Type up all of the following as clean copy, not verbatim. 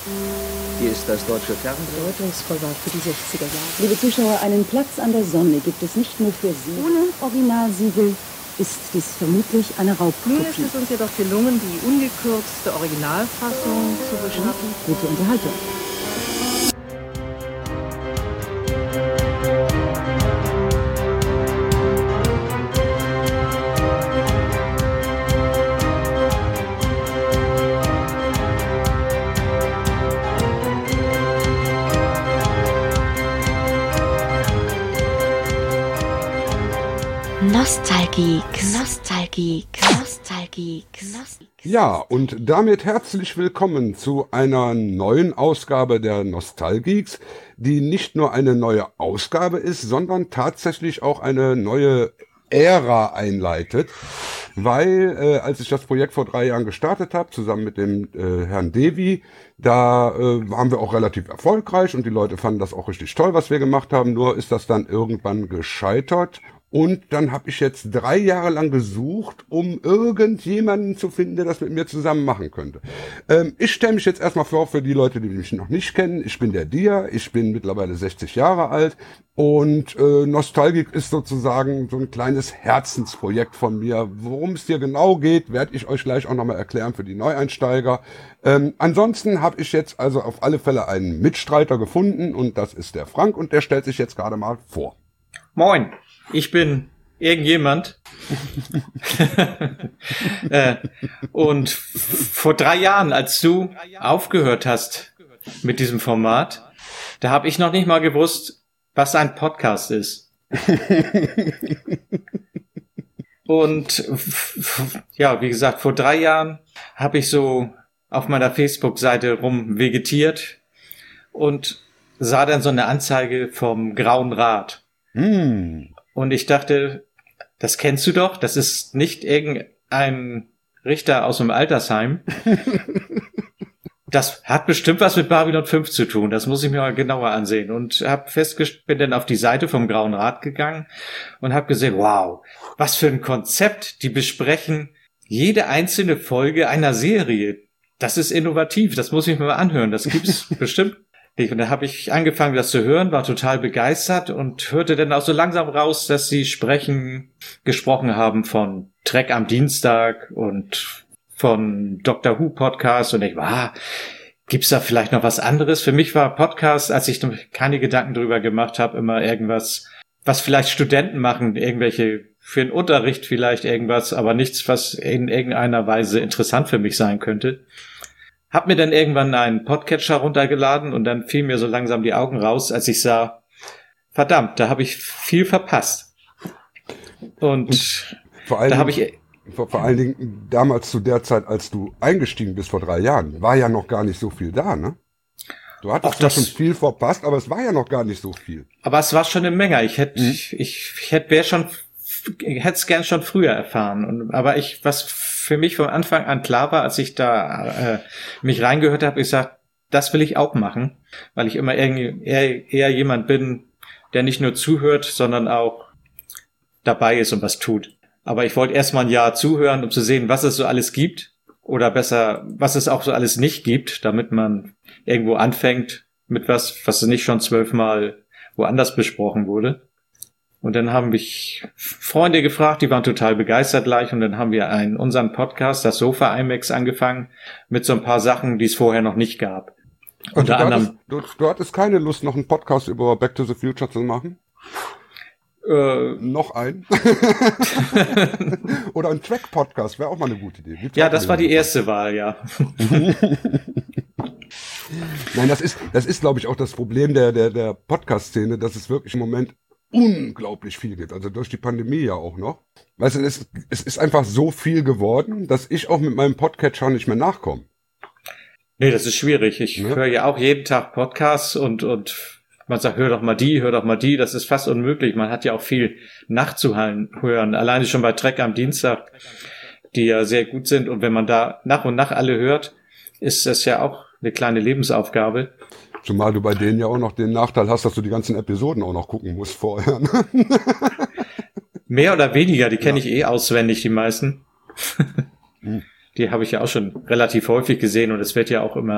Hier ist das deutsche Fernsehen. Bedeutungsvoll war für die 60er Jahre. Liebe Zuschauer, einen Platz an der Sonne gibt es nicht nur für Sie. Ohne Originalsiegel ist dies vermutlich eine Raubkopie. Nun ist es uns jedoch gelungen, die ungekürzte Originalfassung zu beschaffen. Gute Unterhaltung. Nostalgie. Ja, und damit herzlich willkommen zu einer neuen Ausgabe der Nostalgeeks, die nicht nur eine neue Ausgabe ist, sondern tatsächlich auch eine neue Ära einleitet, weil als ich das Projekt vor 3 Jahren gestartet habe, zusammen mit dem Herrn Devi, da waren wir auch relativ erfolgreich und die Leute fanden das auch richtig toll, was wir gemacht haben, nur ist das dann irgendwann gescheitert. Und dann habe ich jetzt 3 Jahre lang gesucht, um irgendjemanden zu finden, der das mit mir zusammen machen könnte. Ich stelle mich jetzt erstmal vor für die Leute, die mich noch nicht kennen. Ich bin der Dia, ich bin mittlerweile 60 Jahre alt und Nostalgic ist sozusagen so ein kleines Herzensprojekt von mir. Worum es hier genau geht, werde ich euch gleich auch nochmal erklären für die Neueinsteiger. Ansonsten habe ich jetzt also auf alle Fälle einen Mitstreiter gefunden und das ist der Frank und der stellt sich jetzt gerade mal vor. Moin. Ich bin irgendjemand. Und vor 3 Jahren, als du aufgehört hast mit diesem Format, da habe ich noch nicht mal gewusst, was ein Podcast ist. Und ja, wie gesagt, vor 3 Jahren habe ich so auf meiner Facebook-Seite rumvegetiert und sah dann so eine Anzeige vom Grauen Rat. Und ich dachte, das kennst du doch, das ist nicht irgendein Richter aus dem Altersheim. Das hat bestimmt was mit Babylon 5 zu tun, das muss ich mir mal genauer ansehen. Und bin dann auf die Seite vom Grauen Rat gegangen und habe gesehen, wow, was für ein Konzept, die besprechen jede einzelne Folge einer Serie. Das ist innovativ, das muss ich mir mal anhören, das gibt's bestimmt. Und da habe ich angefangen, das zu hören, war total begeistert und hörte dann auch so langsam raus, dass sie gesprochen haben von Trek am Dienstag und von Doctor Who Podcast. Und ich war, gibt's da vielleicht noch was anderes? Für mich war Podcast, als ich keine Gedanken drüber gemacht habe, immer irgendwas, was vielleicht Studenten machen, irgendwelche für den Unterricht vielleicht irgendwas, aber nichts, was in irgendeiner Weise interessant für mich sein könnte. Hab mir dann irgendwann einen Podcatcher runtergeladen und dann fiel mir so langsam die Augen raus, als ich sah, verdammt, da habe ich viel verpasst. Und vor allen Dingen damals zu der Zeit, als du eingestiegen bist vor 3 Jahren, war ja noch gar nicht so viel da, ne? Du hattest zwar schon viel verpasst, aber es war ja noch gar nicht so viel. Aber es war schon eine Menge. Ich hätte es gern schon früher erfahren. Aber was für mich von Anfang an klar war, als ich da mich reingehört habe, ich sag, das will ich auch machen, weil ich immer eher jemand bin, der nicht nur zuhört, sondern auch dabei ist und was tut. Aber ich wollte erstmal ein Jahr zuhören, um zu sehen, was es so alles gibt oder besser, was es auch so alles nicht gibt, damit man irgendwo anfängt mit was nicht schon 12-mal woanders besprochen wurde. Und dann haben mich Freunde gefragt, die waren total begeistert gleich. Und dann haben wir unseren Podcast, das Sofa IMAX, angefangen mit so ein paar Sachen, die es vorher noch nicht gab. Also unter anderem. Du hattest keine Lust, noch einen Podcast über Back to the Future zu machen? Noch einen? Oder ein Track-Podcast, wäre auch mal eine gute Idee. Gibt's ja, das war die erste Wahl, ja. Nein, das ist, glaube ich, auch das Problem der Podcast-Szene, dass es wirklich im Moment unglaublich viel gibt, also durch die Pandemie ja auch noch. Weißt du, es ist einfach so viel geworden, dass ich auch mit meinem Podcatcher nicht mehr nachkomme. Nee, das ist schwierig. Ich höre ja auch jeden Tag Podcasts und man sagt, hör doch mal die, das ist fast unmöglich. Man hat ja auch viel nachzuhören, alleine schon bei Trek am Dienstag, die ja sehr gut sind. Und wenn man da nach und nach alle hört, ist das ja auch eine kleine Lebensaufgabe. Zumal du bei denen ja auch noch den Nachteil hast, dass du die ganzen Episoden auch noch gucken musst vorher. Ne? Mehr oder weniger, die kenne ich auswendig, die meisten. Die habe ich ja auch schon relativ häufig gesehen und es wird ja auch immer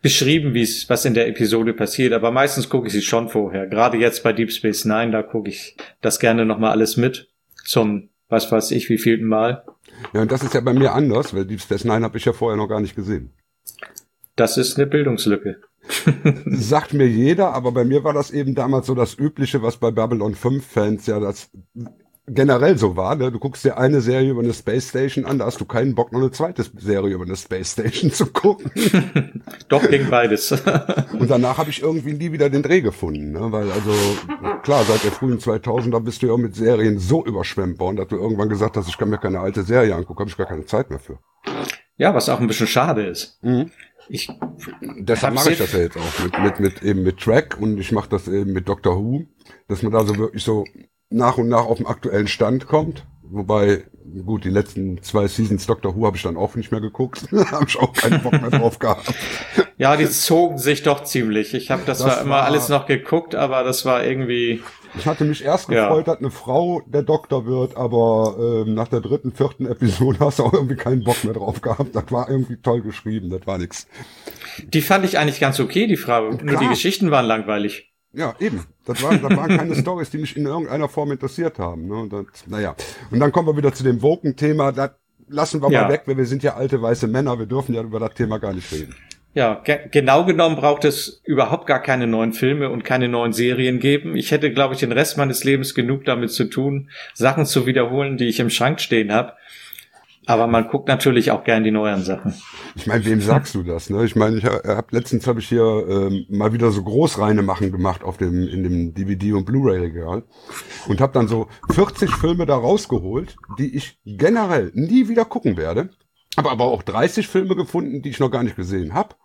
beschrieben, was in der Episode passiert, aber meistens gucke ich sie schon vorher. Gerade jetzt bei Deep Space Nine, da gucke ich das gerne nochmal alles mit zum, was weiß ich, wievielten Mal. Ja, und das ist ja bei mir anders, weil Deep Space Nine habe ich ja vorher noch gar nicht gesehen. Das ist eine Bildungslücke. Sagt mir jeder, aber bei mir war das eben damals so das Übliche, was bei Babylon 5-Fans ja das generell so war. Ne? Du guckst dir eine Serie über eine Space Station an, da hast du keinen Bock, noch eine zweite Serie über eine Space Station zu gucken. Doch, ging beides. Und danach habe ich irgendwie nie wieder den Dreh gefunden. Ne? Weil also, klar, seit der frühen 2000er bist du ja mit Serien so überschwemmt worden, dass du irgendwann gesagt hast, ich kann mir keine alte Serie angucken, habe ich gar keine Zeit mehr für. Ja, was auch ein bisschen schade ist. Mhm. Deshalb mache ich das ja jetzt auch mit Track, und ich mache das eben mit Doctor Who, dass man da so wirklich so nach und nach auf den aktuellen Stand kommt. Wobei, gut, die letzten 2 Seasons Doctor Who habe ich dann auch nicht mehr geguckt. Habe ich auch keinen Bock mehr drauf gehabt. Ja, die zogen sich doch ziemlich. Ich habe das zwar immer alles noch geguckt, aber das war irgendwie... Ich hatte mich erst gefreut, dass eine Frau der Doktor wird, aber nach der 3., 4. Episode hast du auch irgendwie keinen Bock mehr drauf gehabt. Das war irgendwie toll geschrieben, das war nix. Die fand ich eigentlich ganz okay, die Frau. Nur die Geschichten waren langweilig. Ja, eben. Das waren keine Storys, die mich in irgendeiner Form interessiert haben. Ne? Und dann kommen wir wieder zu dem Woken-Thema. Das lassen wir mal weg, weil wir sind ja alte weiße Männer. Wir dürfen ja über das Thema gar nicht reden. Ja, genau genommen braucht es überhaupt gar keine neuen Filme und keine neuen Serien geben. Ich hätte, glaube ich, den Rest meines Lebens genug damit zu tun, Sachen zu wiederholen, die ich im Schrank stehen habe. Aber man guckt natürlich auch gern die neuen Sachen. Ich meine, wem sagst du das? Ne? Ich meine, letztens habe ich hier mal wieder so Großreine machen gemacht in dem DVD- und Blu-ray-Regal und habe dann so 40 Filme da rausgeholt, die ich generell nie wieder gucken werde. Habe aber auch 30 Filme gefunden, die ich noch gar nicht gesehen habe.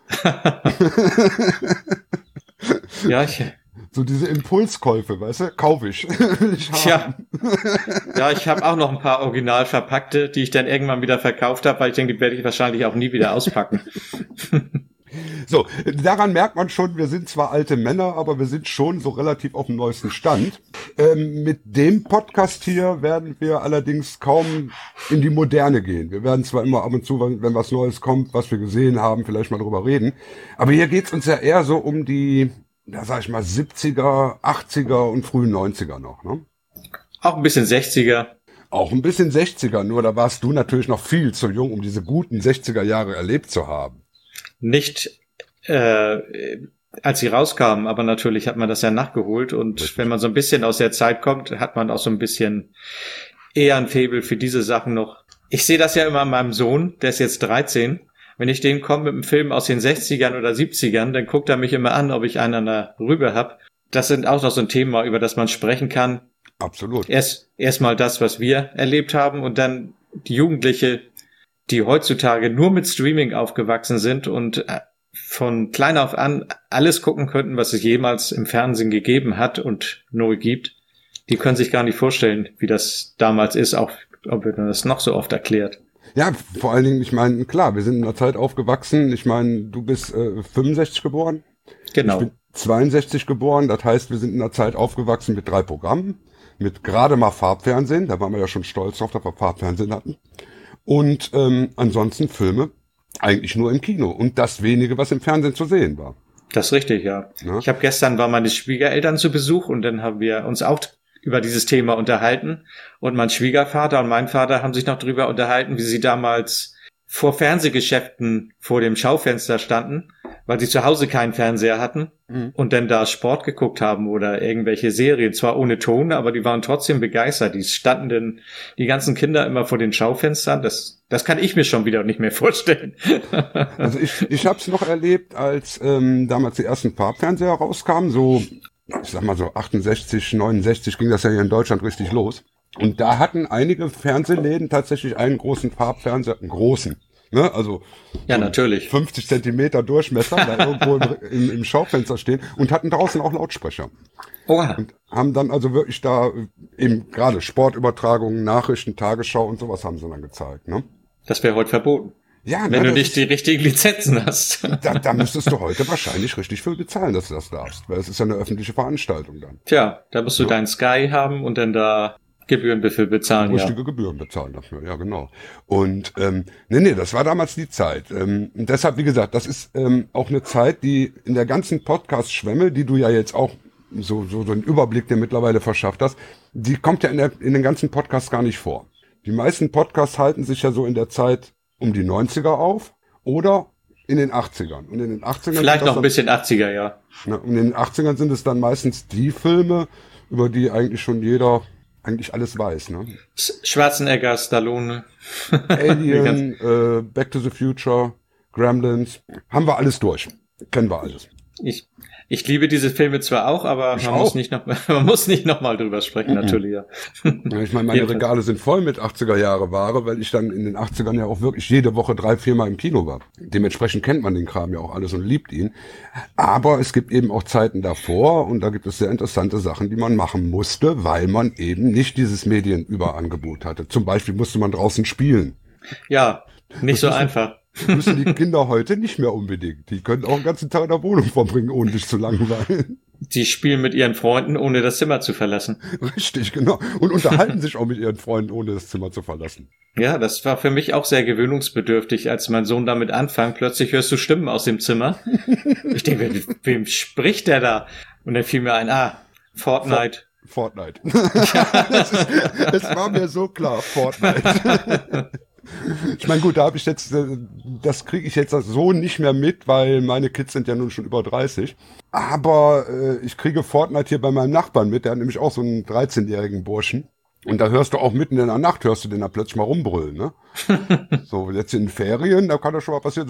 Ja, so diese Impulskäufe, weißt du, kaufe ich. Will ich haben. Ja, ich habe auch noch ein paar original verpackte, die ich dann irgendwann wieder verkauft habe, weil ich denke, die werde ich wahrscheinlich auch nie wieder auspacken. So, daran merkt man schon, wir sind zwar alte Männer, aber wir sind schon so relativ auf dem neuesten Stand. Mit dem Podcast hier werden wir allerdings kaum in die Moderne gehen. Wir werden zwar immer ab und zu, wenn was Neues kommt, was wir gesehen haben, vielleicht mal drüber reden. Aber hier geht's uns ja eher so um die, da sag ich mal, 70er, 80er und frühen 90er noch, ne? Auch ein bisschen 60er. Auch ein bisschen 60er, nur da warst du natürlich noch viel zu jung, um diese guten 60er Jahre erlebt zu haben. Nicht als sie rauskamen, aber natürlich hat man das ja nachgeholt und richtig. Wenn man so ein bisschen aus der Zeit kommt, hat man auch so ein bisschen eher ein Faible für diese Sachen noch. Ich sehe das ja immer an meinem Sohn, der ist jetzt 13. Wenn ich den komme mit einem Film aus den 60ern oder 70ern, dann guckt er mich immer an, ob ich einen an der Rübe habe. Das sind auch noch so ein Thema, über das man sprechen kann. Absolut. Erstmal das, was wir erlebt haben und dann die Jugendliche, die heutzutage nur mit Streaming aufgewachsen sind und von klein auf an alles gucken könnten, was es jemals im Fernsehen gegeben hat und neu gibt. Die können sich gar nicht vorstellen, wie das damals ist, auch ob man das noch so oft erklärt. Ja, vor allen Dingen, ich meine, klar, wir sind in einer Zeit aufgewachsen. Ich meine, du bist 65 geboren. Genau. Ich bin 62 geboren. Das heißt, wir sind in einer Zeit aufgewachsen mit 3 Programmen, mit gerade mal Farbfernsehen. Da waren wir ja schon stolz drauf, dass wir Farbfernsehen hatten. Und ansonsten Filme eigentlich nur im Kino und das wenige, was im Fernsehen zu sehen war. Das ist richtig, ja. Ich habe gestern war meine Schwiegereltern zu Besuch und dann haben wir uns auch über dieses Thema unterhalten und mein Schwiegervater und mein Vater haben sich noch darüber unterhalten, wie sie damals vor Fernsehgeschäften vor dem Schaufenster standen, weil sie zu Hause keinen Fernseher hatten und dann da Sport geguckt haben oder irgendwelche Serien, zwar ohne Ton, aber die waren trotzdem begeistert. Die standen denn die ganzen Kinder immer vor den Schaufenstern. Das kann ich mir schon wieder nicht mehr vorstellen. Also ich habe es noch erlebt, als damals die ersten Farbfernseher rauskamen, so ich sag mal so 68, 69 ging das ja hier in Deutschland richtig los. Und da hatten einige Fernsehläden tatsächlich einen großen Farbfernseher, einen großen, ne? Also ja, natürlich 50 Zentimeter Durchmesser, da irgendwo im Schaufenster stehen und hatten draußen auch Lautsprecher. Oha. Und haben dann also wirklich da eben gerade Sportübertragungen, Nachrichten, Tagesschau und sowas haben sie dann gezeigt, ne? Das wäre heute verboten. Ja, wenn du nicht die richtigen Lizenzen hast. Da müsstest du heute wahrscheinlich richtig viel bezahlen, dass du das darfst, weil es ist ja eine öffentliche Veranstaltung dann. Tja, da musst du deinen Sky haben und dann da Gebühren dafür bezahlen, richtige Gebühren bezahlen dafür, ja genau. Und nee, das war damals die Zeit. Und deshalb, wie gesagt, das ist auch eine Zeit, die in der ganzen Podcast-Schwemme, die du ja jetzt auch so einen Überblick dir mittlerweile verschafft hast, die kommt ja in den ganzen Podcasts gar nicht vor. Die meisten Podcasts halten sich ja so in der Zeit um die 90er auf oder in den 80ern. Und in den 80ern vielleicht noch ein bisschen 80er, ja. Und in den 80ern sind es dann meistens die Filme, über die eigentlich schon jeder eigentlich alles weiß, ne? Schwarzenegger, Stallone. Alien, Back to the Future, Gremlins, haben wir alles durch. Kennen wir alles. Ich liebe diese Filme zwar auch, aber man muss nicht noch mal drüber sprechen, natürlich, ja. Ja, ich meine, meine Regale sind voll mit 80er-Jahre-Ware, weil ich dann in den 80ern ja auch wirklich jede Woche 3-4 Mal im Kino war. Dementsprechend kennt man den Kram ja auch alles und liebt ihn. Aber es gibt eben auch Zeiten davor und da gibt es sehr interessante Sachen, die man machen musste, weil man eben nicht dieses Medienüberangebot hatte. Zum Beispiel musste man draußen spielen. Ja, nicht so einfach. Müssen die Kinder heute nicht mehr unbedingt. Die können auch den ganzen Tag in der Wohnung verbringen, ohne sich zu langweilen. Die spielen mit ihren Freunden, ohne das Zimmer zu verlassen. Richtig, genau. Und unterhalten sich auch mit ihren Freunden, ohne das Zimmer zu verlassen. Ja, das war für mich auch sehr gewöhnungsbedürftig, als mein Sohn damit anfing. Plötzlich hörst du Stimmen aus dem Zimmer. Ich denke, wem spricht der da? Und dann fiel mir ein, Fortnite. Fortnite. Das war mir so klar, Fortnite. Ich meine, gut, das kriege ich jetzt so nicht mehr mit, weil meine Kids sind ja nun schon über 30. Aber ich kriege Fortnite hier bei meinem Nachbarn mit, der hat nämlich auch so einen 13-jährigen Burschen. Und da hörst du auch mitten in der Nacht, hörst du den da plötzlich mal rumbrüllen, ne? So, jetzt in den Ferien, da kann das schon mal passieren, so,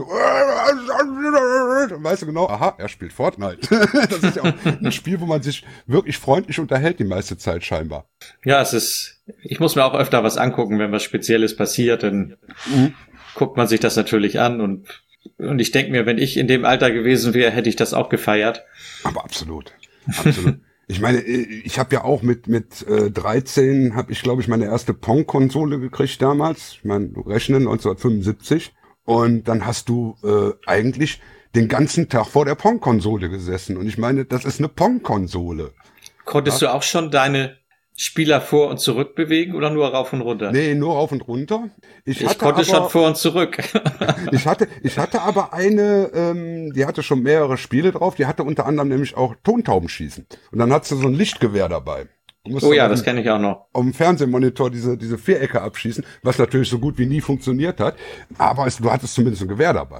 weißt du genau, aha, er spielt Fortnite. Das ist ja auch ein Spiel, wo man sich wirklich freundlich unterhält die meiste Zeit scheinbar. Ja, ich muss mir auch öfter was angucken, wenn was Spezielles passiert, dann guckt man sich das natürlich an und ich denke mir, wenn ich in dem Alter gewesen wäre, hätte ich das auch gefeiert. Aber absolut. Ich meine, ich habe ja auch mit 13 habe ich, glaube ich, meine erste Pong-Konsole gekriegt damals. Ich meine, du rechnen 1975. Und dann hast du eigentlich den ganzen Tag vor der Pong-Konsole gesessen. Und ich meine, das ist eine Pong-Konsole. Konntest du auch schon deine Spieler vor und zurück bewegen oder nur rauf und runter? Nee, nur rauf und runter. Ich konnte schon vor und zurück. Ich hatte aber eine, die hatte schon mehrere Spiele drauf, die hatte unter anderem nämlich auch Tontaubenschießen. Und dann hattest du so ein Lichtgewehr dabei. Oh ja, das kenne ich auch noch. Auf dem Fernsehmonitor diese Vierecke abschießen, was natürlich so gut wie nie funktioniert hat. Aber du hattest zumindest ein Gewehr dabei.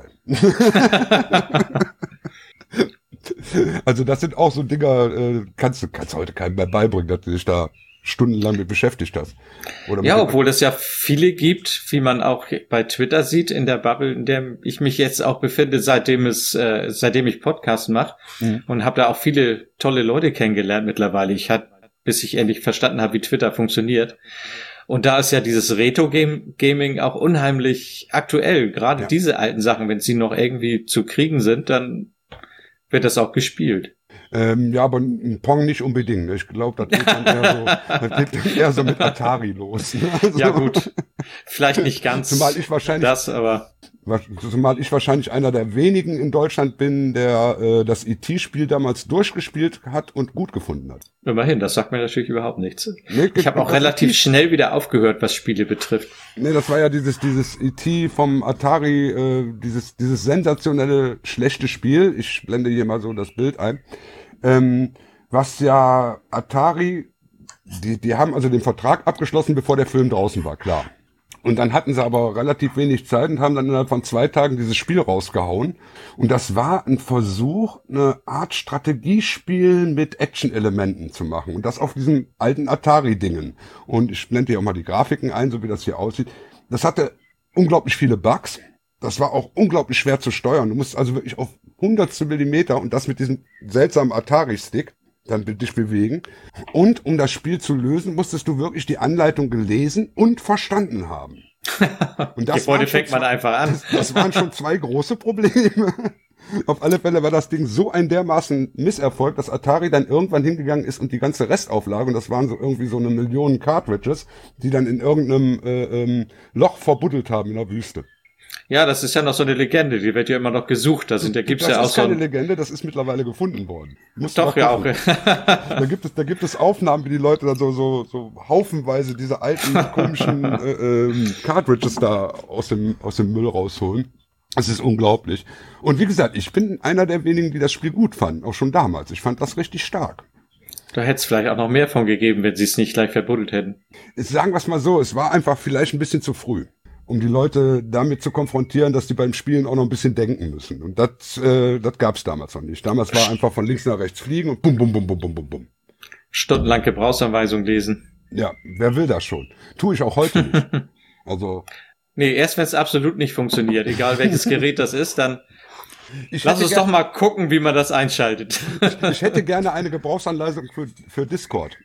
Also das sind auch so Dinger, kannst heute keinem mehr beibringen, dass du dich da stundenlang mit beschäftigt hast. Ja, obwohl es ja viele gibt, wie man auch bei Twitter sieht, in der Bubble, in der ich mich jetzt auch befinde, seitdem ich Podcast mache und habe da auch viele tolle Leute kennengelernt mittlerweile. Bis ich endlich verstanden habe, wie Twitter funktioniert. Und da ist ja dieses Retro-Gaming auch unheimlich aktuell. Gerade diese alten Sachen, wenn sie noch irgendwie zu kriegen sind, dann wird das auch gespielt. Ja, aber ein Pong nicht unbedingt. Ich glaube, das geht dann eher so mit Atari los. Ne? Also, ja gut, vielleicht nicht ganz zumal ich wahrscheinlich einer der wenigen in Deutschland bin, der das E.T.-Spiel damals durchgespielt hat und gut gefunden hat. Immerhin, das sagt mir natürlich überhaupt nichts. Nee, ich habe auch relativ schnell wieder aufgehört, was Spiele betrifft. Nee, das war ja dieses E.T. vom Atari, dieses sensationelle, schlechte Spiel. Ich blende hier mal so das Bild ein. Was ja Atari, die haben also den Vertrag abgeschlossen, bevor der Film draußen war, klar. Und dann hatten sie aber relativ wenig Zeit und haben dann innerhalb von 2 Tagen dieses Spiel rausgehauen. Und das war ein Versuch, eine Art Strategiespiel mit Action-Elementen zu machen. Und das auf diesen alten Atari-Dingen. Und ich blende hier auch mal die Grafiken ein, so wie das hier aussieht. Das hatte unglaublich viele Bugs. Das war auch unglaublich schwer zu steuern. Du musst also wirklich auf hundertstel Millimeter und das mit diesem seltsamen Atari-Stick dann dich bewegen. Und um das Spiel zu lösen, musstest du wirklich die Anleitung gelesen und verstanden haben. Und das heute fängt man einfach an. Das waren schon 2 große Probleme. Auf alle Fälle war das Ding so ein dermaßen Misserfolg, dass Atari dann irgendwann hingegangen ist und die ganze Restauflage, und das waren so irgendwie so 1 Million Cartridges, die dann in irgendeinem Loch verbuddelt haben in der Wüste. Ja, das ist ja noch so eine Legende, die wird ja immer noch gesucht. Da gibt's ja auch so. Das ist keine Legende, das ist mittlerweile gefunden worden. Doch, ja auch. Da gibt es Aufnahmen, wie die Leute dann so haufenweise diese alten komischen Cartridges da aus dem Müll rausholen. Es ist unglaublich. Und wie gesagt, ich bin einer der wenigen, die das Spiel gut fanden, auch schon damals. Ich fand das richtig stark. Da hätte es vielleicht auch noch mehr von gegeben, wenn sie es nicht gleich verbuddelt hätten. Sagen wir es mal so, es war einfach vielleicht ein bisschen zu früh, um die Leute damit zu konfrontieren, dass die beim Spielen auch noch ein bisschen denken müssen. Und das gab's damals noch nicht. Damals war einfach von links nach rechts fliegen und bum, bum, bum, bum, bum, bum, bum. Stundenlang Gebrauchsanweisung lesen. Ja, wer will das schon? Tue ich auch heute nicht. Also. Nee, erst wenn es absolut nicht funktioniert, egal welches Gerät das ist, dann lass uns doch mal gucken, wie man das einschaltet. Ich hätte gerne eine Gebrauchsanleitung für Discord.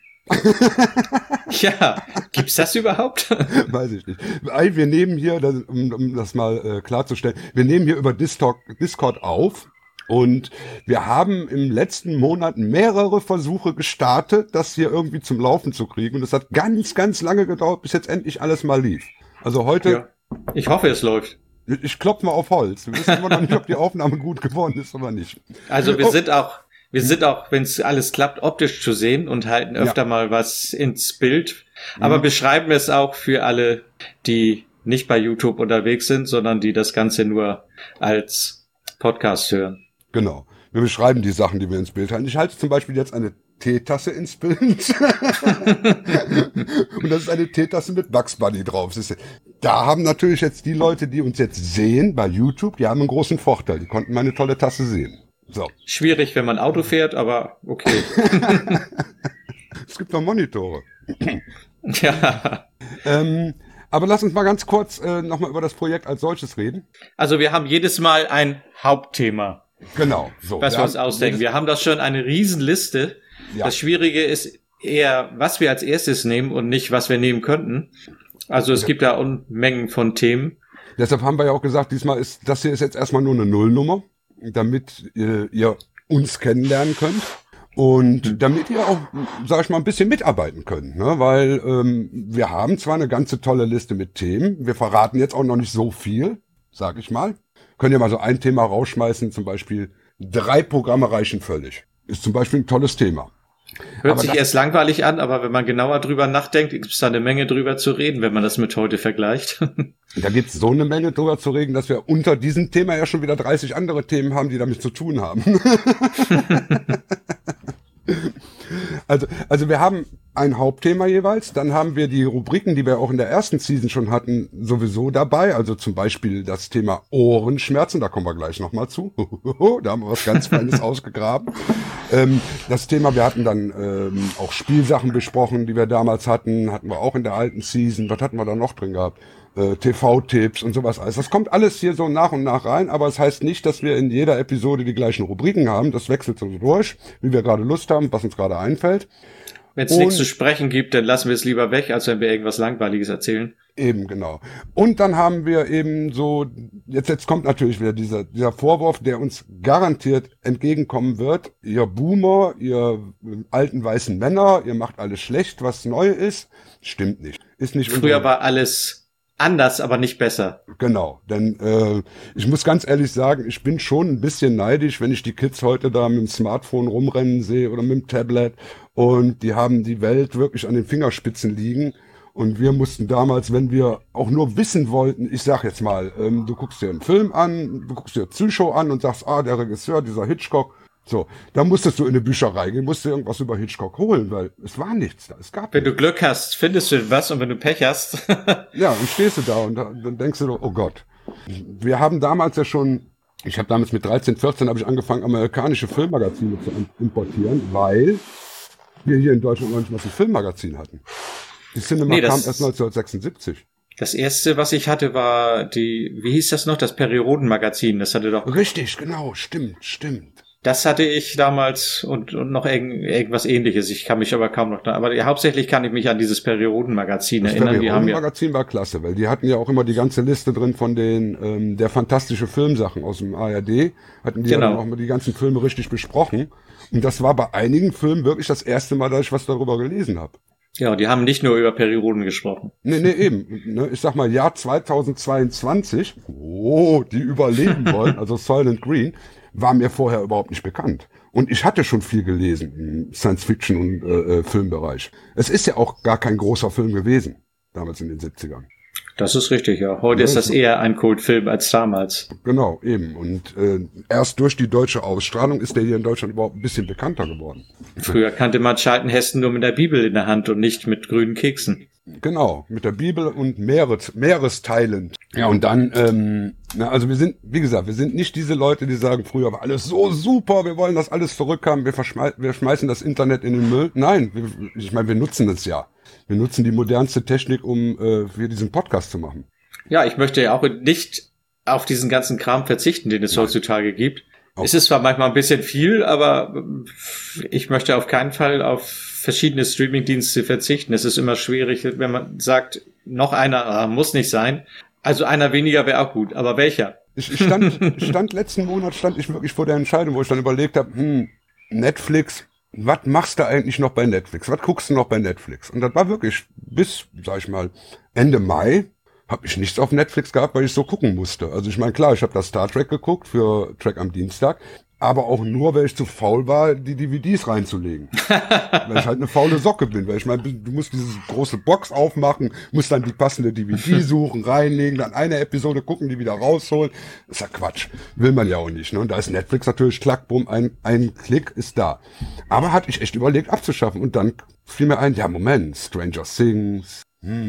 Ja, gibt's das überhaupt? Weiß ich nicht. Wir nehmen hier, um das mal klarzustellen, wir nehmen hier über Discord auf und wir haben im letzten Monat mehrere Versuche gestartet, das hier irgendwie zum Laufen zu kriegen und es hat ganz, ganz lange gedauert, bis jetzt endlich alles mal lief. Also heute... Ja, ich hoffe, es läuft. Ich klopfe mal auf Holz. Wir wissen immer noch nicht, ob die Aufnahme gut geworden ist oder nicht. Also wir sind auch, wenn es alles klappt, optisch zu sehen und halten öfter mal was ins Bild. Aber beschreiben es auch für alle, die nicht bei YouTube unterwegs sind, sondern die das Ganze nur als Podcast hören. Genau. Wir beschreiben die Sachen, die wir ins Bild halten. Ich halte zum Beispiel jetzt eine Teetasse ins Bild. Und das ist eine Teetasse mit Bugs Bunny drauf. Da haben natürlich jetzt die Leute, die uns jetzt sehen bei YouTube, die haben einen großen Vorteil. Die konnten meine tolle Tasse sehen. So. Schwierig, wenn man Auto fährt, aber okay. Es gibt noch Monitore. Ja. Aber lass uns mal ganz kurz nochmal über das Projekt als solches reden. Also wir haben jedes Mal ein Hauptthema. Genau. So. Was wir uns ausdenken. Wir haben da schon eine Riesenliste. Ja. Das Schwierige ist eher, was wir als erstes nehmen und nicht, was wir nehmen könnten. Also es gibt da Unmengen von Themen. Deshalb haben wir ja auch gesagt, das hier ist jetzt erstmal nur eine Nullnummer, damit ihr uns kennenlernen könnt und damit ihr auch, sag ich mal, ein bisschen mitarbeiten könnt, ne? Weil wir haben zwar eine ganze tolle Liste mit Themen, wir verraten jetzt auch noch nicht so viel, sag ich mal. Könnt ihr mal so ein Thema rausschmeißen, zum Beispiel 3 Programme reichen völlig. Ist zum Beispiel ein tolles Thema. Hört sich erst langweilig an, aber wenn man genauer drüber nachdenkt, gibt es da eine Menge drüber zu reden, wenn man das mit heute vergleicht. Da gibt es so eine Menge drüber zu reden, dass wir unter diesem Thema ja schon wieder 30 andere Themen haben, die damit zu tun haben. Also wir haben ein Hauptthema jeweils, dann haben wir die Rubriken, die wir auch in der ersten Season schon hatten, sowieso dabei, also zum Beispiel das Thema Ohrenschmerzen, da kommen wir gleich nochmal zu, da haben wir was ganz Feines ausgegraben. Das Thema, wir hatten dann auch Spielsachen besprochen, die wir damals hatten wir auch in der alten Season, was hatten wir da noch drin gehabt? TV-Tipps und sowas alles. Das kommt alles hier so nach und nach rein, aber es heißt nicht, dass wir in jeder Episode die gleichen Rubriken haben. Das wechselt so durch, wie wir gerade Lust haben, was uns gerade einfällt. Wenn es nichts zu sprechen gibt, dann lassen wir es lieber weg, als wenn wir irgendwas Langweiliges erzählen. Eben, genau. Und dann haben wir eben so, jetzt kommt natürlich wieder dieser Vorwurf, der uns garantiert entgegenkommen wird. Ihr Boomer, ihr alten weißen Männer, ihr macht alles schlecht, was neu ist. Stimmt nicht. Ist nicht Früher war alles anders, aber nicht besser. Genau, denn ich muss ganz ehrlich sagen, ich bin schon ein bisschen neidisch, wenn ich die Kids heute da mit dem Smartphone rumrennen sehe oder mit dem Tablet und die haben die Welt wirklich an den Fingerspitzen liegen und wir mussten damals, wenn wir auch nur wissen wollten, ich sag jetzt mal, du guckst dir einen Film an, du guckst dir Psycho an und sagst, der Regisseur, dieser Hitchcock, so, da musstest du in eine Bücherei gehen, musst dir irgendwas über Hitchcock holen, weil es war nichts da, es gab Wenn nichts. du Glück hast, findest du was und wenn du Pech hast. Ja, und stehst du da und dann denkst du, oh Gott. Wir haben damals ja schon, ich habe damals mit 13, 14 habe ich angefangen, amerikanische Filmmagazine zu importieren, weil wir hier in Deutschland noch nicht mal so ein Filmmagazin hatten. Die Cinema kam erst 1976. Das erste, was ich hatte, war wie hieß das noch? Das Periodenmagazin, das hatte doch... Richtig, genau, stimmt. Das hatte ich damals und noch irgendwas Ähnliches. Ich kann mich aber kaum noch... Aber hauptsächlich kann ich mich an dieses Periodenmagazin erinnern. Das Periodenmagazin war klasse, weil die hatten ja auch immer die ganze Liste drin von den der fantastische Filmsachen aus dem ARD. Hatten die ja dann auch mal die ganzen Filme richtig besprochen. Und das war bei einigen Filmen wirklich das erste Mal, dass ich was darüber gelesen habe. Ja, die haben nicht nur über Perioden gesprochen. Nee, eben. Ne, ich sag mal, Jahr 2022, die überleben wollen, also Soylent Green, war mir vorher überhaupt nicht bekannt. Und ich hatte schon viel gelesen im Science-Fiction- und Filmbereich. Es ist ja auch gar kein großer Film gewesen, damals in den 70ern. Das ist richtig, ja. Heute ist das eher ein Kultfilm als damals. Genau, eben. Und erst durch die deutsche Ausstrahlung ist der hier in Deutschland überhaupt ein bisschen bekannter geworden. Früher kannte man Charlton Heston nur mit der Bibel in der Hand und nicht mit grünen Keksen. Genau, mit der Bibel und Meeresteilen. Ja, und dann, also wir sind, wie gesagt, wir sind nicht diese Leute, die sagen, früher war alles so super, wir wollen das alles zurückhaben, wir schmeißen das Internet in den Müll. Nein, ich meine, wir nutzen es ja. Wir nutzen die modernste Technik, um für diesen Podcast zu machen. Ja, ich möchte ja auch nicht auf diesen ganzen Kram verzichten, den es heutzutage gibt. Es ist zwar manchmal ein bisschen viel, aber ich möchte auf keinen Fall auf verschiedene Streaming-Dienste verzichten. Es ist immer schwierig, wenn man sagt, noch einer muss nicht sein. Also einer weniger wäre auch gut, aber welcher? Ich stand letzten Monat wirklich vor der Entscheidung, wo ich dann überlegt habe, Netflix, was machst du eigentlich noch bei Netflix? Was guckst du noch bei Netflix? Und das war wirklich bis, sag ich mal, Ende Mai habe ich nichts auf Netflix gehabt, weil ich so gucken musste. Also ich meine, klar, ich habe das Star Trek geguckt für Trek am Dienstag, aber auch nur, weil ich zu faul war, die DVDs reinzulegen. Weil ich halt eine faule Socke bin. Weil ich meine, du musst diese große Box aufmachen, musst dann die passende DVD suchen, reinlegen, dann eine Episode gucken, die wieder rausholen. Das ist ja Quatsch. Will man ja auch nicht. Ne? Und da ist Netflix natürlich, klack, bumm, ein Klick ist da. Aber hatte ich echt überlegt abzuschaffen. Und dann fiel mir ein, ja Moment, Stranger Things,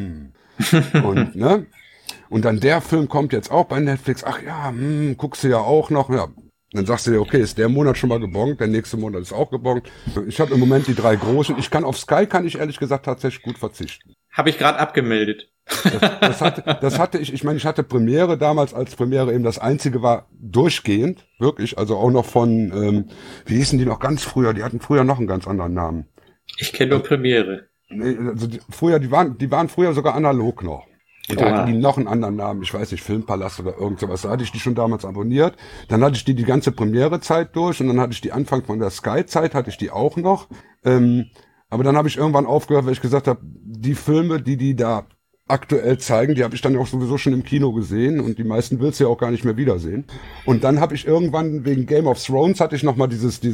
und, ne? Und dann der Film kommt jetzt auch bei Netflix. Ach ja, guckst du ja auch noch. Ja, dann sagst du dir, okay, ist der Monat schon mal gebongt, der nächste Monat ist auch gebongt. Ich habe im Moment die 3 großen. Auf Sky kann ich ehrlich gesagt tatsächlich gut verzichten. Habe ich gerade abgemeldet. Das hatte ich meine, ich hatte Premiere damals, als Premiere eben das einzige war, durchgehend, wirklich, also auch noch von, wie hießen die noch ganz früher? Die hatten früher noch einen ganz anderen Namen. Ich kenne nur Premiere. Nee, also die waren früher sogar analog noch. Und da hatten die noch einen anderen Namen, ich weiß nicht, Filmpalast oder irgend sowas. Da hatte ich die schon damals abonniert. Dann hatte ich die ganze Premiere-Zeit durch und dann hatte ich die Anfang von der Sky-Zeit, hatte ich die auch noch. Aber dann habe ich irgendwann aufgehört, weil ich gesagt habe, die Filme, die da aktuell zeigen, die habe ich dann auch sowieso schon im Kino gesehen und die meisten willst du ja auch gar nicht mehr wiedersehen. Und dann habe ich irgendwann wegen Game of Thrones hatte ich nochmal dieses,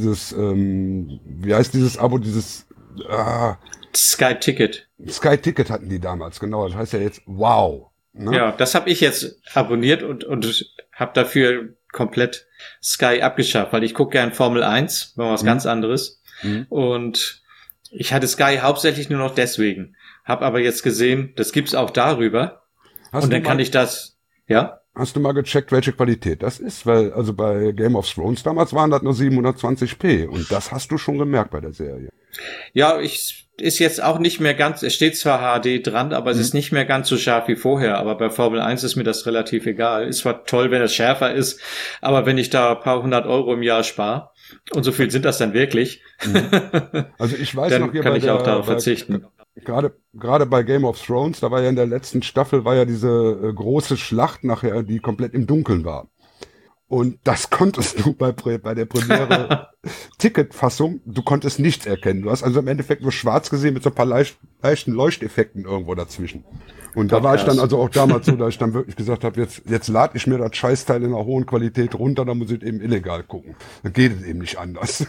wie heißt dieses Abo, Sky Ticket. Sky Ticket hatten die damals, genau. Das heißt ja jetzt Wow. Ne? Ja, das habe ich jetzt abonniert und habe dafür komplett Sky abgeschafft, weil ich gucke gern Formel 1, war was ganz anderes. Und ich hatte Sky hauptsächlich nur noch deswegen. Hab aber jetzt gesehen, das gibt's auch darüber. Und dann kann ich das, ja? Hast du mal gecheckt, welche Qualität das ist? Weil, also bei Game of Thrones damals waren das nur 720p und das hast du schon gemerkt bei der Serie. Ja, ist jetzt auch nicht mehr ganz, es steht zwar HD dran, aber es ist nicht mehr ganz so scharf wie vorher, aber bei Formel 1 ist mir das relativ egal. Ist zwar toll, wenn es schärfer ist, aber wenn ich da ein paar 100 Euro im Jahr spare, und so viel sind das dann wirklich, also ich weiß dann noch hier kann ich auch darauf verzichten. Gerade bei Game of Thrones, da war ja in der letzten Staffel diese große Schlacht nachher, die komplett im Dunkeln war. Und das konntest du bei der Premiere Ticketfassung, du konntest nichts erkennen. Du hast also im Endeffekt nur schwarz gesehen mit so ein paar leichten Leuchteffekten irgendwo dazwischen. Und da war ich dann also auch damals so, dass ich dann wirklich gesagt habe, jetzt lade ich mir das Scheißteil in einer hohen Qualität runter, dann muss ich eben illegal gucken. Dann geht es eben nicht anders.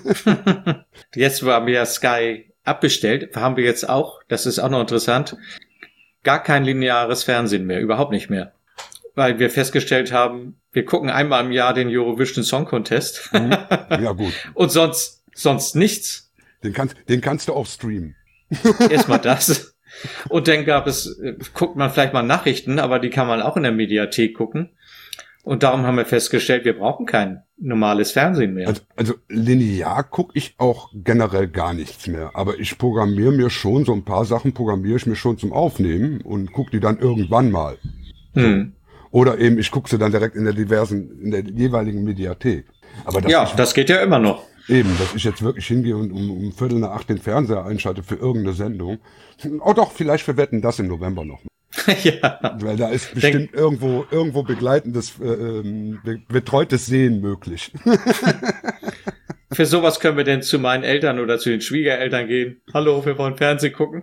Jetzt war mir Sky abbestellt, haben wir jetzt auch, das ist auch noch interessant, gar kein lineares Fernsehen mehr, überhaupt nicht mehr. Weil wir festgestellt haben, wir gucken einmal im Jahr den Eurovision Song Contest. Ja, gut. Und sonst nichts. Den kannst du auch streamen. Erstmal das. Und dann guckt man vielleicht mal Nachrichten, aber die kann man auch in der Mediathek gucken. Und darum haben wir festgestellt, wir brauchen kein normales Fernsehen mehr. Also linear gucke ich auch generell gar nichts mehr. Aber ich programmiere mir schon, so ein paar Sachen programmiere ich mir schon zum Aufnehmen und gucke die dann irgendwann mal. So. Oder eben, ich gucke sie dann direkt in der jeweiligen Mediathek. Aber das geht ja immer noch. Eben, dass ich jetzt wirklich hingehe und um 7:45 den Fernseher einschalte für irgendeine Sendung. Oh doch, vielleicht wir wetten das im November noch. Ja. Weil da ist bestimmt irgendwo begleitendes, betreutes Sehen möglich. Für sowas können wir denn zu meinen Eltern oder zu den Schwiegereltern gehen. Hallo, wir wollen Fernsehen gucken.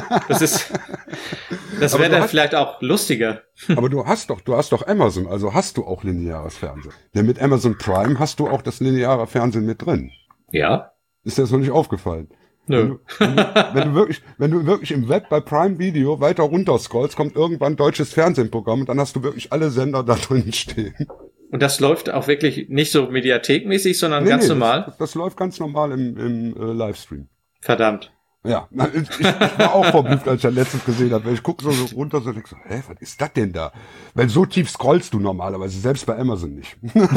Das wäre dann vielleicht auch lustiger. Aber du hast doch Amazon, also hast du auch lineares Fernsehen. Denn mit Amazon Prime hast du auch das lineare Fernsehen mit drin. Ja. Ist dir das noch nicht aufgefallen? Nö. Wenn du wirklich im Web bei Prime Video weiter runter scrollst, kommt irgendwann deutsches Fernsehprogramm und dann hast du wirklich alle Sender da drin stehen. Und das läuft auch wirklich nicht so mediathekmäßig, sondern ganz normal? Das läuft ganz normal im Livestream. Verdammt. Ja, ich war auch verblüfft, als ich das letztens gesehen habe. Ich gucke so runter und denke so, was ist das denn da? Weil so tief scrollst du normalerweise, selbst bei Amazon nicht.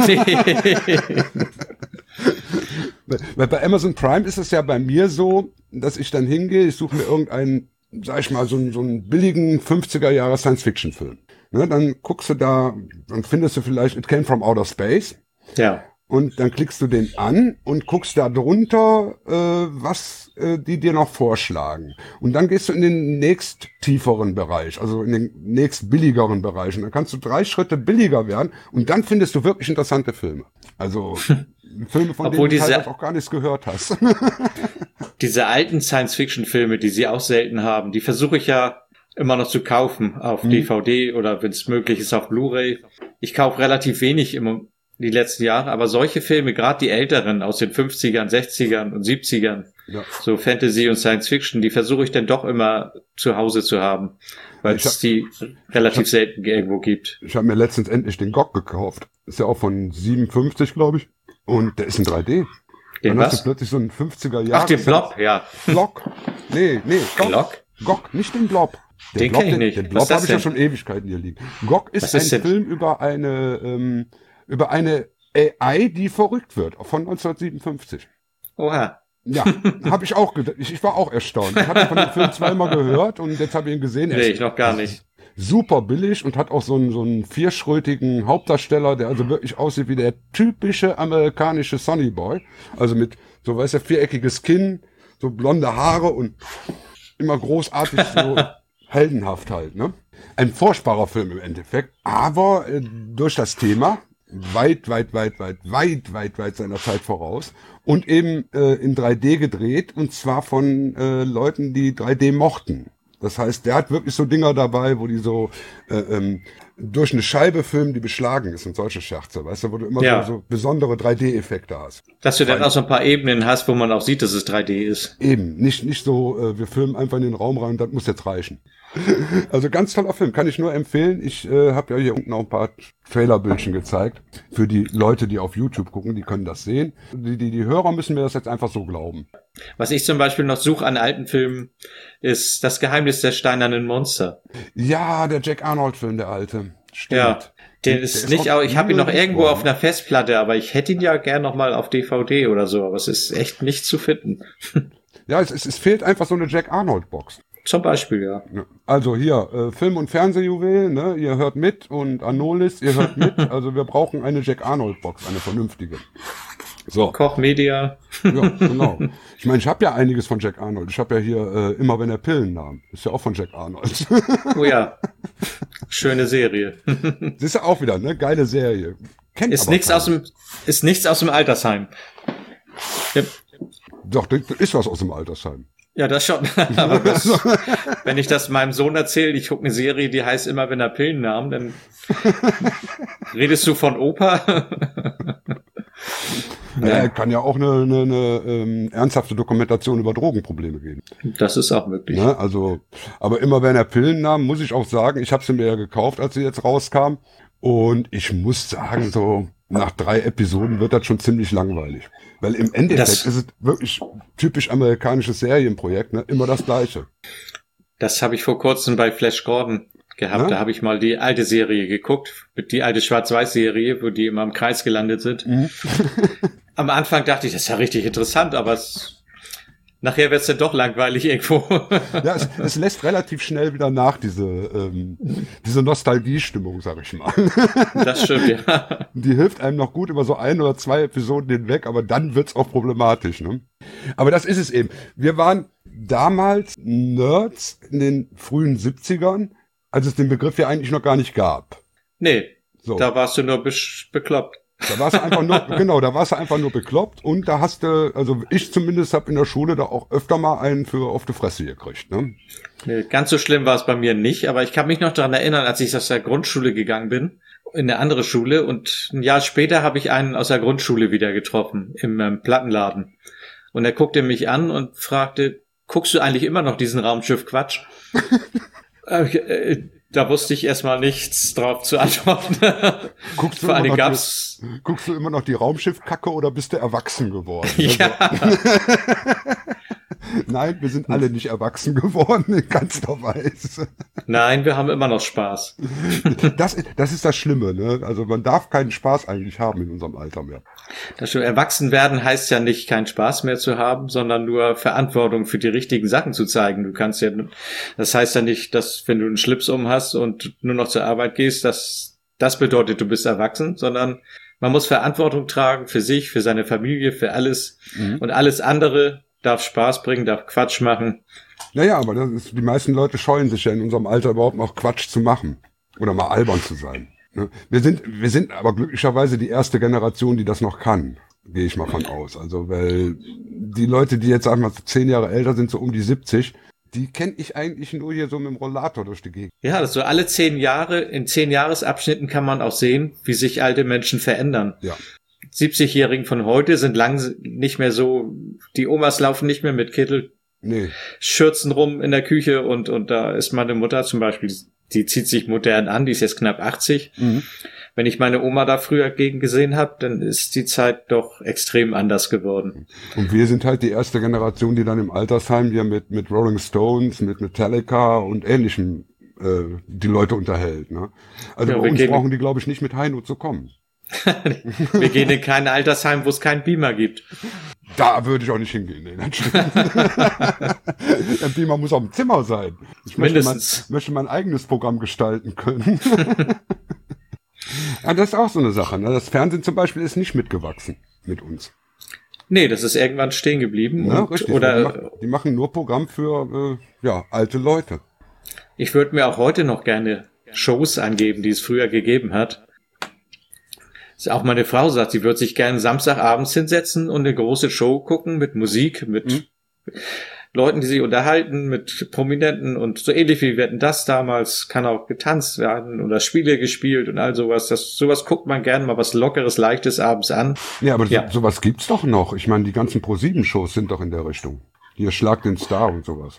Weil bei Amazon Prime ist es ja bei mir so, dass ich dann hingehe, ich suche mir irgendeinen, sag ich mal, so einen billigen 50er-Jahre Science-Fiction-Film. Ne, dann guckst du da, dann findest du vielleicht It Came from Outer Space. Ja. Und dann klickst du den an und guckst da drunter, was die dir noch vorschlagen. Und dann gehst du in den nächst tieferen Bereich, also in den nächst billigeren Bereich. Und dann kannst du 3 Schritte billiger werden und dann findest du wirklich interessante Filme. Also Filme, von denen du teilweise auch gar nichts gehört hast. Diese alten Science-Fiction-Filme, die sie auch selten haben, die versuche ich ja immer noch zu kaufen auf DVD oder wenn es möglich ist auf Blu-ray. Ich kaufe relativ wenig die letzten Jahre, aber solche Filme, gerade die älteren aus den 50ern, 60ern und 70ern, so Fantasy und Science Fiction, die versuche ich dann doch immer zu Hause zu haben, weil es die relativ selten irgendwo gibt. Ich habe mir letztens endlich den GOG gekauft. Ist ja auch von 57, glaube ich. Und der ist in 3D. Dann hast du plötzlich so einen 50er-Jahre. Ach, den Blob, ja. Block. Nee, GOG? GOG, nicht den Blob. Den kenne ich nicht. Den Blob habe ich ja schon Ewigkeiten hier liegen. GOG ist ein Film über eine AI, die verrückt wird, von 1957. Oha. Ja, habe ich auch gedacht. Ich war auch erstaunt. Ich hatte von dem Film zweimal gehört und jetzt habe ich ihn gesehen. Nee, ich noch gar nicht. Super billig und hat auch so einen vierschrötigen Hauptdarsteller, der also wirklich aussieht wie der typische amerikanische Sonny Boy. Also mit, so weiß er, viereckiges Kinn, so blonde Haare und immer großartig so heldenhaft halt, ne? Ein furchtbarer Film im Endeffekt, aber durch das Thema weit seiner Zeit voraus und eben in 3D gedreht und zwar von Leuten, die 3D mochten. Das heißt, der hat wirklich so Dinger dabei, wo die so durch eine Scheibe filmen, die beschlagen ist und solche Scherze, weißt du, wo du immer so besondere 3D-Effekte hast. Dass du dann auch so ein paar Ebenen hast, wo man auch sieht, dass es 3D ist. Eben, nicht so, wir filmen einfach in den Raum rein und das muss jetzt reichen. Also ganz toller Film, kann ich nur empfehlen. Ich habe ja hier unten auch ein paar Trailerbildchen gezeigt. Für die Leute, die auf YouTube gucken, die können das sehen. Die Hörer müssen mir das jetzt einfach so glauben. Was ich zum Beispiel noch suche an alten Filmen, ist Das Geheimnis der steinernen Monster. Ja, der Jack Arnold-Film, der alte. Stimmt. Ja, der ist nicht auch, ich habe ihn noch irgendwo auf einer Festplatte, aber ich hätte ihn ja gern noch mal auf DVD oder so, aber es ist echt nicht zu finden. Ja, es fehlt einfach so eine Jack Arnold-Box. Zum Beispiel, ja. Also hier, Film- und Fernsehjuwel, ne? Ihr hört mit und Anolis, ihr hört mit. Also wir brauchen eine Jack Arnold-Box, eine vernünftige. So. Koch Media. Ja, genau. Ich meine, ich habe ja einiges von Jack Arnold. Ich habe ja hier immer, wenn er Pillen nahm. Ist ja auch von Jack Arnold. Oh ja. Schöne Serie. Das ist ja auch wieder, ne? Geile Serie. Ist nichts aus dem Altersheim. Ja. Doch, ist was aus dem Altersheim. Ja, das schon. Aber wenn ich das meinem Sohn erzähle, ich gucke eine Serie, die heißt immer, wenn er Pillen nahm, dann redest du von Opa? Ja, kann ja auch eine ernsthafte Dokumentation über Drogenprobleme geben. Das ist auch möglich. Ne? Also, aber immer wenn er Pillen nahm, muss ich auch sagen, ich habe sie mir ja gekauft, als sie jetzt rauskam. Und ich muss sagen, so nach 3 Episoden wird das schon ziemlich langweilig. Weil im Endeffekt ist es wirklich typisch amerikanisches Serienprojekt, ne? Immer das Gleiche. Das habe ich vor kurzem bei Flash Gordon gehabt. Ja? Da habe ich mal die alte Serie geguckt, die alte Schwarz-Weiß-Serie, wo die immer im Kreis gelandet sind. Mhm. Am Anfang dachte ich, das ist ja richtig interessant, aber nachher wird es dann doch langweilig irgendwo. Ja, es lässt relativ schnell wieder nach, diese Nostalgiestimmung, sag ich mal. Das stimmt, ja. Die hilft einem noch gut über so 1 oder 2 Episoden hinweg, aber dann wird's auch problematisch, ne? Aber das ist es eben. Wir waren damals Nerds in den frühen 70ern, als es den Begriff ja eigentlich noch gar nicht gab. Nee, so. Da warst du nur bekloppt. Da warst du einfach nur, genau, da warst du einfach nur bekloppt und da hast du, also ich zumindest habe in der Schule da auch öfter mal einen für auf die Fresse gekriegt, ne? Nee, ganz so schlimm war es bei mir nicht, aber ich kann mich noch daran erinnern, als ich aus der Grundschule gegangen bin, in eine andere Schule, und ein Jahr später habe ich einen aus der Grundschule wieder getroffen, im Plattenladen. Und er guckte mich an und fragte, guckst du eigentlich immer noch diesen Raumschiff-Quatsch? Da wusste ich erstmal nichts drauf zu antworten. Guckst du immer noch die Raumschiff-Kacke oder bist du erwachsen geworden? Ja. Nein, wir sind alle nicht erwachsen geworden, in ganzer Weise. Nein, wir haben immer noch Spaß. Das ist das Schlimme, ne? Also man darf keinen Spaß eigentlich haben in unserem Alter mehr. Das schon, erwachsen werden heißt ja nicht, keinen Spaß mehr zu haben, sondern nur Verantwortung für die richtigen Sachen zu zeigen. Du kannst ja, das heißt ja nicht, dass wenn du einen Schlips um hast und nur noch zur Arbeit gehst, dass das bedeutet, du bist erwachsen, sondern man muss Verantwortung tragen für sich, für seine Familie, für alles. Und alles andere darf Spaß bringen, darf Quatsch machen. Naja, aber die meisten Leute scheuen sich ja in unserem Alter überhaupt noch Quatsch zu machen. Oder mal albern zu sein. Ne? Wir sind aber glücklicherweise die erste Generation, die das noch kann. Gehe ich mal von aus. Also, weil die Leute, die jetzt einmal 10 Jahre älter sind, so um die 70, die kenne ich eigentlich nur hier so mit dem Rollator durch die Gegend. Ja, also alle 10 Jahre, in 10 Jahresabschnitten kann man auch sehen, wie sich alte Menschen verändern. Ja. 70-Jährigen von heute sind lang nicht mehr so, die Omas laufen nicht mehr mit Kittel, Nee. Schürzen rum in der Küche und da ist meine Mutter zum Beispiel, die zieht sich modern an, die ist jetzt knapp 80. Wenn ich meine Oma da früher gegen gesehen habe, dann ist die Zeit doch extrem anders geworden. Und wir sind halt die erste Generation, die dann im Altersheim hier mit Rolling Stones, mit Metallica und Ähnlichem die Leute unterhält. Ne? Also ja, bei uns brauchen die, glaube ich, nicht mit Heino zu kommen. Wir gehen in kein Altersheim, wo es keinen Beamer gibt. Da würde ich auch nicht hingehen. Nee, das stimmt. Der Beamer muss auch im Zimmer sein. Ich möchte mein eigenes Programm gestalten können. Ja, das ist auch so eine Sache. Ne? Das Fernsehen zum Beispiel ist nicht mitgewachsen mit uns. Nee, das ist irgendwann stehen geblieben. Ja, richtig. Oder die machen nur Programm für alte Leute. Ich würde mir auch heute noch gerne Shows angeben, die es früher gegeben hat. Auch meine Frau sagt, sie würde sich gerne Samstagabends hinsetzen und eine große Show gucken mit Musik, mit Leuten, die sich unterhalten, mit Prominenten und so ähnlich wie Wetten, das damals, kann auch getanzt werden oder Spiele gespielt und all sowas. Sowas guckt man gerne mal was Lockeres, Leichtes abends an. Ja, aber sowas gibt's doch noch. Ich meine, die ganzen Pro7-Shows sind doch in der Richtung. Hier Schlag den Star und sowas.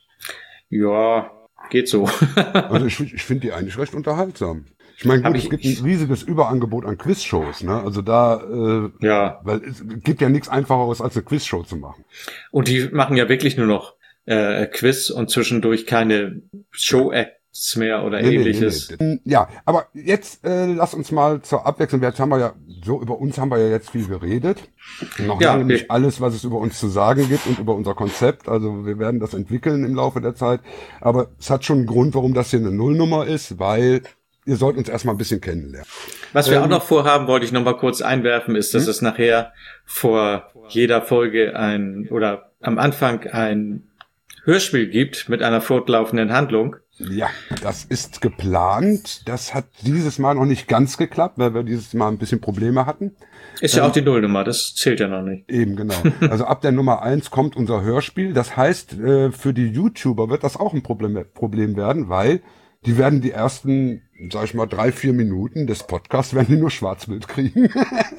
Ja, geht so. Also ich finde die eigentlich recht unterhaltsam. Ich meine, gut, es gibt ein riesiges Überangebot an Quizshows, ne? Also da, weil es gibt ja nichts Einfacheres, als eine Quizshow zu machen. Und die machen ja wirklich nur noch Quiz und zwischendurch keine Show-Acts mehr oder ähnliches. Nee. Ja, aber jetzt lass uns mal zur Abwechslung. Jetzt haben wir ja, über uns haben wir ja jetzt viel geredet. Noch lange nicht alles, was es über uns zu sagen gibt und über unser Konzept. Also wir werden das entwickeln im Laufe der Zeit. Aber es hat schon einen Grund, warum das hier eine Nullnummer ist, weil ihr sollt uns erstmal ein bisschen kennenlernen. Was wir auch noch vorhaben, wollte ich noch mal kurz einwerfen, ist, dass es nachher vor jeder Folge oder am Anfang ein Hörspiel gibt mit einer fortlaufenden Handlung. Ja, das ist geplant. Das hat dieses Mal noch nicht ganz geklappt, weil wir dieses Mal ein bisschen Probleme hatten. Ist ja auch die Nullnummer, das zählt ja noch nicht. Eben, genau. Also ab der Nummer 1 kommt unser Hörspiel. Das heißt, für die YouTuber wird das auch ein Problem werden, weil die werden die ersten, sag ich mal, 3-4 Minuten des Podcasts werden die nur Schwarzbild kriegen.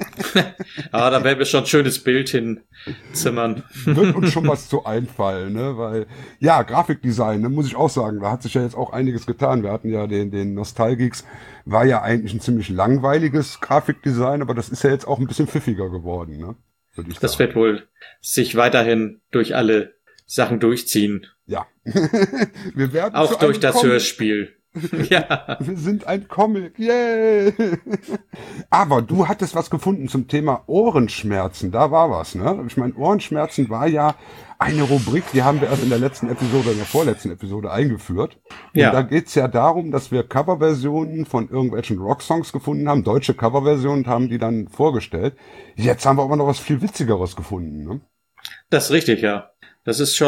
Aber da werden wir schon ein schönes Bild hinzimmern. Wird uns schon was zu einfallen, ne? Weil, ja, Grafikdesign, ne, muss ich auch sagen, da hat sich ja jetzt auch einiges getan. Wir hatten ja den Nostalgeeks, war ja eigentlich ein ziemlich langweiliges Grafikdesign, aber das ist ja jetzt auch ein bisschen pfiffiger geworden, ne? Das wird wohl sich weiterhin durch alle Sachen durchziehen. Ja. Wir werden auch durch das Hörspiel. Ja. Wir sind ein Comic. Yay! Aber du hattest was gefunden zum Thema Ohrenschmerzen. Da war was, ne? Ich meine, Ohrenschmerzen war ja eine Rubrik, die haben wir erst in der vorletzten Episode eingeführt. Und da geht's ja darum, dass wir Coverversionen von irgendwelchen Rocksongs gefunden haben, deutsche Coverversionen, haben die dann vorgestellt. Jetzt haben wir aber noch was viel Witzigeres gefunden, ne? Das ist richtig, ja. Das ist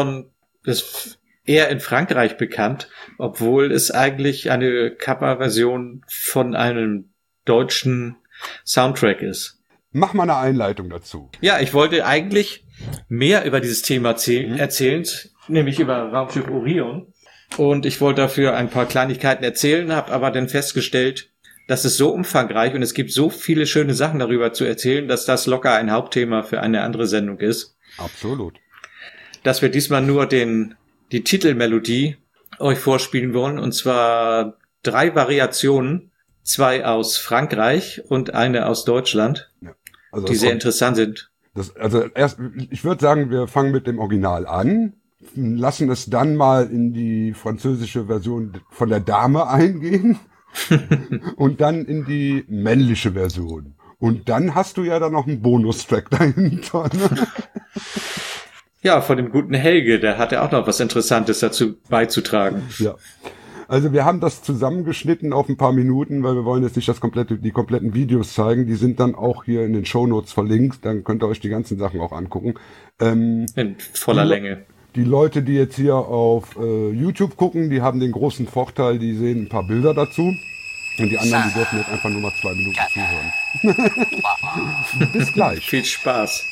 eher in Frankreich bekannt, obwohl es eigentlich eine Coverversion von einem deutschen Soundtrack ist. Mach mal eine Einleitung dazu. Ja, ich wollte eigentlich mehr über dieses Thema erzählen, nämlich über Raumschiff Orion. Und ich wollte dafür ein paar Kleinigkeiten erzählen, habe aber dann festgestellt, das ist so umfangreich und es gibt so viele schöne Sachen darüber zu erzählen, dass das locker ein Hauptthema für eine andere Sendung ist. Absolut. Dass wir diesmal nur die Titelmelodie euch vorspielen wollen, und zwar 3 Variationen, 2 aus Frankreich und eine aus Deutschland, Also die sehr interessant sind. Ich würde sagen, wir fangen mit dem Original an, lassen es dann mal in die französische Version von der Dame eingehen und dann in die männliche Version. Und dann hast du ja dann noch einen Bonustrack dahinter. Ne? Ja, von dem guten Helge, der hat ja auch noch was Interessantes dazu beizutragen. Ja. Also wir haben das zusammengeschnitten auf ein paar Minuten, weil wir wollen jetzt nicht die kompletten Videos zeigen. Die sind dann auch hier in den Shownotes verlinkt. Dann könnt ihr euch die ganzen Sachen auch angucken. In voller Länge. Die Leute, die jetzt hier auf YouTube gucken, die haben den großen Vorteil, die sehen ein paar Bilder dazu. Und die anderen, die dürfen jetzt einfach nur mal 2 Minuten zuhören. Bis gleich. Viel Spaß.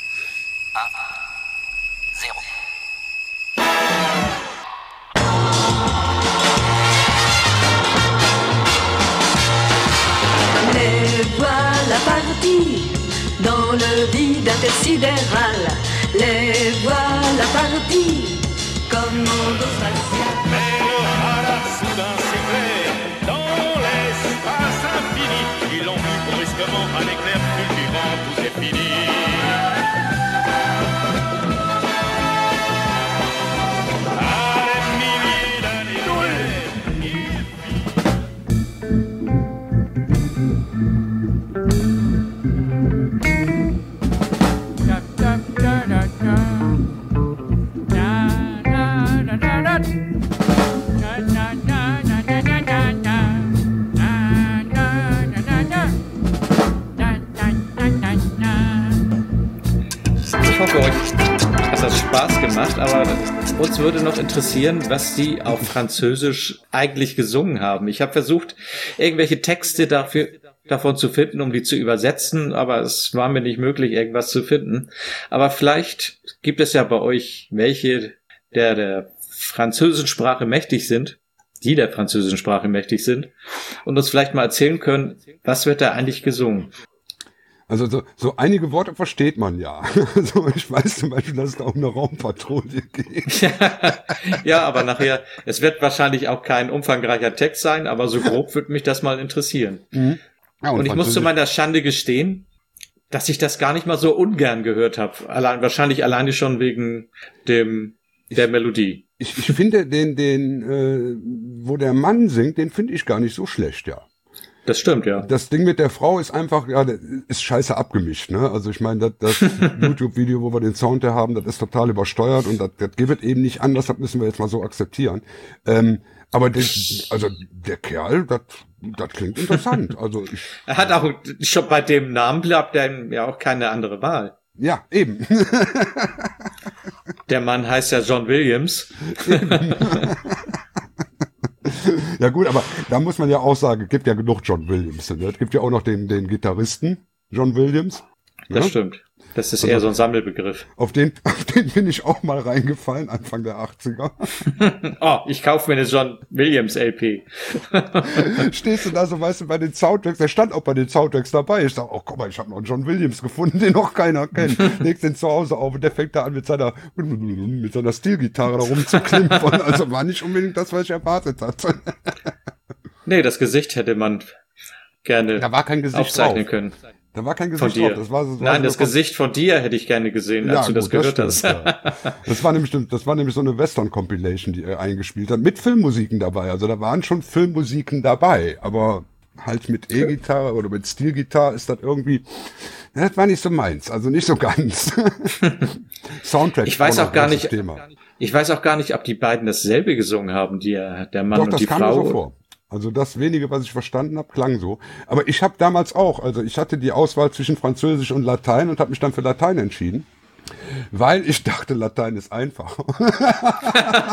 Les voilà partis dans le vide intersidéral. Les voilà partis commando spatial. Mais le radar soudain s'éclaire dans l'espace infini. Ils l'ont vu brusquement, un éclair fulgurant, tout est fini. À des milliers d'années Ich hoffe, euch hat das Spaß gemacht, aber uns würde noch interessieren, was die auf Französisch eigentlich gesungen haben. Ich habe versucht, irgendwelche Texte davon zu finden, um die zu übersetzen, aber es war mir nicht möglich, irgendwas zu finden. Aber vielleicht gibt es ja bei euch welche, der französischen Sprache mächtig sind, und uns vielleicht mal erzählen können, was wird da eigentlich gesungen? Also so einige Worte versteht man ja. Also ich weiß zum Beispiel, dass es da um eine Raumpatrouille geht. Ja, aber nachher, es wird wahrscheinlich auch kein umfangreicher Text sein, aber so grob würde mich das mal interessieren. Mhm. Ja, und ich muss zu meiner Schande gestehen, dass ich das gar nicht mal so ungern gehört habe. Wahrscheinlich alleine schon wegen der Melodie. Ich finde wo der Mann singt, den finde ich gar nicht so schlecht, ja. Das stimmt, ja. Das Ding mit der Frau ist einfach, ja, das ist scheiße abgemischt, ne? Also ich meine, das YouTube-Video, wo wir den Sound her haben, das ist total übersteuert und das geht eben nicht anders, das müssen wir jetzt mal so akzeptieren. Aber der Kerl, das klingt interessant. Also er hat auch schon bei dem Namen bleibt er ja auch keine andere Wahl. Ja, eben. Der Mann heißt ja John Williams. Ja gut, aber da muss man ja auch sagen, es gibt ja genug John Williams. Ne? Es gibt ja auch noch den Gitarristen John Williams. Das ne? Stimmt. Das ist eher so ein Sammelbegriff. Auf den bin ich auch mal reingefallen, Anfang der 80er. Oh, ich kaufe mir eine John Williams LP. Stehst du da so, weißt du, bei den Soundtracks, der stand auch bei den Soundtracks dabei. Ich sag, oh guck mal, ich habe noch einen John Williams gefunden, den noch keiner kennt. Legst den zu Hause auf und der fängt da an mit seiner Stilgitarre da rumzuklimpern. Also war nicht unbedingt das, was ich erwartet hatte. Nee, das Gesicht hätte man gerne da war kein Gesicht aufzeichnen drauf. können. Da war kein Gesicht drauf. Das war Nein, Gesicht von dir hätte ich gerne gesehen, als du das gehört hast. Ja. Das war nämlich so eine Western-Compilation, die er eingespielt hat, mit Filmmusiken dabei. Also da waren schon Filmmusiken dabei, aber halt mit E-Gitarre oder mit Stilgitarre ist das irgendwie, das war nicht so meins, also nicht so ganz. Soundtrack. Ich weiß auch gar nicht, ob die beiden dasselbe gesungen haben, der Mann und die Frau. Doch, das kam mir so vor. Also das wenige, was ich verstanden habe, klang so. Aber ich habe damals auch, also ich hatte die Auswahl zwischen Französisch und Latein und habe mich dann für Latein entschieden, weil ich dachte, Latein ist einfacher.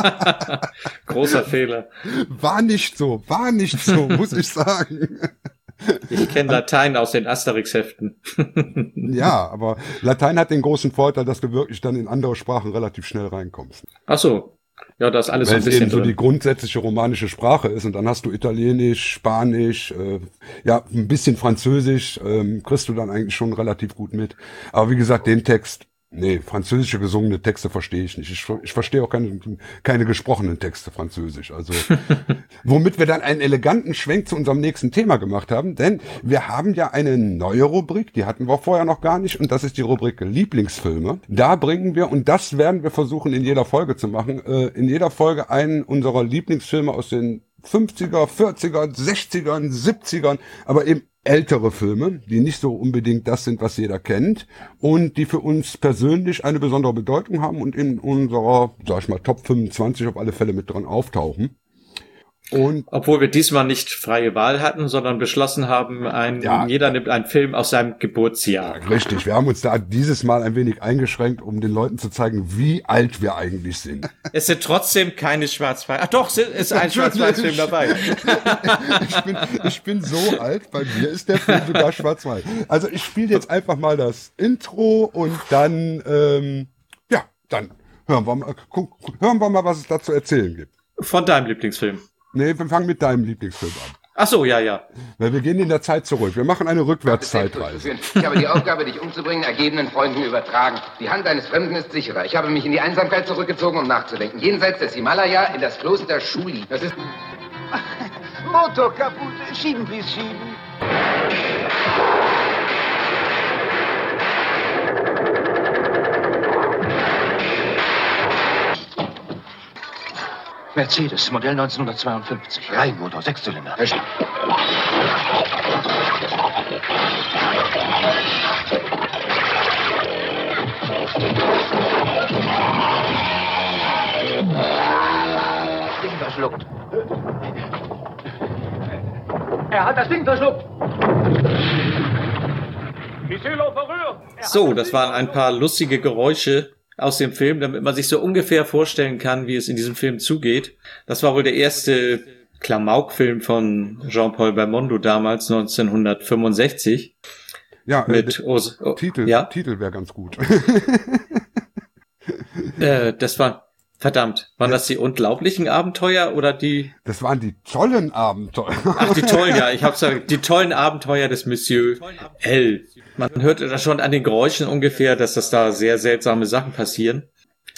Großer Fehler. War nicht so, muss ich sagen. Ich kenne Latein aus den Asterix-Heften. Ja, aber Latein hat den großen Vorteil, dass du wirklich dann in andere Sprachen relativ schnell reinkommst. Ach so. Ja, das ist alles so Weil ein es bisschen eben so drin. die grundsätzliche romanische Sprache ist und dann hast du Italienisch, Spanisch, ja, ein bisschen Französisch, kriegst du dann eigentlich schon relativ gut mit. Aber wie gesagt, den Text, nee, französische gesungene Texte verstehe ich nicht. Ich verstehe auch keine gesprochenen Texte Französisch. Also, womit wir dann einen eleganten Schwenk zu unserem nächsten Thema gemacht haben, denn wir haben ja eine neue Rubrik, die hatten wir vorher noch gar nicht, und das ist die Rubrik Lieblingsfilme. Da bringen wir, und das werden wir versuchen in jeder Folge zu machen, in jeder Folge einen unserer Lieblingsfilme aus den 50er, 40er, 60ern, 70ern, aber eben ältere Filme, die nicht so unbedingt das sind, was jeder kennt und die für uns persönlich eine besondere Bedeutung haben und in unserer, sag ich mal, Top 25 auf alle Fälle mit dran auftauchen. Und obwohl wir diesmal nicht freie Wahl hatten, sondern beschlossen haben, jeder nimmt einen Film aus seinem Geburtsjahr. Richtig, wir haben uns da dieses Mal ein wenig eingeschränkt, um den Leuten zu zeigen, wie alt wir eigentlich sind. Es sind trotzdem keine Schwarz-Weiß. Ach doch, ist ein Schwarz-Weiß-Film dabei. Ich bin so alt, bei mir ist der Film sogar schwarz-weiß. Also ich spiele jetzt einfach mal das Intro und dann, dann hören wir mal, was es da zu erzählen gibt. Von deinem Lieblingsfilm. Nee, wir fangen mit deinem Lieblingsfilm an. Ach so, ja. Weil wir gehen in der Zeit zurück. Wir machen eine Rückwärtszeitreise. Ich habe die Aufgabe, dich umzubringen, ergebenen Freunden übertragen. Die Hand eines Fremden ist sicherer. Ich habe mich in die Einsamkeit zurückgezogen, um nachzudenken. Jenseits des Himalaya in das Kloster Shuli. Das ist... Motor kaputt. Schieben, please, schieben. Mercedes, Modell 1952. Reihenmotor, 6-Zylinder. Ding verschluckt. Er hat das Ding verschluckt. So, das waren ein paar lustige Geräusche aus dem Film, damit man sich so ungefähr vorstellen kann, wie es in diesem Film zugeht. Das war wohl der erste Klamauk-Film von Jean-Paul Belmondo damals, 1965. Ja, mit Titel wäre ganz gut. Das war, verdammt, waren das die unglaublichen Abenteuer oder die... Das waren die tollen Abenteuer. Ach, die tollen, ja, ich hab's gesagt, die tollen Abenteuer des Monsieur L. Man hörte da schon an den Geräuschen ungefähr, dass das da sehr seltsame Sachen passieren.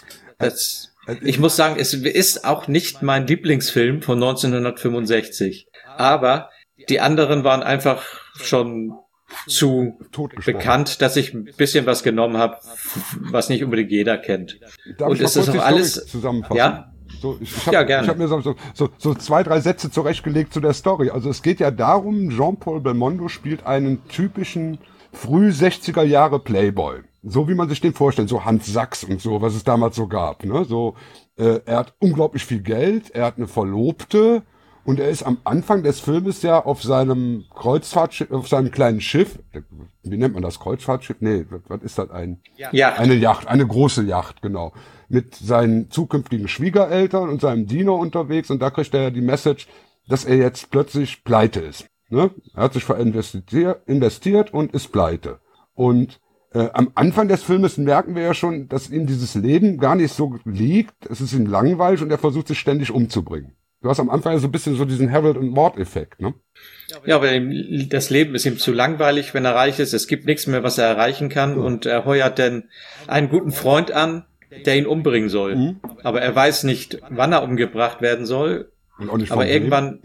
Ich muss sagen, es ist auch nicht mein Lieblingsfilm von 1965. Aber die anderen waren einfach schon zu bekannt, dass ich ein bisschen was genommen habe, was nicht unbedingt jeder kennt. Und ist das auch alles zusammenfassen? Ja? Gerne. Ich habe mir so 2, 3 Sätze zurechtgelegt zu der Story. Also es geht ja darum, Jean-Paul Belmondo spielt einen typischen früh 60er Jahre Playboy. So wie man sich den vorstellt, so Hans Sachs und so, was es damals so gab. Ne? So, er hat unglaublich viel Geld, er hat eine Verlobte und er ist am Anfang des Filmes ja auf seinem Kreuzfahrtschiff, auf seinem kleinen Schiff. Wie nennt man das? Kreuzfahrtschiff? Nee, was ist das? Eine Yacht, eine große Yacht, genau. Mit seinen zukünftigen Schwiegereltern und seinem Diener unterwegs und da kriegt er ja die Message, dass er jetzt plötzlich pleite ist. Ne? Er hat sich investiert und ist pleite. Und am Anfang des Filmes merken wir ja schon, dass ihm dieses Leben gar nicht so liegt. Es ist ihm langweilig und er versucht sich ständig umzubringen. Du hast am Anfang ja so ein bisschen so diesen Harold- und Mord-Effekt, ne? Ja, aber das Leben ist ihm zu langweilig, wenn er reich ist. Es gibt nichts mehr, was er erreichen kann. Und er heuert dann einen guten Freund an, der ihn umbringen soll. Aber er weiß nicht, wann er umgebracht werden soll. Und auch nicht aber irgendwann...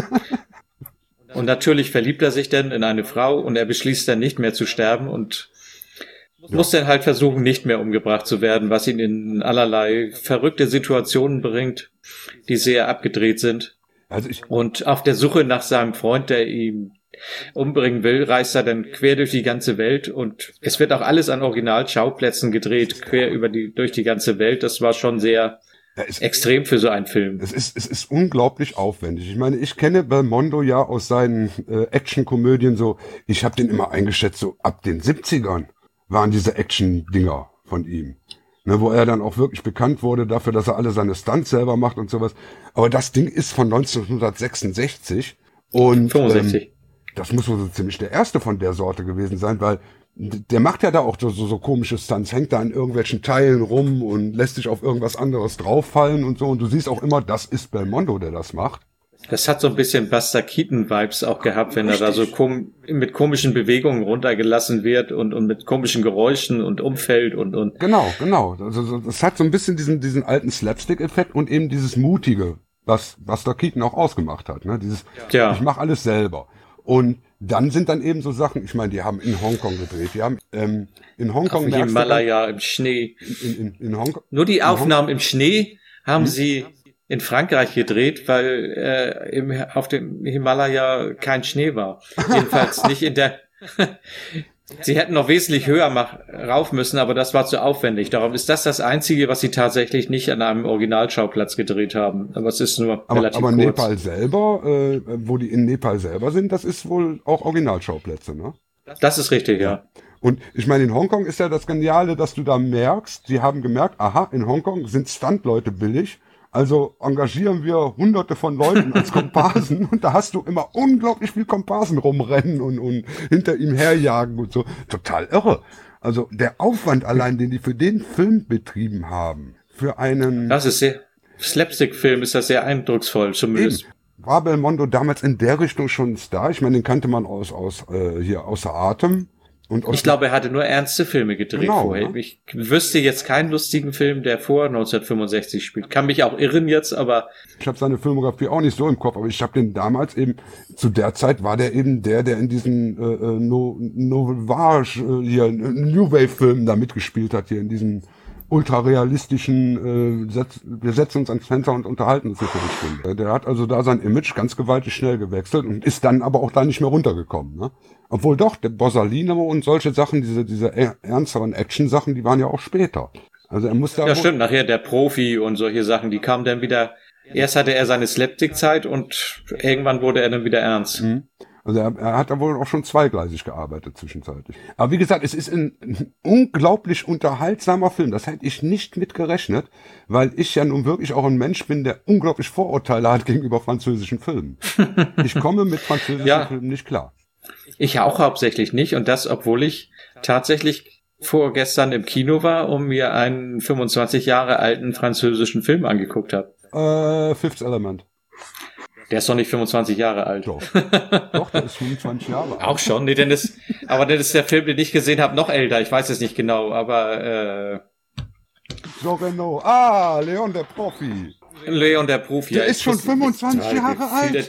Und natürlich verliebt er sich dann in eine Frau und er beschließt dann nicht mehr zu sterben und muss dann halt versuchen, nicht mehr umgebracht zu werden, was ihn in allerlei verrückte Situationen bringt, die sehr abgedreht sind. Und auf der Suche nach seinem Freund, der ihn umbringen will, reist er dann quer durch die ganze Welt und es wird auch alles an Originalschauplätzen gedreht, quer durch die ganze Welt. Das war schon sehr extrem für so einen Film. Es ist unglaublich aufwendig. Ich meine, ich kenne Belmondo ja aus seinen Actionkomödien so, ich habe den immer eingeschätzt, so ab den 70ern waren diese Action-Dinger von ihm. Ne, wo er dann auch wirklich bekannt wurde dafür, dass er alle seine Stunts selber macht und sowas. Aber das Ding ist von 1966 und 65. das muss wohl so ziemlich der erste von der Sorte gewesen sein, weil der macht ja da auch so komische Stunts, hängt da an irgendwelchen Teilen rum und lässt sich auf irgendwas anderes drauffallen und so. Und du siehst auch immer, das ist Belmondo, der das macht. Das hat so ein bisschen Buster Keaton-Vibes auch gehabt, wenn er da so mit komischen Bewegungen runtergelassen wird und mit komischen Geräuschen und umfällt und. Genau. Also das hat so ein bisschen diesen alten Slapstick-Effekt und eben dieses Mutige, was Buster Keaton auch ausgemacht hat. Ne? Ich mache alles selber. Und dann sind dann eben so Sachen, ich meine, die haben in Hongkong gedreht, die haben in Hongkong... Auf dem Himalaya im Schnee. In Hongkong. Nur die Aufnahmen im Schnee haben sie in Frankreich gedreht, weil auf dem Himalaya kein Schnee war. Jedenfalls nicht in der... Sie hätten noch wesentlich höher rauf müssen, aber das war zu aufwendig. Darum ist das Einzige, was sie tatsächlich nicht an einem Originalschauplatz gedreht haben. Aber es ist nur relativ kurz. Aber Nepal selber, wo die in Nepal selber sind, das ist wohl auch Originalschauplätze, ne? Das ist richtig, ja. Und ich meine, in Hongkong ist ja das Geniale, dass du da merkst, sie haben gemerkt, aha, in Hongkong sind Stuntleute billig, also engagieren wir Hunderte von Leuten als Komparsen und da hast du immer unglaublich viel Komparsen rumrennen und hinter ihm herjagen und so. Total irre. Also der Aufwand allein, den die für den Film betrieben haben, für einen... Das ist Slapstick-Film ist das sehr eindrucksvoll, zumindest. Eben. War Belmondo damals in der Richtung schon ein Star? Ich meine, den kannte man außer Atem. Ich glaube, er hatte nur ernste Filme gedreht vorher. Ne? Ich wüsste jetzt keinen lustigen Film, der vor 1965 spielt. Kann mich auch irren jetzt, aber... Ich habe seine Filmografie auch nicht so im Kopf, aber ich habe den damals eben, zu der Zeit war der eben der in diesen New Wave-Filmen da mitgespielt hat, hier in diesen ultrarealistischen, wir setzen uns ans Fenster und unterhalten uns hier für eine Stunde. Der hat also da sein Image ganz gewaltig schnell gewechselt und ist dann aber auch da nicht mehr runtergekommen, ne? Obwohl doch, der Borsalino und solche Sachen, diese ernsteren Action-Sachen, die waren ja auch später. Also er musste... Ja, stimmt, nachher der Profi und solche Sachen, die kamen dann wieder... Erst hatte er seine Slapstick-Zeit und irgendwann wurde er dann wieder ernst. Mhm. Also er hat da wohl auch schon zweigleisig gearbeitet zwischenzeitlich. Aber wie gesagt, es ist ein unglaublich unterhaltsamer Film. Das hätte ich nicht mit gerechnet, weil ich ja nun wirklich auch ein Mensch bin, der unglaublich Vorurteile hat gegenüber französischen Filmen. Ich komme mit französischen Filmen nicht klar. Ich auch hauptsächlich nicht. Und das, obwohl ich tatsächlich vorgestern im Kino war und mir einen 25 Jahre alten französischen Film angeguckt habe. Fifth Element. Der ist doch nicht 25 Jahre alt. Doch, der ist 25 Jahre alt. Auch schon, nee, aber dann ist der Film, den ich gesehen habe, noch älter. Ich weiß es nicht genau, aber Soreno. Leon der Profi. Leon der Profi. Der ist schon 25 Jahre alt.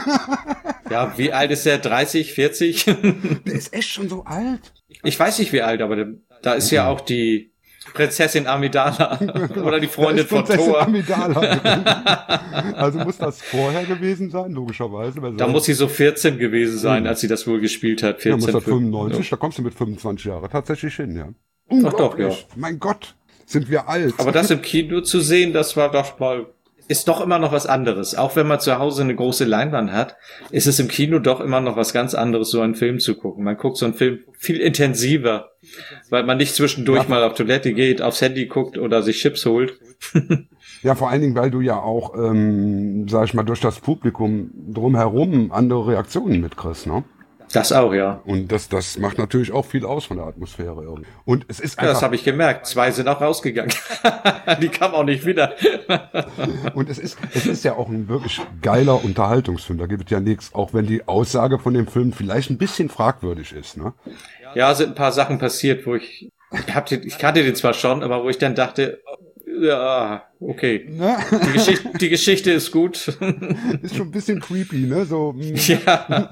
Ja, wie alt ist der? 30, 40? Der ist echt schon so alt. Ich weiß nicht, wie alt, aber da ist ja auch die Prinzessin Amidala oder die Freundin von Thor. Amidala. Also muss das vorher gewesen sein, logischerweise. Da muss sie so 14 gewesen sein, als sie das wohl gespielt hat. 14, ja, muss das 95, da kommst du mit 25 Jahren tatsächlich hin, ja. Doch, ja. Mein Gott, sind wir alt. Aber das im Kino zu sehen, das war doch mal... Ist doch immer noch was anderes. Auch wenn man zu Hause eine große Leinwand hat, ist es im Kino doch immer noch was ganz anderes, so einen Film zu gucken. Man guckt so einen Film viel intensiver, weil man nicht zwischendurch mal auf Toilette geht, aufs Handy guckt oder sich Chips holt. Ja, vor allen Dingen, weil du ja auch, sag ich mal, durch das Publikum drumherum andere Reaktionen mitkriegst, ne? Das auch, ja. Und das macht natürlich auch viel aus von der Atmosphäre irgendwie. Und es ist einfach, ja, das habe ich gemerkt. 2 sind auch rausgegangen. Die kamen auch nicht wieder. Und es ist ja auch ein wirklich geiler Unterhaltungsfilm. Da gibt es ja nichts, auch wenn die Aussage von dem Film vielleicht ein bisschen fragwürdig ist, ne? Ja, sind ein paar Sachen passiert, wo ich kannte den zwar schon, aber wo ich dann dachte, ja, okay. Ne? Die Geschichte ist gut. Ist schon ein bisschen creepy, ne? So. Ja.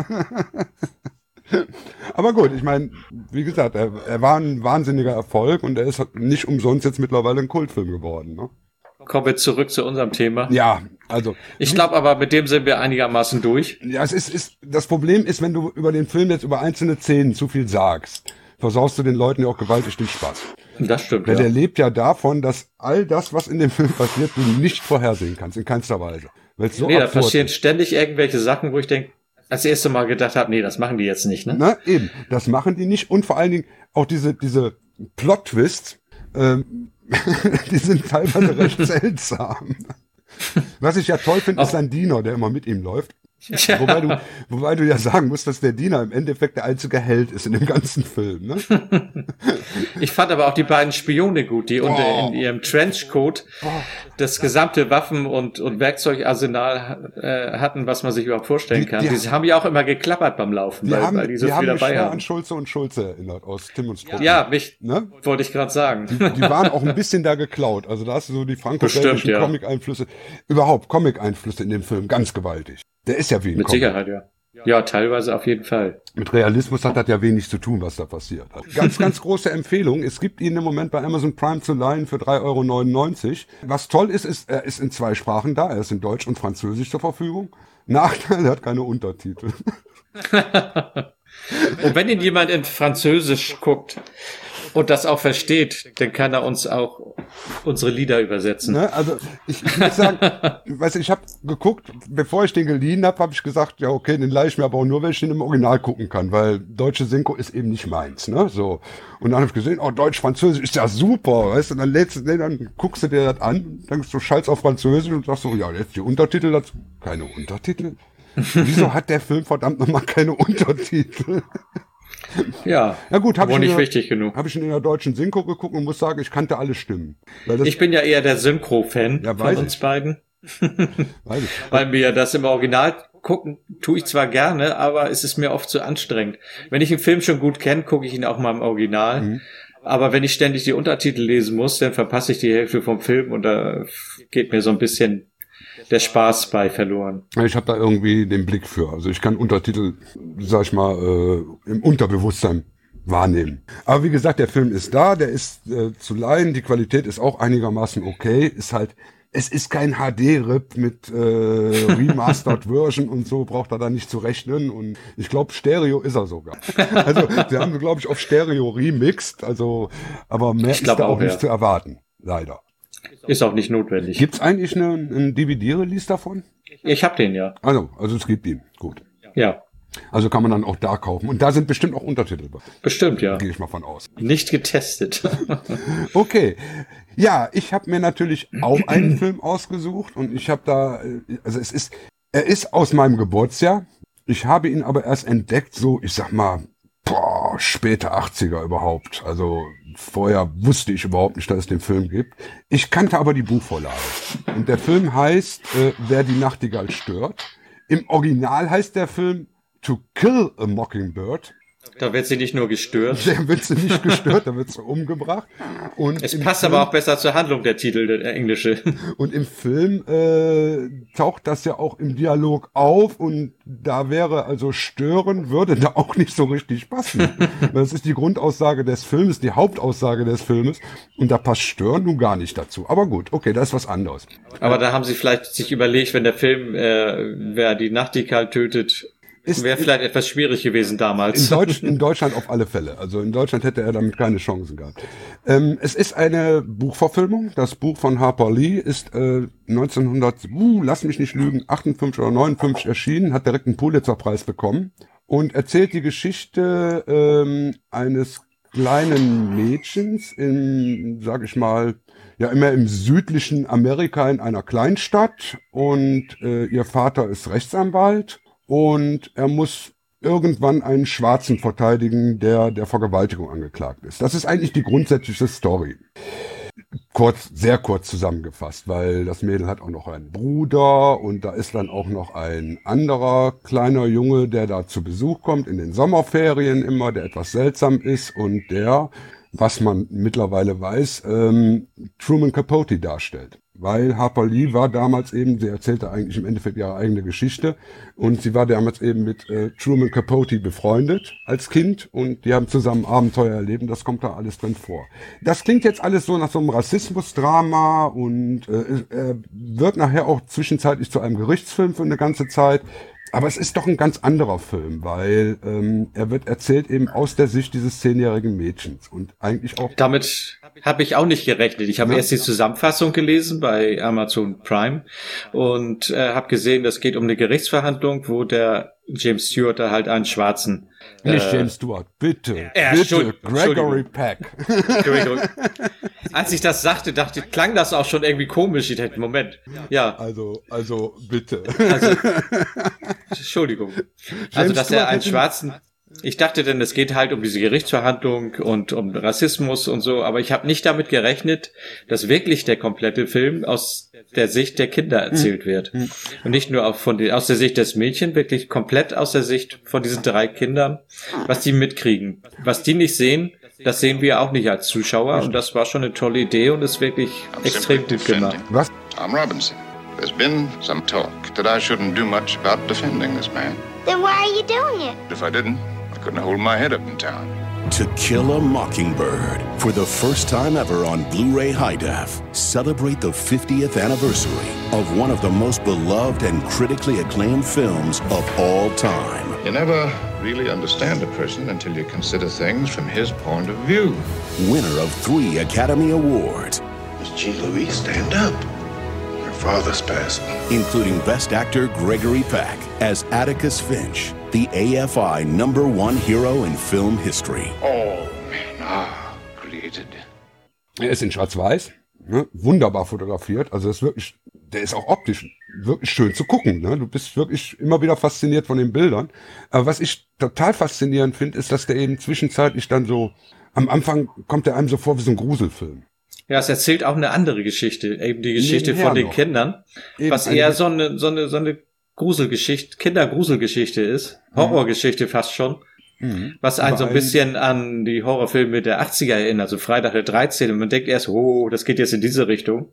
Aber gut, ich meine, wie gesagt, er war ein wahnsinniger Erfolg und er ist nicht umsonst jetzt mittlerweile ein Kultfilm geworden, ne? Kommen wir zurück zu unserem Thema. Ja, also. Ich glaube aber, mit dem sind wir einigermaßen durch. Ja, das Problem ist, wenn du über den Film jetzt über einzelne Szenen zu viel sagst, versaust du den Leuten ja auch gewaltig den Spaß. Das stimmt, ja. Der lebt ja davon, dass all das, was in dem Film passiert, du nicht vorhersehen kannst, in keinster Weise. So da passieren ständig irgendwelche Sachen, wo ich denke, als erstes Mal gedacht habe, nee, das machen die jetzt nicht, ne? Na, eben, das machen die nicht. Und vor allen Dingen auch diese Plot-Twists, die sind teilweise recht seltsam. Was ich ja toll finde, ist sein Diener, der immer mit ihm läuft. Ja. Wobei du ja sagen musst, dass der Diener im Endeffekt der einzige Held ist in dem ganzen Film. Ne? Ich fand aber auch die beiden Spione gut, die in ihrem Trenchcoat das gesamte Waffen- und Werkzeugarsenal hatten, was man sich überhaupt vorstellen kann. Die haben ja auch immer geklappert beim Laufen, weil die so viel dabei haben. An Schulze und Schulze erinnert aus Tim und Struppi. Ja, wollte ich gerade sagen. Die waren auch ein bisschen da geklaut. Also da hast du so die franco-belgischen Comic-Einflüsse, überhaupt Comic-Einflüsse in dem Film, ganz gewaltig. Der ist ja wie ein Mit Comic. Sicherheit, ja. Ja, teilweise auf jeden Fall. Mit Realismus hat das ja wenig zu tun, was da passiert. Ganz, ganz große Empfehlung. Es gibt ihn im Moment bei Amazon Prime zu leihen für 3,99 €. Was toll ist, er ist in 2 Sprachen da. Er ist in Deutsch und Französisch zur Verfügung. Nachteil, er hat keine Untertitel. Und wenn ihn jemand in Französisch guckt und das auch versteht, dann kann er uns auch unsere Lieder übersetzen. Ne? Also ich muss sagen, ich habe geguckt, bevor ich den geliehen habe ich gesagt, ja okay, den leihe ich mir aber auch nur, wenn ich den im Original gucken kann, weil deutsche Synchro ist eben nicht meins. Ne? So. Und dann habe ich gesehen, Deutsch-Französisch ist ja super, weißt du, und dann guckst du dir das an, denkst du, schaltst auf Französisch und sagst so, ja, jetzt die Untertitel dazu. Keine Untertitel? Wieso hat der Film verdammt nochmal keine Untertitel? Ja, gut, aber nicht wichtig genug. Habe ich in der deutschen Synchro geguckt und muss sagen, ich kannte alle Stimmen. Ich bin ja eher der Synchro-Fan von uns beiden. Weil wir das im Original gucken, tue ich zwar gerne, aber es ist mir oft zu anstrengend. Wenn ich einen Film schon gut kenne, gucke ich ihn auch mal im Original. Mhm. Aber wenn ich ständig die Untertitel lesen muss, dann verpasse ich die Hälfte vom Film und da geht mir so ein bisschen der Spaß bei verloren. Ich habe da irgendwie den Blick für. Also ich kann Untertitel, sag ich mal, im Unterbewusstsein wahrnehmen. Aber wie gesagt, der Film ist da, der ist zu leihen, die Qualität ist auch einigermaßen okay. Es ist kein HD-Rip mit Remastered Version und so, braucht er da nicht zu rechnen. Und ich glaube, Stereo ist er sogar. Also sie haben, glaube ich, auf Stereo remixed, aber mehr ist da auch nicht zu erwarten, leider. Ist auch nicht notwendig. Gibt's eigentlich einen DVD-Release davon? Ich habe den, ja. Also es gibt ihn. Gut. Ja. Also kann man dann auch da kaufen. Und da sind bestimmt auch Untertitel. Bestimmt, ja. Gehe ich mal von aus. Nicht getestet. Okay. Ja, ich habe mir natürlich auch einen Film ausgesucht und ich habe da, also er ist aus meinem Geburtsjahr. Ich habe ihn aber erst entdeckt, so, ich sag mal, späte 80er überhaupt. Also vorher wusste ich überhaupt nicht, dass es den Film gibt. Ich kannte aber die Buchvorlage. Und der Film heißt Wer die Nachtigall stört. Im Original heißt der Film To Kill a Mockingbird. Da wird sie nicht nur gestört. Da wird sie nicht gestört, da wird sie umgebracht. Und es passt aber auch besser zur Handlung, der Titel, der englische. Und im Film taucht das ja auch im Dialog auf und da wäre also stören, würde da auch nicht so richtig passen. Das ist die Grundaussage des Films, die Hauptaussage des Filmes und da passt stören nun gar nicht dazu. Aber gut, okay, das ist was anderes. Aber da haben sie vielleicht sich überlegt, wenn der Film Wer die Nachtigall tötet, wäre vielleicht etwas schwierig gewesen damals. In Deutschland auf alle Fälle. Also in Deutschland hätte er damit keine Chancen gehabt. Es ist eine Buchverfilmung. Das Buch von Harper Lee ist lass mich nicht lügen, 58 oder 59 erschienen, hat direkt einen Pulitzerpreis bekommen und erzählt die Geschichte eines kleinen Mädchens sag ich mal, ja immer im südlichen Amerika in einer Kleinstadt und ihr Vater ist Rechtsanwalt. Und er muss irgendwann einen Schwarzen verteidigen, der Vergewaltigung angeklagt ist. Das ist eigentlich die grundsätzliche Story. Sehr kurz zusammengefasst, weil das Mädel hat auch noch einen Bruder und da ist dann auch noch ein anderer kleiner Junge, der da zu Besuch kommt in den Sommerferien immer, der etwas seltsam ist und der, was man mittlerweile weiß, Truman Capote darstellt. Weil Harper Lee war damals eben, sie erzählte eigentlich im Endeffekt ihre eigene Geschichte und sie war damals eben mit Truman Capote befreundet als Kind und die haben zusammen Abenteuer erlebt und das kommt da alles drin vor. Das klingt jetzt alles so nach so einem Rassismusdrama und wird nachher auch zwischenzeitlich zu einem Gerichtsfilm für eine ganze Zeit. Aber es ist doch ein ganz anderer Film, weil er wird erzählt eben aus der Sicht dieses 10-jährigen Mädchens und eigentlich auch... Damit hab ich auch nicht gerechnet. Ich habe erst die Zusammenfassung gelesen bei Amazon Prime und habe gesehen, das geht um eine Gerichtsverhandlung, wo der James Stewart da halt einen Schwarzen... Nicht James Stewart, bitte. Gregory Peck. Als ich das sagte, klang das auch schon irgendwie komisch. Ich dachte, Moment, ja. Also bitte. Also, Entschuldigung. Also, dass er einen Schwarzen... Ich dachte denn, es geht halt um diese Gerichtsverhandlung und um Rassismus und so, aber ich habe nicht damit gerechnet, dass wirklich der komplette Film aus der Sicht der Kinder erzählt wird. Und nicht nur aus der Sicht des Mädchen, wirklich komplett aus der Sicht von diesen 3 Kindern, was die mitkriegen. Was die nicht sehen, das sehen wir auch nicht als Zuschauer und das war schon eine tolle Idee und ist wirklich extrem gut gemacht. Was? I'm Robinson. There's been some talk that I shouldn't do much about defending this man. Then why are you doing it? If I didn't, I couldn't hold my head up in town. To Kill a Mockingbird, for the first time ever on Blu-ray High Def, celebrate the 50th anniversary of one of the most beloved and critically acclaimed films of all time. You never really understand a person until you consider things from his point of view. Winner of 3 Academy Awards. Miss G. Louise, stand up. Your father's passing. Including Best Actor Gregory Peck as Atticus Finch, the AFI #1 hero in film history. All men are created. Er ist in Schwarz-Weiß, ne? Wunderbar fotografiert. Also das ist wirklich, der ist auch optisch wirklich schön zu gucken. Ne? Du bist wirklich immer wieder fasziniert von den Bildern. Aber was ich total faszinierend finde, ist, dass der eben zwischenzeitlich dann so, am Anfang kommt der einem so vor wie so ein Gruselfilm. Ja, es erzählt auch eine andere Geschichte, eben die Geschichte von den Kindern, eben was eher so eine Gruselgeschichte, Kindergruselgeschichte ist, Horrorgeschichte fast schon, was einen so ein bisschen an die Horrorfilme der 80er erinnert, so Freitag der 13. Und man denkt erst, oh, das geht jetzt in diese Richtung,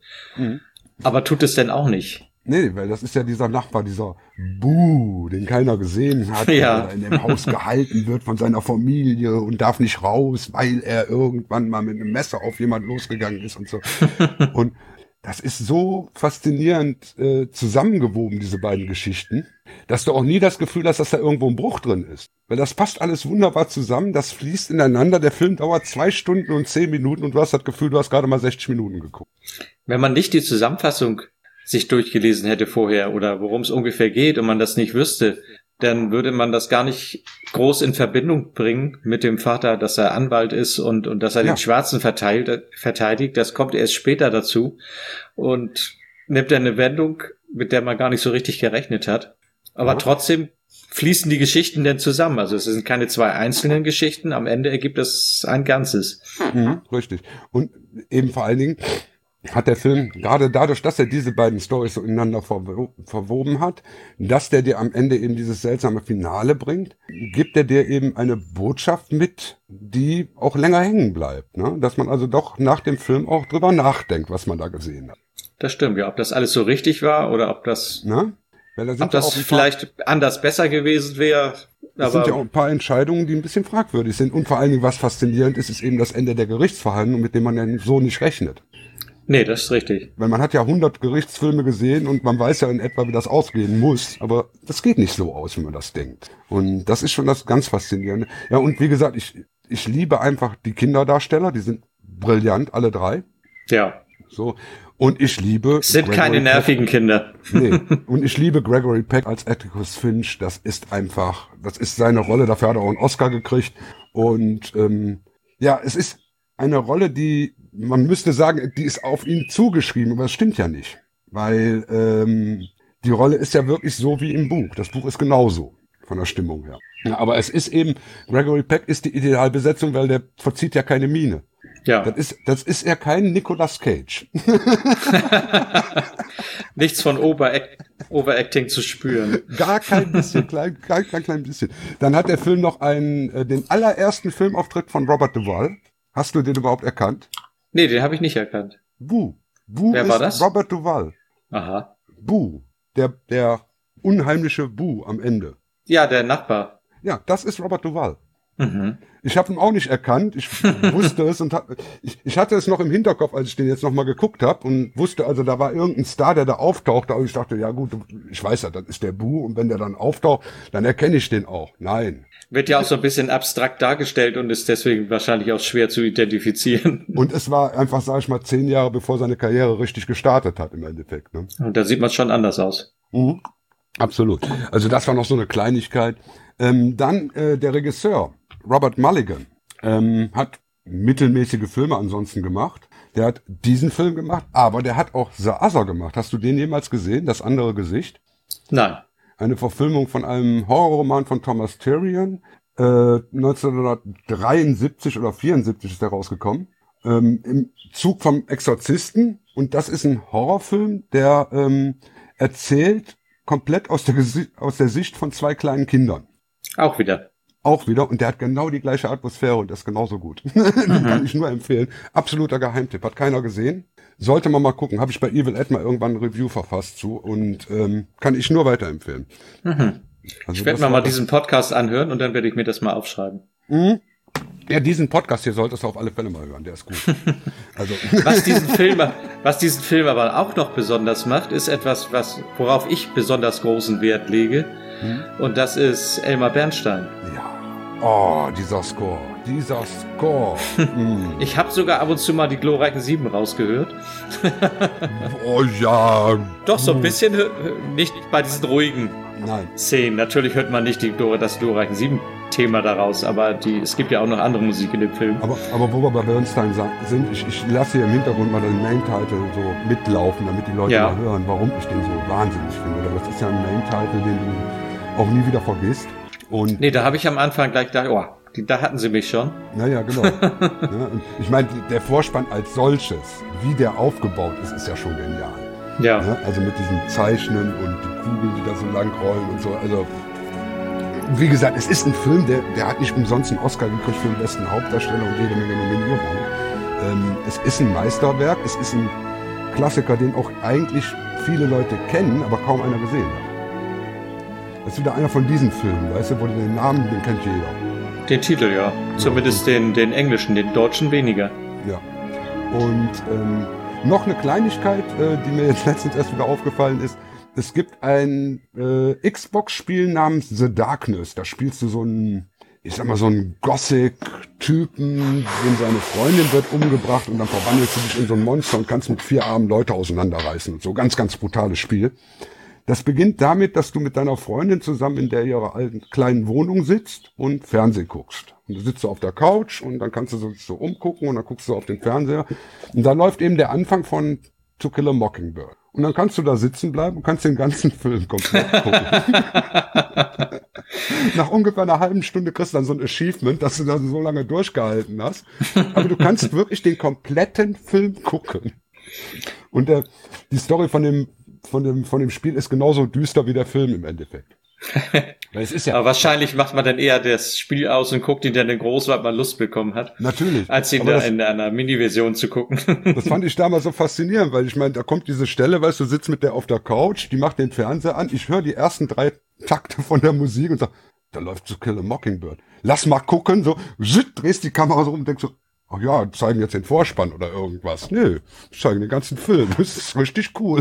aber tut es denn auch nicht. Nee, weil das ist ja dieser Nachbar, dieser Buh, den keiner gesehen hat, der in dem Haus gehalten wird von seiner Familie und darf nicht raus, weil er irgendwann mal mit einem Messer auf jemand losgegangen ist und so. Und das ist so faszinierend zusammengewoben, diese beiden Geschichten, dass du auch nie das Gefühl hast, dass da irgendwo ein Bruch drin ist. Weil das passt alles wunderbar zusammen, das fließt ineinander, der Film dauert 2 Stunden und 10 Minuten und du hast das Gefühl, du hast gerade mal 60 Minuten geguckt. Wenn man nicht die Zusammenfassung sich durchgelesen hätte vorher oder worum es ungefähr geht und man das nicht wüsste, dann würde man das gar nicht groß in Verbindung bringen mit dem Vater, dass er Anwalt ist und dass er den Schwarzen verteidigt. Das kommt erst später dazu und nimmt dann eine Wendung, mit der man gar nicht so richtig gerechnet hat. Aber trotzdem fließen die Geschichten denn zusammen. Also es sind keine 2 einzelnen Geschichten. Am Ende ergibt es ein Ganzes. Richtig. Und eben vor allen Dingen hat der Film, gerade dadurch, dass er diese beiden Storys so ineinander verwoben hat, dass der dir am Ende eben dieses seltsame Finale bringt, gibt er dir eben eine Botschaft mit, die auch länger hängen bleibt. Ne? Dass man also doch nach dem Film auch drüber nachdenkt, was man da gesehen hat. Das stimmt, ja. Ob das alles so richtig war oder ob das, ob das vielleicht anders besser gewesen wäre. Es sind ja auch ein paar Entscheidungen, die ein bisschen fragwürdig sind. Und vor allen Dingen, was faszinierend ist, ist eben das Ende der Gerichtsverhandlung, mit dem man ja so nicht rechnet. Nee, das ist richtig. Weil man hat ja 100 Gerichtsfilme gesehen und man weiß ja in etwa, wie das ausgehen muss. Aber das geht nicht so aus, wie man das denkt. Und das ist schon das ganz Faszinierende. Ja, und wie gesagt, ich liebe einfach die Kinderdarsteller. Die sind brillant, alle 3. Ja. So. Und ich liebe... Sind Gregory keine nervigen Kinder. Nee. Und ich liebe Gregory Peck als Atticus Finch. Das ist seine Rolle. Dafür hat er auch einen Oscar gekriegt. Und es ist eine Rolle, die, man müsste sagen, die ist auf ihn zugeschrieben, aber das stimmt ja nicht. Weil die Rolle ist ja wirklich so wie im Buch. Das Buch ist genauso von der Stimmung her. Ja, aber es ist eben, Gregory Peck ist die Idealbesetzung, weil der verzieht ja keine Miene. Ja. Das ist ja kein Nicolas Cage. Nichts von Overacting zu spüren. Gar kein bisschen, klein bisschen. Dann hat der Film noch den allerersten Filmauftritt von Robert Duvall. Hast du den überhaupt erkannt? Nee, den habe ich nicht erkannt. Wer ist war das? Robert Duvall. Aha. Boo. Der unheimliche Boo am Ende. Ja, der Nachbar. Ja, das ist Robert Duvall. Mhm. Ich habe ihn auch nicht erkannt. Ich wusste es und ich hatte es noch im Hinterkopf, als ich den jetzt nochmal geguckt habe und wusste, also da war irgendein Star, der da auftauchte. Aber ich dachte, ja gut, ich weiß ja, das ist der Boo und wenn der dann auftaucht, dann erkenne ich den auch. Nein. Wird ja auch so ein bisschen abstrakt dargestellt und ist deswegen wahrscheinlich auch schwer zu identifizieren. Und es war einfach, sag ich mal, 10 Jahre bevor seine Karriere richtig gestartet hat im Endeffekt. Ne? Und da sieht man schon anders aus. Mhm. Absolut. Also das war noch so eine Kleinigkeit. Dann der Regisseur Robert Mulligan hat mittelmäßige Filme ansonsten gemacht. Der hat diesen Film gemacht, aber der hat auch The Other gemacht. Hast du den jemals gesehen, das andere Gesicht? Nein. Eine Verfilmung von einem Horrorroman von Thomas Tyrion. 1973 oder 74 ist der rausgekommen. Im Zug vom Exorzisten. Und das ist ein Horrorfilm, der erzählt komplett aus der Sicht von 2 kleinen Kindern. Auch wieder. Und der hat genau die gleiche Atmosphäre und das ist genauso gut. Den kann ich nur empfehlen. Absoluter Geheimtipp. Hat keiner gesehen. Sollte man mal gucken. Habe ich bei Evil Ed mal irgendwann ein Review verfasst zu und kann ich nur weiterempfehlen. Mhm. Also ich werde mir mal diesen Podcast anhören und dann werde ich mir das mal aufschreiben. Mhm. Ja, diesen Podcast hier solltest du auf alle Fälle mal hören. Der ist gut. Also was diesen Film aber auch noch besonders macht, ist etwas, worauf ich besonders großen Wert lege. Und das ist Elmar Bernstein. Ja. Oh, dieser Score. Ich habe sogar ab und zu mal die glorreichen 7 rausgehört. Oh ja. Doch, so ein bisschen, nicht bei diesen ruhigen Nein. Szenen. Natürlich hört man nicht das glorreichen 7 Thema daraus, aber es gibt ja auch noch andere Musik in dem Film. Aber wo wir bei Bernstein sind, ich lasse hier im Hintergrund mal den Main-Title so mitlaufen, damit die Leute mal hören, warum ich den so wahnsinnig finde. Das ist ja ein Main-Title, den du auch nie wieder vergisst. Und nee, da habe ich am Anfang gleich gedacht, da hatten sie mich schon. Naja, genau. Ja, ich meine, der Vorspann als solches, wie der aufgebaut ist, ist ja schon genial. Ja. Also mit diesem Zeichnen und die Kugeln, die da so lang rollen und so. Also, wie gesagt, es ist ein Film, der hat nicht umsonst einen Oscar gekriegt für den besten Hauptdarsteller und jede Menge Nominierungen. Es ist ein Meisterwerk, es ist ein Klassiker, den auch eigentlich viele Leute kennen, aber kaum einer gesehen hat. Das ist wieder einer von diesen Filmen, weißt du, wo den Namen, den kennt jeder. Den Titel, ja. Zumindest den englischen, den deutschen weniger. Ja. Und noch eine Kleinigkeit, die mir jetzt letztens erst wieder aufgefallen ist. Es gibt ein Xbox-Spiel namens The Darkness. Da spielst du so einen Gothic-Typen, dem seine Freundin wird umgebracht und dann verwandelst du dich in so ein Monster und kannst mit 4 armen Leute auseinanderreißen und so. Ganz, ganz brutales Spiel. Das beginnt damit, dass du mit deiner Freundin zusammen in ihrer alten kleinen Wohnung sitzt und Fernsehen guckst. Und du sitzt so auf der Couch und dann kannst du so umgucken und dann guckst du auf den Fernseher. Und da läuft eben der Anfang von To Kill a Mockingbird. Und dann kannst du da sitzen bleiben und kannst den ganzen Film komplett gucken. Nach ungefähr einer halben Stunde kriegst du dann so ein Achievement, dass du da so lange durchgehalten hast. Aber du kannst wirklich den kompletten Film gucken. Und die Story von dem Spiel ist genauso düster wie der Film im Endeffekt. Weil es ist ja aber wahrscheinlich macht man dann eher das Spiel aus und guckt ihn dann in groß, weil man Lust bekommen hat. Natürlich. Als ihn da in einer Mini-Version zu gucken. Das fand ich damals so faszinierend, weil ich meine, da kommt diese Stelle, weißt du, sitzt mit der auf der Couch, die macht den Fernseher an, ich höre die ersten 3 Takte von der Musik und sag, da läuft To Kill a Mockingbird. Lass mal gucken, so, drehst die Kamera so um und denkst so, ach ja, zeigen jetzt den Vorspann oder irgendwas. Nö, zeigen den ganzen Film. Das ist richtig cool.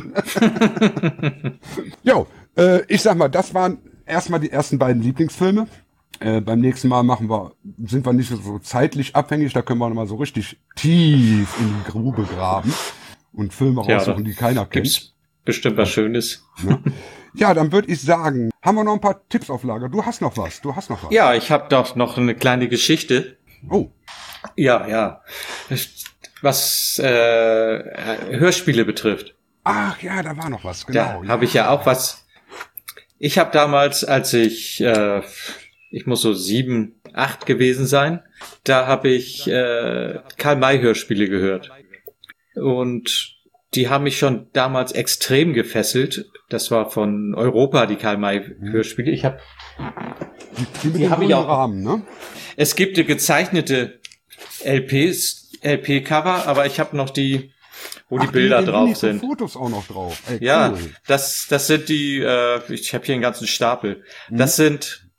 Jo, ich sag mal, das waren erstmal die ersten beiden Lieblingsfilme. Beim nächsten Mal sind wir nicht so zeitlich abhängig, da können wir nochmal so richtig tief in die Grube graben und Filme raussuchen, die keiner kennt. Gibt's bestimmt was Schönes. Ja, dann würde ich sagen, haben wir noch ein paar Tipps auf Lager. Du hast noch was. Ja, ich habe doch noch eine kleine Geschichte. Oh. Ja. Was Hörspiele betrifft. Ach ja, da war noch was, genau. Da habe ich ja auch was. Ich habe damals, als ich muss so 7, 8 gewesen sein, da habe ich Karl-May-Hörspiele gehört. Und die haben mich schon damals extrem gefesselt. Das war von Europa, die Karl-May-Hörspiele. Ich habe die habe ich auch. Rahmen, ne? Es gibt die gezeichnete LP-Cover, aber ich habe noch die, wo die Bilder drauf sind. Fotos auch noch drauf. Ey, ja, cool. das sind die, ich habe hier einen ganzen Stapel. Das sind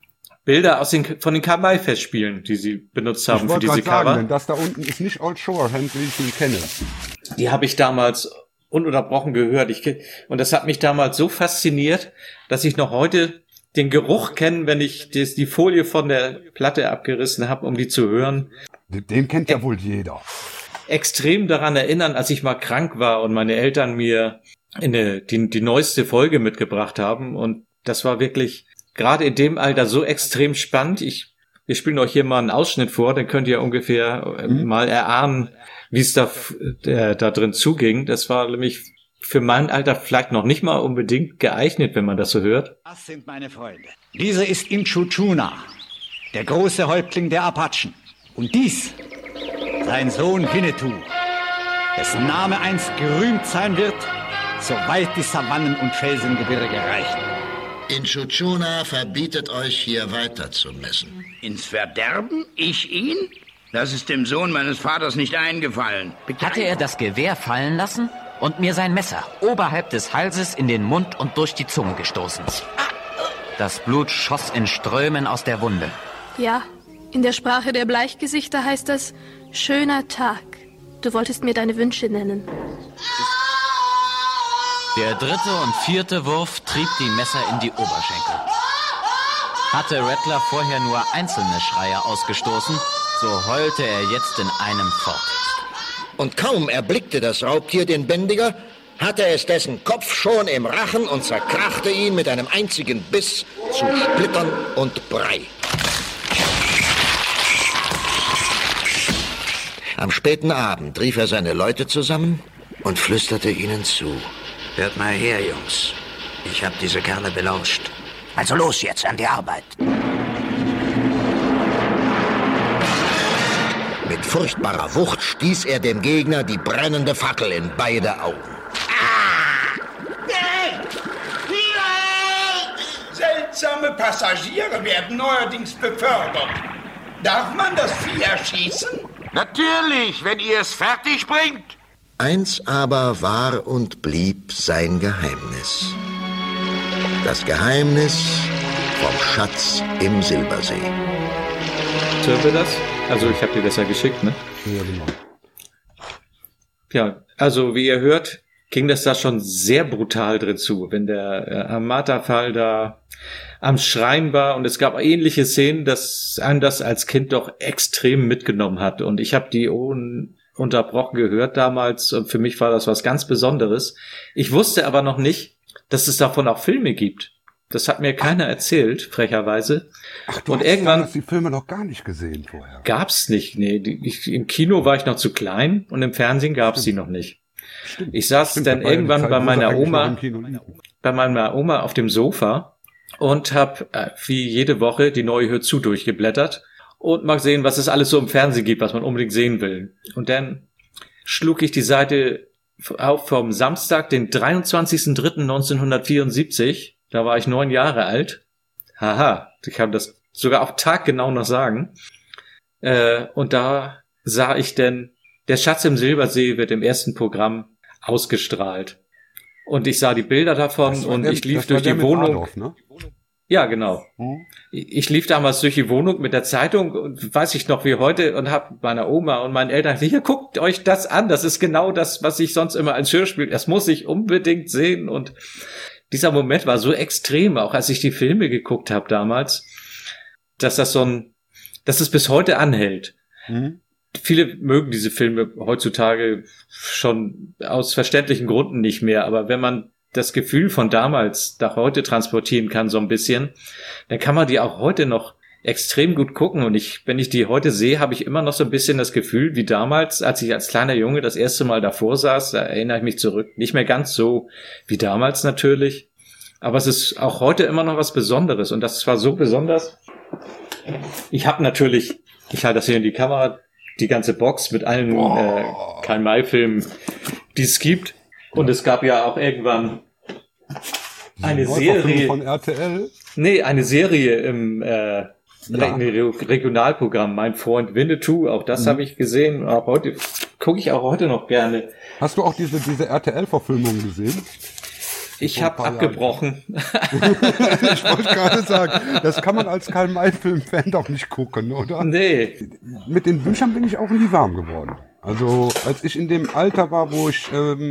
Bilder von den Karl-May-Festspielen, die sie benutzt haben für diese Cover. Sagen, denn das da unten ist nicht Old Shorehand, wie ich ihn kenne. Die habe ich damals ununterbrochen gehört. Und das hat mich damals so fasziniert, dass ich noch heute den Geruch kenne, wenn ich die Folie von der Platte abgerissen habe, um die zu hören. Den kennt ja wohl jeder. Extrem daran erinnern, als ich mal krank war und meine Eltern mir die neueste Folge mitgebracht haben. Und das war wirklich gerade in dem Alter so extrem spannend. Wir spielen euch hier mal einen Ausschnitt vor, dann könnt ihr ungefähr mal erahnen, wie es da drin zuging. Das war nämlich für mein Alter vielleicht noch nicht mal unbedingt geeignet, wenn man das so hört. Das sind meine Freunde. Dieser ist Inchu Tschuna, der große Häuptling der Apachen. Und dies, sein Sohn Winnetou, dessen Name einst gerühmt sein wird, soweit die Savannen und Felsengebirge reichen. Inchu Tschuna verbietet euch, hier weiter zu messen. Ins Verderben? Ich ihn? Das ist dem Sohn meines Vaters nicht eingefallen. Hatte er das Gewehr fallen lassen und mir sein Messer oberhalb des Halses in den Mund und durch die Zunge gestoßen. Das Blut schoss in Strömen aus der Wunde. Ja, in der Sprache der Bleichgesichter heißt das schöner Tag. Du wolltest mir deine Wünsche nennen. Der dritte und vierte Wurf trieb die Messer in die Oberschenkel. Hatte Rattler vorher nur einzelne Schreie ausgestoßen, so heulte er jetzt in einem fort. Und kaum erblickte das Raubtier den Bändiger, hatte es dessen Kopf schon im Rachen und zerkrachte ihn mit einem einzigen Biss zu Splittern und Brei. Am späten Abend rief er seine Leute zusammen und flüsterte ihnen zu. Hört mal her, Jungs. Ich hab diese Kerle belauscht. Also los jetzt, an die Arbeit. Mit furchtbarer Wucht stieß er dem Gegner die brennende Fackel in beide Augen. Seltsame Passagiere werden neuerdings befördert. Darf man das Vieh erschießen? Natürlich, wenn ihr es fertig bringt. Eins aber war und blieb sein Geheimnis. Das Geheimnis vom Schatz im Silbersee. Hören wir das? Also ich habe dir das ja geschickt, ne? Ja, genau. Ja, also wie ihr hört, ging das da schon sehr brutal drin zu, wenn der Amata-Fall da am Schreien war, und es gab ähnliche Szenen, dass einem das als Kind doch extrem mitgenommen hat, und ich habe die ununterbrochen gehört damals, und für mich war das was ganz Besonderes. Ich wusste aber noch nicht, dass es davon auch Filme gibt. Das hat mir keiner erzählt, frecherweise. Ach, du hast die Filme noch gar nicht gesehen vorher. Gab's nicht, nee. Im Kino war ich noch zu klein und im Fernsehen gab's die noch nicht. Stimmt. Ich saß dann irgendwann bei meiner Oma auf dem Sofa und habe wie jede Woche die neue Hör zu durchgeblättert und mal sehen, was es alles so im Fernsehen gibt, was man unbedingt sehen will. Und dann schlug ich die Seite auf vom Samstag, den 23.03.1974. Da war ich 9 Jahre alt. Haha, ich kann das sogar auf Tag genau noch sagen. Und da sah ich denn, der Schatz im Silbersee wird im ersten Programm ausgestrahlt. Und ich sah die Bilder davon und ich lief durch die Wohnung. Adolf, ne? Ja, genau. Ich lief damals durch die Wohnung mit der Zeitung und weiß ich noch wie heute und hab meiner Oma und meinen Eltern gesagt, hier, guckt euch das an. Das ist genau das, was ich sonst immer als Hörspiel, das muss ich unbedingt sehen. Und dieser Moment war so extrem, auch als ich die Filme geguckt habe damals, dass dass es bis heute anhält. Viele mögen diese Filme heutzutage schon aus verständlichen Gründen nicht mehr, aber wenn man das Gefühl von damals nach heute transportieren kann, so ein bisschen, dann kann man die auch heute noch extrem gut gucken. Und wenn ich die heute sehe, habe ich immer noch so ein bisschen das Gefühl wie damals, als ich als kleiner Junge das erste Mal davor saß. Da erinnere ich mich zurück. Nicht mehr ganz so wie damals natürlich, aber es ist auch heute immer noch was Besonderes. Und das war so besonders. Ich halte das hier in die Kamera, die ganze Box mit allen Karl-May-Filmen, die es gibt. Und es gab ja auch irgendwann eine Serie von RTL? Nee, eine Serie im Regionalprogramm, Mein Freund Winnetou, auch das habe ich gesehen. Auch heute gucke ich auch heute noch gerne. Hast du auch diese RTL-Verfilmung gesehen? Ich habe abgebrochen. Ich wollte gerade sagen, das kann man als Karl-May-Film-Fan doch nicht gucken, oder? Nee. Mit den Büchern bin ich auch nie warm geworden. Also als ich in dem Alter war, wo ich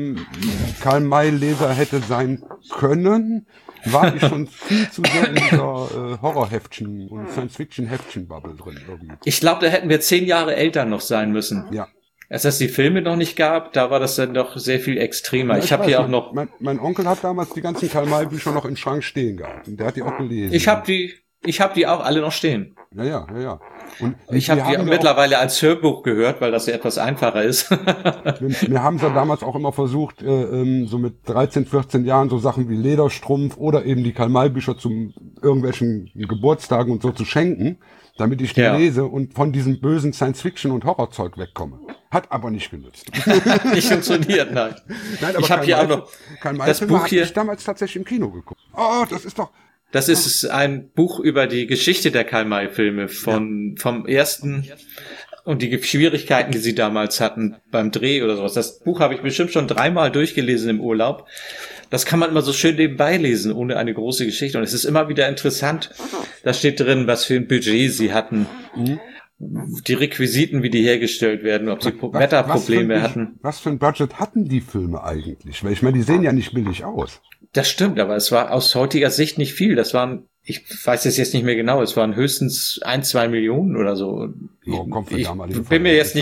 Karl-May-Leser hätte sein können, war ich schon viel zu sehr in dieser Horror-Heftchen- und Science-Fiction-Heftchen-Bubble drin. Irgendwie. Ich glaube, da hätten wir 10 Jahre älter noch sein müssen. Ja. Als es die Filme noch nicht gab, da war das dann doch sehr viel extremer. Ja, ich habe hier auch noch... Mein Onkel hat damals die ganzen Karl-May-Bücher noch im Schrank stehen gehabt. Und der hat die auch gelesen. Ich habe die auch alle noch stehen. Ja. Und ich habe die mittlerweile als Hörbuch gehört, weil das ja etwas einfacher ist. Wir haben es ja damals auch immer versucht, so mit 13, 14 Jahren so Sachen wie Lederstrumpf oder eben die Karl-May-Bücher zu irgendwelchen Geburtstagen und so zu schenken, damit ich die lese und von diesem bösen Science-Fiction- und Horrorzeug wegkomme. Hat aber nicht genützt. Nicht funktioniert, nein. Nein, aber ich habe hier auch noch das Buch hier. Ich damals tatsächlich im Kino geguckt. Oh, das ist doch... Das ist ein Buch über die Geschichte der Karl-May-Filme vom ersten und die Schwierigkeiten, die sie damals hatten beim Dreh oder sowas. Das Buch habe ich bestimmt schon 3-mal durchgelesen im Urlaub. Das kann man immer so schön nebenbei lesen, ohne eine große Geschichte. Und es ist immer wieder interessant. Da steht drin, was für ein Budget sie hatten. Die Requisiten, wie die hergestellt werden, ob sie Wetterprobleme hatten. Was für ein Budget hatten die Filme eigentlich? Weil ich meine, die sehen ja nicht billig aus. Das stimmt, aber es war aus heutiger Sicht nicht viel. Das waren, ich weiß es jetzt nicht mehr genau, es waren höchstens 1-2 Millionen oder so. Ich bin mir jetzt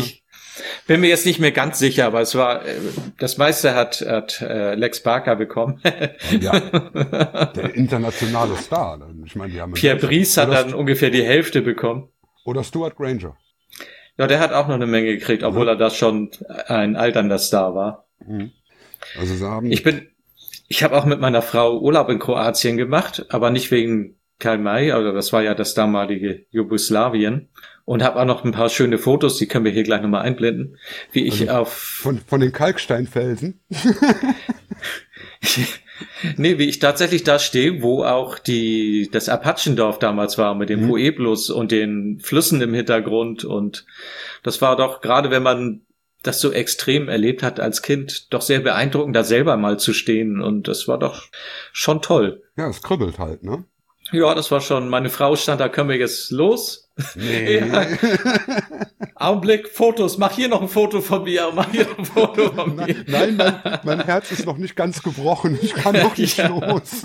nicht mehr ganz sicher, aber es war, das meiste hat Lex Barker bekommen. Ja, der internationale Star. Ich meine, die haben Pierre Brice hat dann ungefähr die Hälfte bekommen. Oder Stuart Granger. Ja, der hat auch noch eine Menge gekriegt, obwohl er das schon ein alternder Star war. Also sie haben... Ich habe auch mit meiner Frau Urlaub in Kroatien gemacht, aber nicht wegen Karl-May, also das war ja das damalige Jugoslawien. Und habe auch noch ein paar schöne Fotos, die können wir hier gleich nochmal einblenden, wie ich von den Kalksteinfelsen? Nee, wie ich tatsächlich da stehe, wo auch das Apachendorf damals war, mit dem Pueblos und den Flüssen im Hintergrund. Und das war doch, gerade wenn man das so extrem erlebt hat als Kind, doch sehr beeindruckend, da selber mal zu stehen. Und das war doch schon toll. Ja, es kribbelt halt, ne? Ja, das war schon, meine Frau stand da, können wir jetzt los? Nee. Ja. Augenblick, Fotos, mach hier noch ein Foto von mir, mach hier noch ein Foto von mir. Nein, mein Herz ist noch nicht ganz gebrochen, ich kann noch nicht los.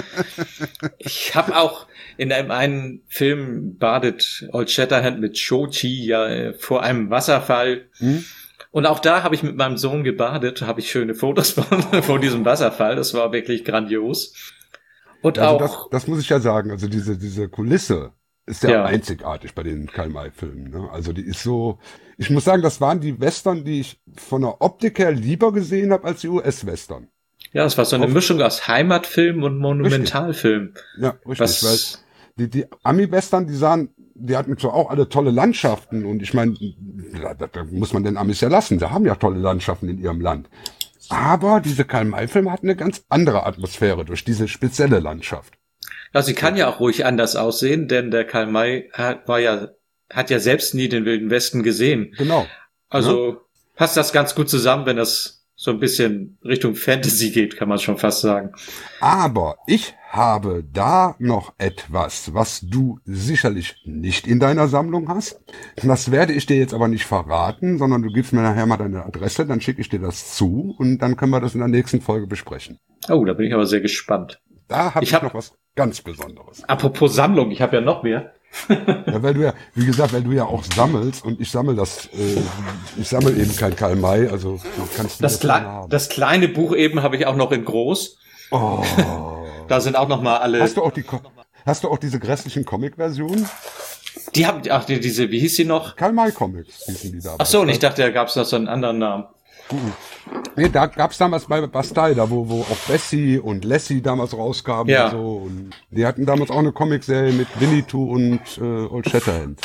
Ich habe auch in einem einen Film badet Old Shatterhand mit Shoji ja vor einem Wasserfall. Und auch da habe ich mit meinem Sohn gebadet, habe ich schöne Fotos von diesem Wasserfall. Das war wirklich grandios. Und also auch das muss ich ja sagen, also diese Kulisse ist ja einzigartig bei den Karl-May-Filmen. Ne? Also die ist so, ich muss sagen, das waren die Western, die ich von der Optik her lieber gesehen habe als die US-Western. Ja, es war so eine Mischung aus Heimatfilm und Monumentalfilm. Richtig. Ja, richtig, weil die Ami-Western, die hatten zwar auch alle tolle Landschaften und ich meine, da muss man den Amis ja lassen, sie haben ja tolle Landschaften in ihrem Land. Aber diese Karl-May-Filme hatten eine ganz andere Atmosphäre durch diese spezielle Landschaft. Ja, sie kann ja auch ruhig anders aussehen, denn der Karl-May hat ja selbst nie den Wilden Westen gesehen. Genau. Also passt das ganz gut zusammen, wenn das so ein bisschen Richtung Fantasy geht, kann man schon fast sagen. Aber ich habe da noch etwas, was du sicherlich nicht in deiner Sammlung hast. Das werde ich dir jetzt aber nicht verraten, sondern du gibst mir nachher mal deine Adresse, dann schicke ich dir das zu und dann können wir das in der nächsten Folge besprechen. Oh, da bin ich aber sehr gespannt. Da habe ich noch was ganz Besonderes. Apropos Sammlung, ich habe ja noch mehr. Ja, weil du ja auch sammelst und ich sammle ich sammle eben kein Karl-May, also kannst du das kleine Buch eben habe ich auch noch in groß. Oh. Da sind auch noch mal alle. Hast du auch diese grässlichen Comic-Versionen? Die haben, diese, wie hieß sie noch? Karl-May Comics hießen die da. Ach so, und ich dachte, da gab es noch so einen anderen Namen. Nee, da gab's damals bei Bastei, da wo auch Bessie und Lassie damals rauskamen und so. Und die hatten damals auch eine Comicserie mit Winnetou und Old Shatterhand.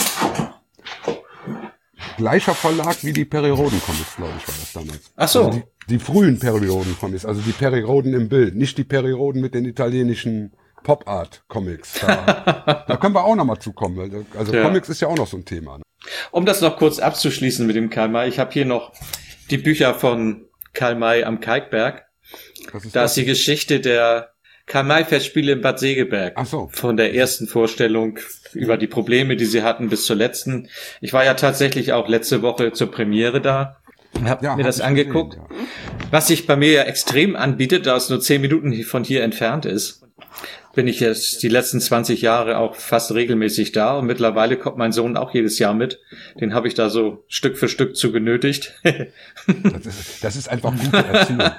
Gleicher Verlag wie die Perry Rhodan Comics, glaube ich, war das damals. Ach so. Also die frühen Perry Rhodan Comics, also die Perry Rhodan im Bild, nicht die Perry Rhodan mit den italienischen Pop-Art-Comics. Da können wir auch noch mal zukommen, weil Comics ist ja auch noch so ein Thema. Ne? Um das noch kurz abzuschließen mit dem Karl-May, ich habe hier noch die Bücher von Karl-May am Kalkberg. Da ist die Geschichte der Karl-May-Festspiele in Bad Segeberg. Ach so. Von der ersten Vorstellung über die Probleme, die sie hatten, bis zur letzten. Ich war ja tatsächlich auch letzte Woche zur Premiere da. Hab mir das angeguckt. Gesehen, ja. Was sich bei mir ja extrem anbietet, da es nur 10 Minuten von hier entfernt ist, bin ich jetzt die letzten 20 Jahre auch fast regelmäßig da. Und mittlerweile kommt mein Sohn auch jedes Jahr mit. Den habe ich da so Stück für Stück zu genötigt. Das ist einfach gute Erziehung.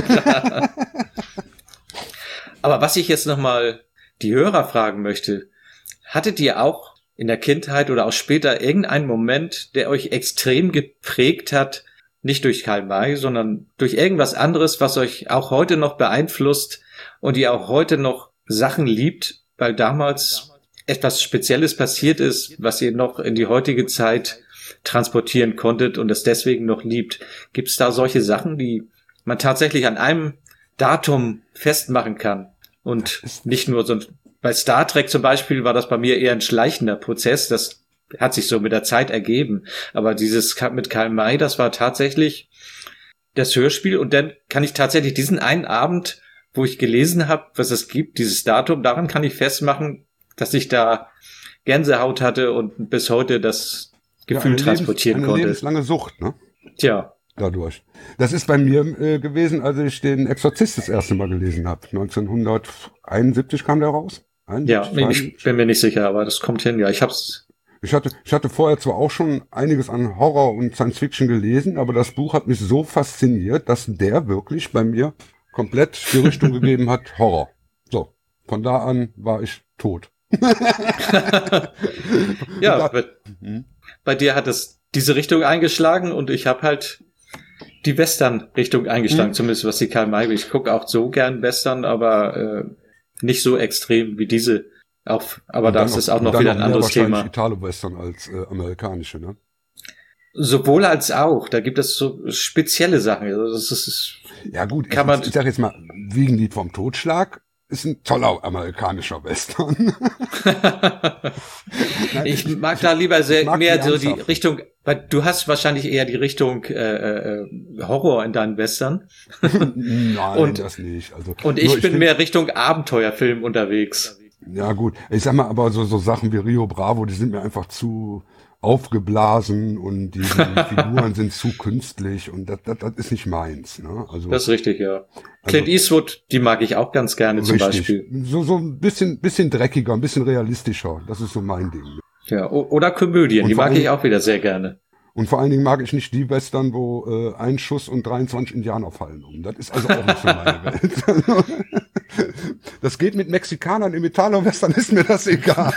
Aber was ich jetzt nochmal die Hörer fragen möchte, hattet ihr auch in der Kindheit oder auch später irgendeinen Moment, der euch extrem geprägt hat, nicht durch Karl May, sondern durch irgendwas anderes, was euch auch heute noch beeinflusst und ihr auch heute noch Sachen liebt, weil damals etwas Spezielles passiert ist, was ihr noch in die heutige Zeit transportieren konntet und es deswegen noch liebt? Gibt es da solche Sachen, die man tatsächlich an einem Datum festmachen kann und nicht nur so? Bei Star Trek zum Beispiel war das bei mir eher ein schleichender Prozess, das hat sich so mit der Zeit ergeben, aber dieses mit Karl May, das war tatsächlich das Hörspiel und dann kann ich tatsächlich diesen einen Abend, wo ich gelesen habe, was es gibt, dieses Datum, daran kann ich festmachen, dass ich da Gänsehaut hatte und bis heute das Gefühl transportieren konnte. Eine lebenslange Sucht, ne? Tja. Dadurch. Das ist bei mir gewesen, als ich den Exorzist das erste Mal gelesen habe. 1971 kam der raus. 71, ja, ich bin mir nicht sicher, aber das kommt hin. Ja, ich hatte vorher zwar auch schon einiges an Horror und Science Fiction gelesen, aber das Buch hat mich so fasziniert, dass der wirklich bei mir komplett die Richtung gegeben hat, Horror. So, von da an war ich tot. Ja, bei dir hat es diese Richtung eingeschlagen und ich habe halt die Western-Richtung eingeschlagen, zumindest was die Karl May. Ich gucke auch so gern Western, aber nicht so extrem wie diese. Aber das ist auch noch wieder ein anderes Thema. Italo-Western als amerikanische, ne? Sowohl als auch. Da gibt es so spezielle Sachen. Also das ist, ja gut, ich sag jetzt mal, Wiegenlied vom Totschlag ist ein toller amerikanischer Western. Ich mag da lieber mehr so die Richtung, weil du hast wahrscheinlich eher die Richtung Horror in deinen Western. Nein, das nicht. Also, und ich bin mehr Richtung Abenteuerfilm unterwegs. Ja gut, ich sag mal, aber so Sachen wie Rio Bravo, die sind mir einfach zu aufgeblasen und die Figuren sind zu künstlich und das ist nicht meins. Ne? Also, das ist richtig, ja. Clint Eastwood, die mag ich auch ganz gerne zum Beispiel. So ein bisschen dreckiger, ein bisschen realistischer, das ist so mein Ding. Ja, oder Komödien, die mag ich auch wieder sehr gerne. Und vor allen Dingen mag ich nicht die Western, wo ein Schuss und 23 Indianer fallen um. Das ist also auch nicht so meine Welt. Das geht mit Mexikanern im Italo-Western, ist mir das egal.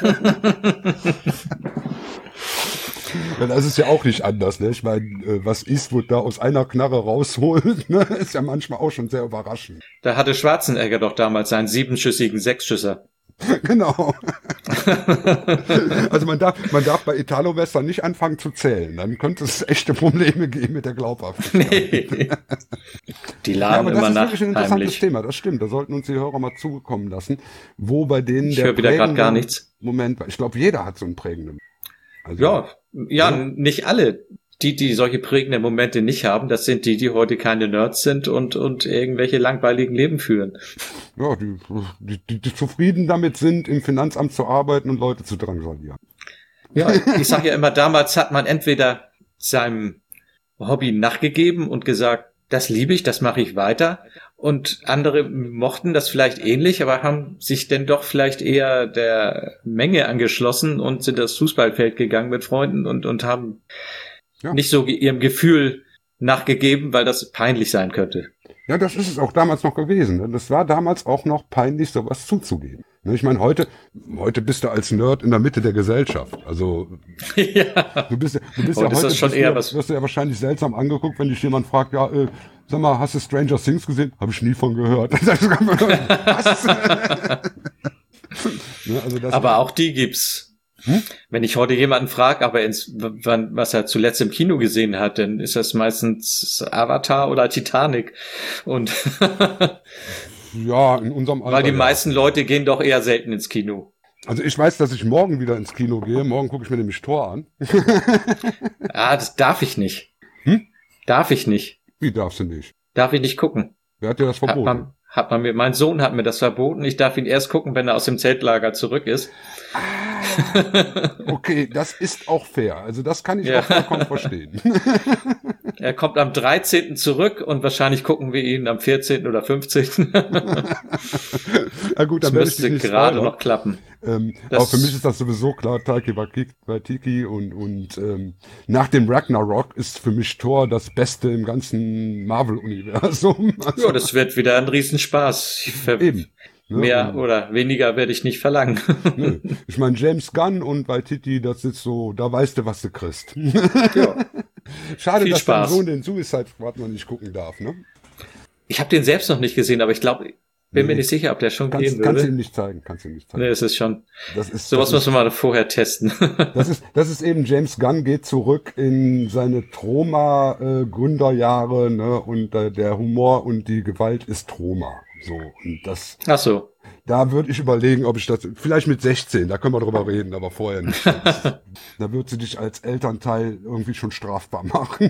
Ja, das ist ja auch nicht anders, ne? Ich meine, was Eastwood da aus einer Knarre rausholt, ne? Ist ja manchmal auch schon sehr überraschend. Da hatte Schwarzenegger doch damals seinen 7-schüssigen Sechsschüsser. Genau. Also man darf bei Italo-Western nicht anfangen zu zählen, dann könnte es echte Probleme geben mit der Glaubhaftigkeit. Nee. Die laden immer nach. Das ist wirklich ein interessantes Thema, das stimmt. Da sollten uns die Hörer mal zukommen lassen, wo bei denen ich höre wieder gerade gar nichts. Moment, ich glaube, jeder hat so einen prägenden. Also, ja, nicht alle. Die solche prägenden Momente nicht haben, das sind die heute keine Nerds sind und irgendwelche langweiligen Leben führen. Ja, die zufrieden damit sind, im Finanzamt zu arbeiten und Leute zu drangsalieren. Ja, ich sage ja immer, damals hat man entweder seinem Hobby nachgegeben und gesagt, das liebe ich, das mache ich weiter. Und andere mochten das vielleicht ähnlich, aber haben sich denn doch vielleicht eher der Menge angeschlossen und sind aufs Fußballfeld gegangen mit Freunden und haben nicht so ihrem Gefühl nachgegeben, weil das peinlich sein könnte. Ja, das ist es auch damals noch gewesen. Das war damals auch noch peinlich, sowas zuzugeben. Ich meine, heute bist du als Nerd in der Mitte der Gesellschaft. Also du bist ja heute das schon eher wirst du ja wahrscheinlich seltsam angeguckt, wenn dich jemand fragt, ja, sag mal, hast du Stranger Things gesehen? Habe ich nie von gehört. Was? Ne, also aber auch die gibt's. Wenn ich heute jemanden frage, aber was er zuletzt im Kino gesehen hat, dann ist das meistens Avatar oder Titanic. Und ja, in unserem Alter. Weil die meisten Leute gehen doch eher selten ins Kino. Also ich weiß, dass ich morgen wieder ins Kino gehe. Morgen gucke ich mir nämlich Thor an. Das darf ich nicht. Darf ich nicht. Wie darfst du nicht? Darf ich nicht gucken. Wer hat dir das verboten? Mein Sohn hat mir das verboten. Ich darf ihn erst gucken, wenn er aus dem Zeltlager zurück ist. Okay, das ist auch fair. Also das kann ich auch vollkommen verstehen. Er kommt am 13. zurück und wahrscheinlich gucken wir ihn am 14. oder 15. Na gut, dann das müsste gerade noch klappen. Aber für mich ist das sowieso klar, Taika Waititi und nach dem Ragnarok ist für mich Thor das Beste im ganzen Marvel-Universum. Also, ja, das wird wieder ein Riesenspaß. Eben. Mehr oder weniger werde ich nicht verlangen. Nö. Ich meine, James Gunn und Waititi, das ist so, da weißt du, was du kriegst. Ja. Schade, Viel dass Spaß. dein Sohn den Suicide Squad noch nicht gucken darf, ne? Ich habe den selbst noch nicht gesehen, aber ich glaube, bin mir nicht sicher, ob der schon gehen würde. Kannst du ihm nicht zeigen. Nee, es ist schon. Sowas muss man mal vorher testen. Das ist eben, James Gunn geht zurück in seine Troma-Gründerjahre, ne? Und der Humor und die Gewalt ist Troma. So, und das. Ach so. Da würde ich überlegen, ob ich das, vielleicht mit 16, da können wir drüber reden, aber vorher nicht. Da würdest du dich als Elternteil irgendwie schon strafbar machen.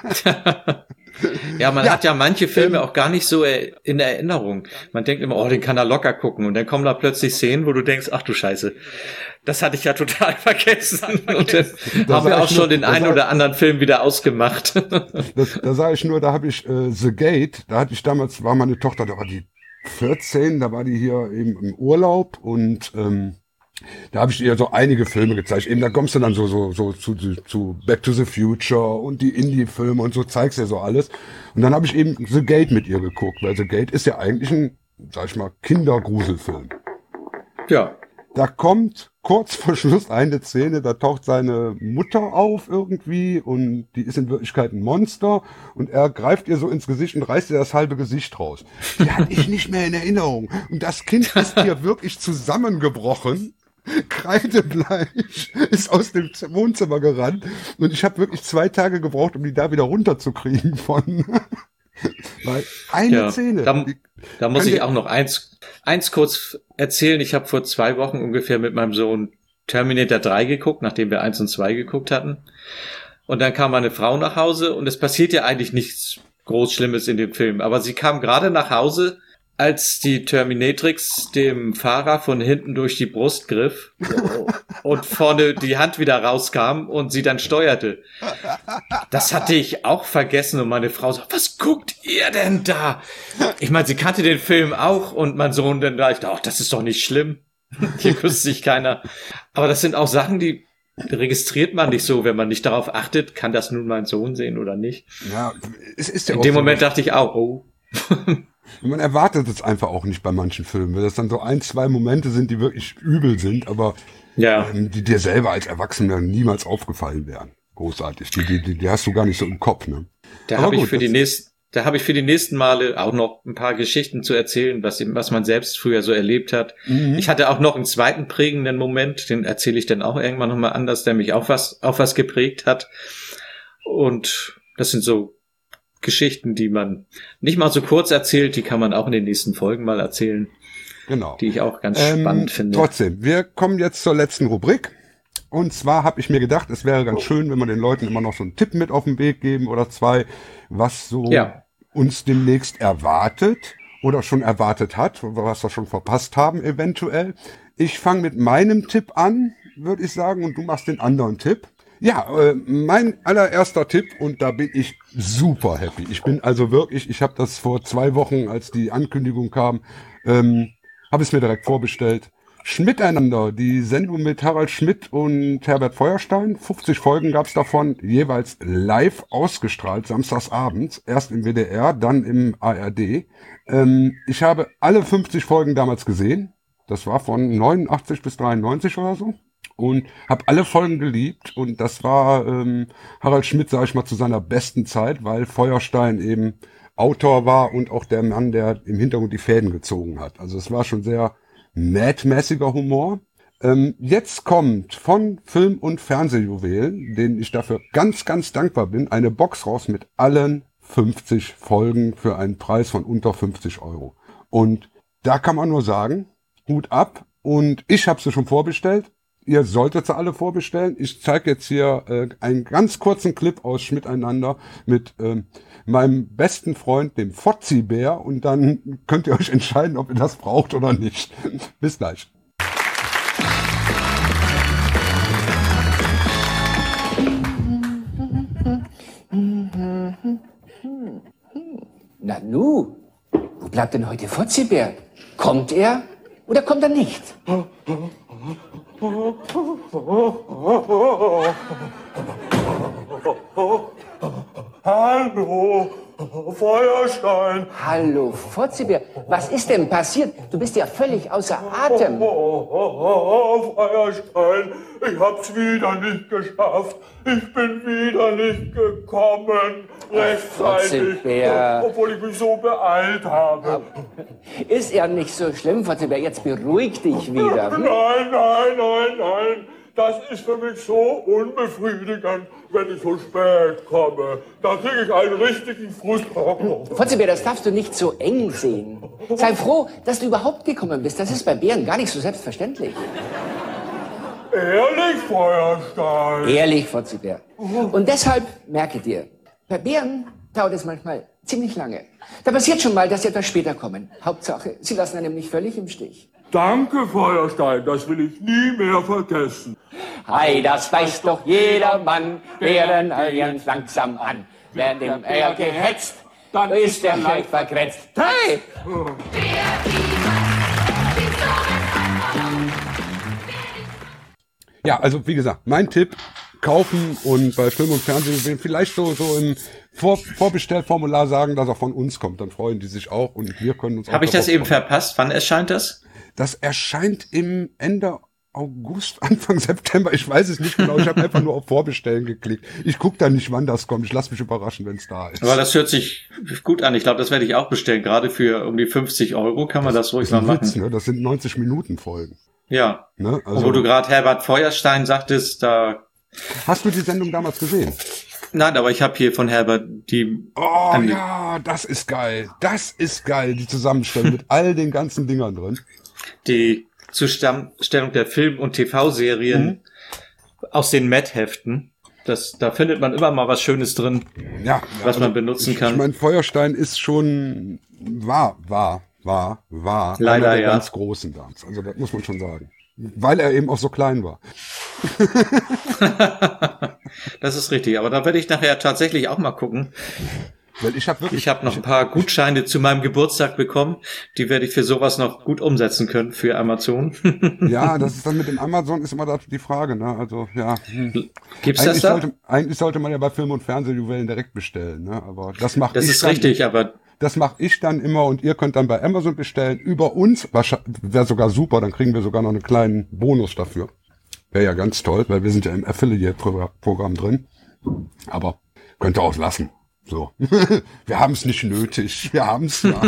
Ja, man hat ja manche Filme auch gar nicht so in Erinnerung. Man denkt immer, oh, den kann er locker gucken. Und dann kommen da plötzlich Szenen, wo du denkst, ach du Scheiße, das hatte ich ja total vergessen. Und dann haben wir auch schon den einen oder anderen Film wieder ausgemacht. Da sage ich nur, da habe ich The Gate, da hatte ich damals, war meine Tochter, da war die 14, da war die hier eben im Urlaub und da habe ich ihr so einige Filme gezeigt. Eben da kommst du dann so zu Back to the Future und die Indie-Filme und so, zeigst dir so alles. Und dann habe ich eben The Gate mit ihr geguckt, weil The Gate ist ja eigentlich ein, sag ich mal, Kindergruselfilm. Ja. Da kommt kurz vor Schluss eine Szene, da taucht seine Mutter auf irgendwie und die ist in Wirklichkeit ein Monster und er greift ihr so ins Gesicht und reißt ihr das halbe Gesicht raus. Die hatte ich nicht mehr in Erinnerung. Und das Kind ist hier wirklich zusammengebrochen, kreidebleich, ist aus dem Wohnzimmer gerannt und ich habe wirklich 2 Tage gebraucht, um die da wieder runterzukriegen von... Weil eine Szene. Da muss ich auch noch eins kurz erzählen. Ich habe vor 2 Wochen ungefähr mit meinem Sohn Terminator 3 geguckt, nachdem wir 1 und 2 geguckt hatten. Und dann kam meine Frau nach Hause und es passiert ja eigentlich nichts groß Schlimmes in dem Film. Aber sie kam gerade nach Hause, als die Terminatrix dem Fahrer von hinten durch die Brust griff und vorne die Hand wieder rauskam und sie dann steuerte. Das hatte ich auch vergessen und meine Frau sagt, was guckt ihr denn da? Ich meine, sie kannte den Film auch und mein Sohn dann dachte, ach, das ist doch nicht schlimm. Hier küsst sich keiner. Aber das sind auch Sachen, die registriert man nicht so, wenn man nicht darauf achtet, kann das nun mein Sohn sehen oder nicht. Ja, es ist ja in dem Moment dachte ich auch, oh. Man erwartet es einfach auch nicht bei manchen Filmen, weil das dann so 1, 2 Momente sind, die wirklich übel sind, aber die dir selber als Erwachsener niemals aufgefallen wären. Großartig. Die hast du gar nicht so im Kopf, ne? Da habe ich für die nächsten Male auch noch ein paar Geschichten zu erzählen, was man selbst früher so erlebt hat. Mhm. Ich hatte auch noch einen zweiten prägenden Moment, den erzähle ich dann auch irgendwann nochmal anders, der mich auch was geprägt hat. Und das sind so Geschichten, die man nicht mal so kurz erzählt, die kann man auch in den nächsten Folgen mal erzählen. Genau. Die ich auch ganz spannend finde. Trotzdem, wir kommen jetzt zur letzten Rubrik. Und zwar habe ich mir gedacht, es wäre ganz schön, wenn wir den Leuten immer noch so einen Tipp mit auf den Weg geben oder 2, was so uns demnächst erwartet oder schon erwartet hat, was wir schon verpasst haben eventuell. Ich fange mit meinem Tipp an, würde ich sagen, und du machst den anderen Tipp. Ja, mein allererster Tipp, und da bin ich super happy. Ich bin also wirklich, ich habe das vor 2 Wochen, als die Ankündigung kam, habe es mir direkt vorbestellt. Schmiteinander, die Sendung mit Harald Schmidt und Herbert Feuerstein. 50 Folgen gab's davon, jeweils live ausgestrahlt, samstags abends. Erst im WDR, dann im ARD. Ich habe alle 50 Folgen damals gesehen. Das war von 89 bis 93 oder so. Und habe alle Folgen geliebt. Und das war Harald Schmidt, sage ich mal, zu seiner besten Zeit, weil Feuerstein eben Autor war und auch der Mann, der im Hintergrund die Fäden gezogen hat. Also es war schon sehr Mad-mäßiger Humor. Jetzt kommt von Film- und Fernsehjuwelen, denen ich dafür ganz, ganz dankbar bin, eine Box raus mit allen 50 Folgen für einen Preis von unter 50 €. Und da kann man nur sagen, Hut ab. Und ich habe sie schon vorbestellt. Ihr solltet sie alle vorbestellen. Ich zeige jetzt hier einen ganz kurzen Clip-Ausschnitt miteinander mit meinem besten Freund, dem Fotzi-Bär. Und dann könnt ihr euch entscheiden, ob ihr das braucht oder nicht. Bis gleich. Nanu, wo bleibt denn heute Fotzi-Bär? Kommt er oder kommt er nicht? Hallo, Feuerstein. Hallo, Fotzi-Bär. Was ist denn passiert? Du bist ja völlig außer Atem. Feuerstein, ich hab's wieder nicht geschafft. Ich bin wieder nicht gekommen. Rechtzeitig. Obwohl ich mich so beeilt habe. Ist ja nicht so schlimm, Fotzi-Bär. Jetzt beruhig dich wieder. Nein. Das ist für mich so unbefriedigend, wenn ich so spät komme. Da kriege ich einen richtigen Frust. Fotzi-Bär, das darfst du nicht so eng sehen. Sei froh, dass du überhaupt gekommen bist. Das ist bei Bären gar nicht so selbstverständlich. Ehrlich, Feuerstein? Ehrlich, Fotzi-Bär. Und deshalb merke dir, bei Bären dauert es manchmal ziemlich lange. Da passiert schon mal, dass sie etwas später kommen. Hauptsache, sie lassen einen nicht völlig im Stich. Danke, Feuerstein, das will ich nie mehr vergessen. Hey, das weiß doch jeder Mann, Bären eiern langsam an. Wer dem Eier gehetzt, dann ist der leicht vergrätzt. Hey! Ja, also wie gesagt, mein Tipp, kaufen und bei Film und Fernsehen vielleicht so im Vorbestellformular sagen, dass er von uns kommt. Dann freuen die sich auch und wir können uns auch. Habe ich das eben verpasst? Wann erscheint das? Das erscheint im Ende August, Anfang September. Ich weiß es nicht genau. Ich habe einfach nur auf Vorbestellen geklickt. Ich gucke da nicht, wann das kommt. Ich lasse mich überraschen, wenn es da ist. Aber das hört sich gut an. Ich glaube, das werde ich auch bestellen. Gerade für um die 50 € kann man das ruhig mal machen. Witz, ne? Das sind 90 Minuten Folgen. Ja. Ne? Also, wo du gerade Herbert Feuerstein sagtest, da... Hast du die Sendung damals gesehen? Nein, aber ich habe hier von Herbert die... Oh ja, das ist geil. Das ist geil, die Zusammenstellung mit all den ganzen Dingern drin. Die Zusammenstellung der Film- und TV-Serien aus den Met-Heften. Da findet man immer mal was Schönes drin, was man benutzen kann. Ich meine, Feuerstein ist schon, war leider, einer der ganz Großen damals. Also das muss man schon sagen. Weil er eben auch so klein war. Das ist richtig, aber da werde ich nachher tatsächlich auch mal gucken. Weil ich habe noch ein paar Gutscheine zu meinem Geburtstag bekommen. Die werde ich für sowas noch gut umsetzen können für Amazon. Ja, das ist dann mit dem Amazon ist immer die Frage, ne? Also ja. Gibt's das da? Eigentlich sollte man ja bei Film- und Fernsehjuwelen direkt bestellen, ne? Aber das mache ich. Das ist richtig, aber das mache ich dann immer und ihr könnt dann bei Amazon bestellen über uns. Wäre sogar super, dann kriegen wir sogar noch einen kleinen Bonus dafür. Wäre ja ganz toll, weil wir sind ja im Affiliate-Programm drin. Aber könnt ihr auch lassen. So. Wir haben es nicht nötig. Wir haben es ja.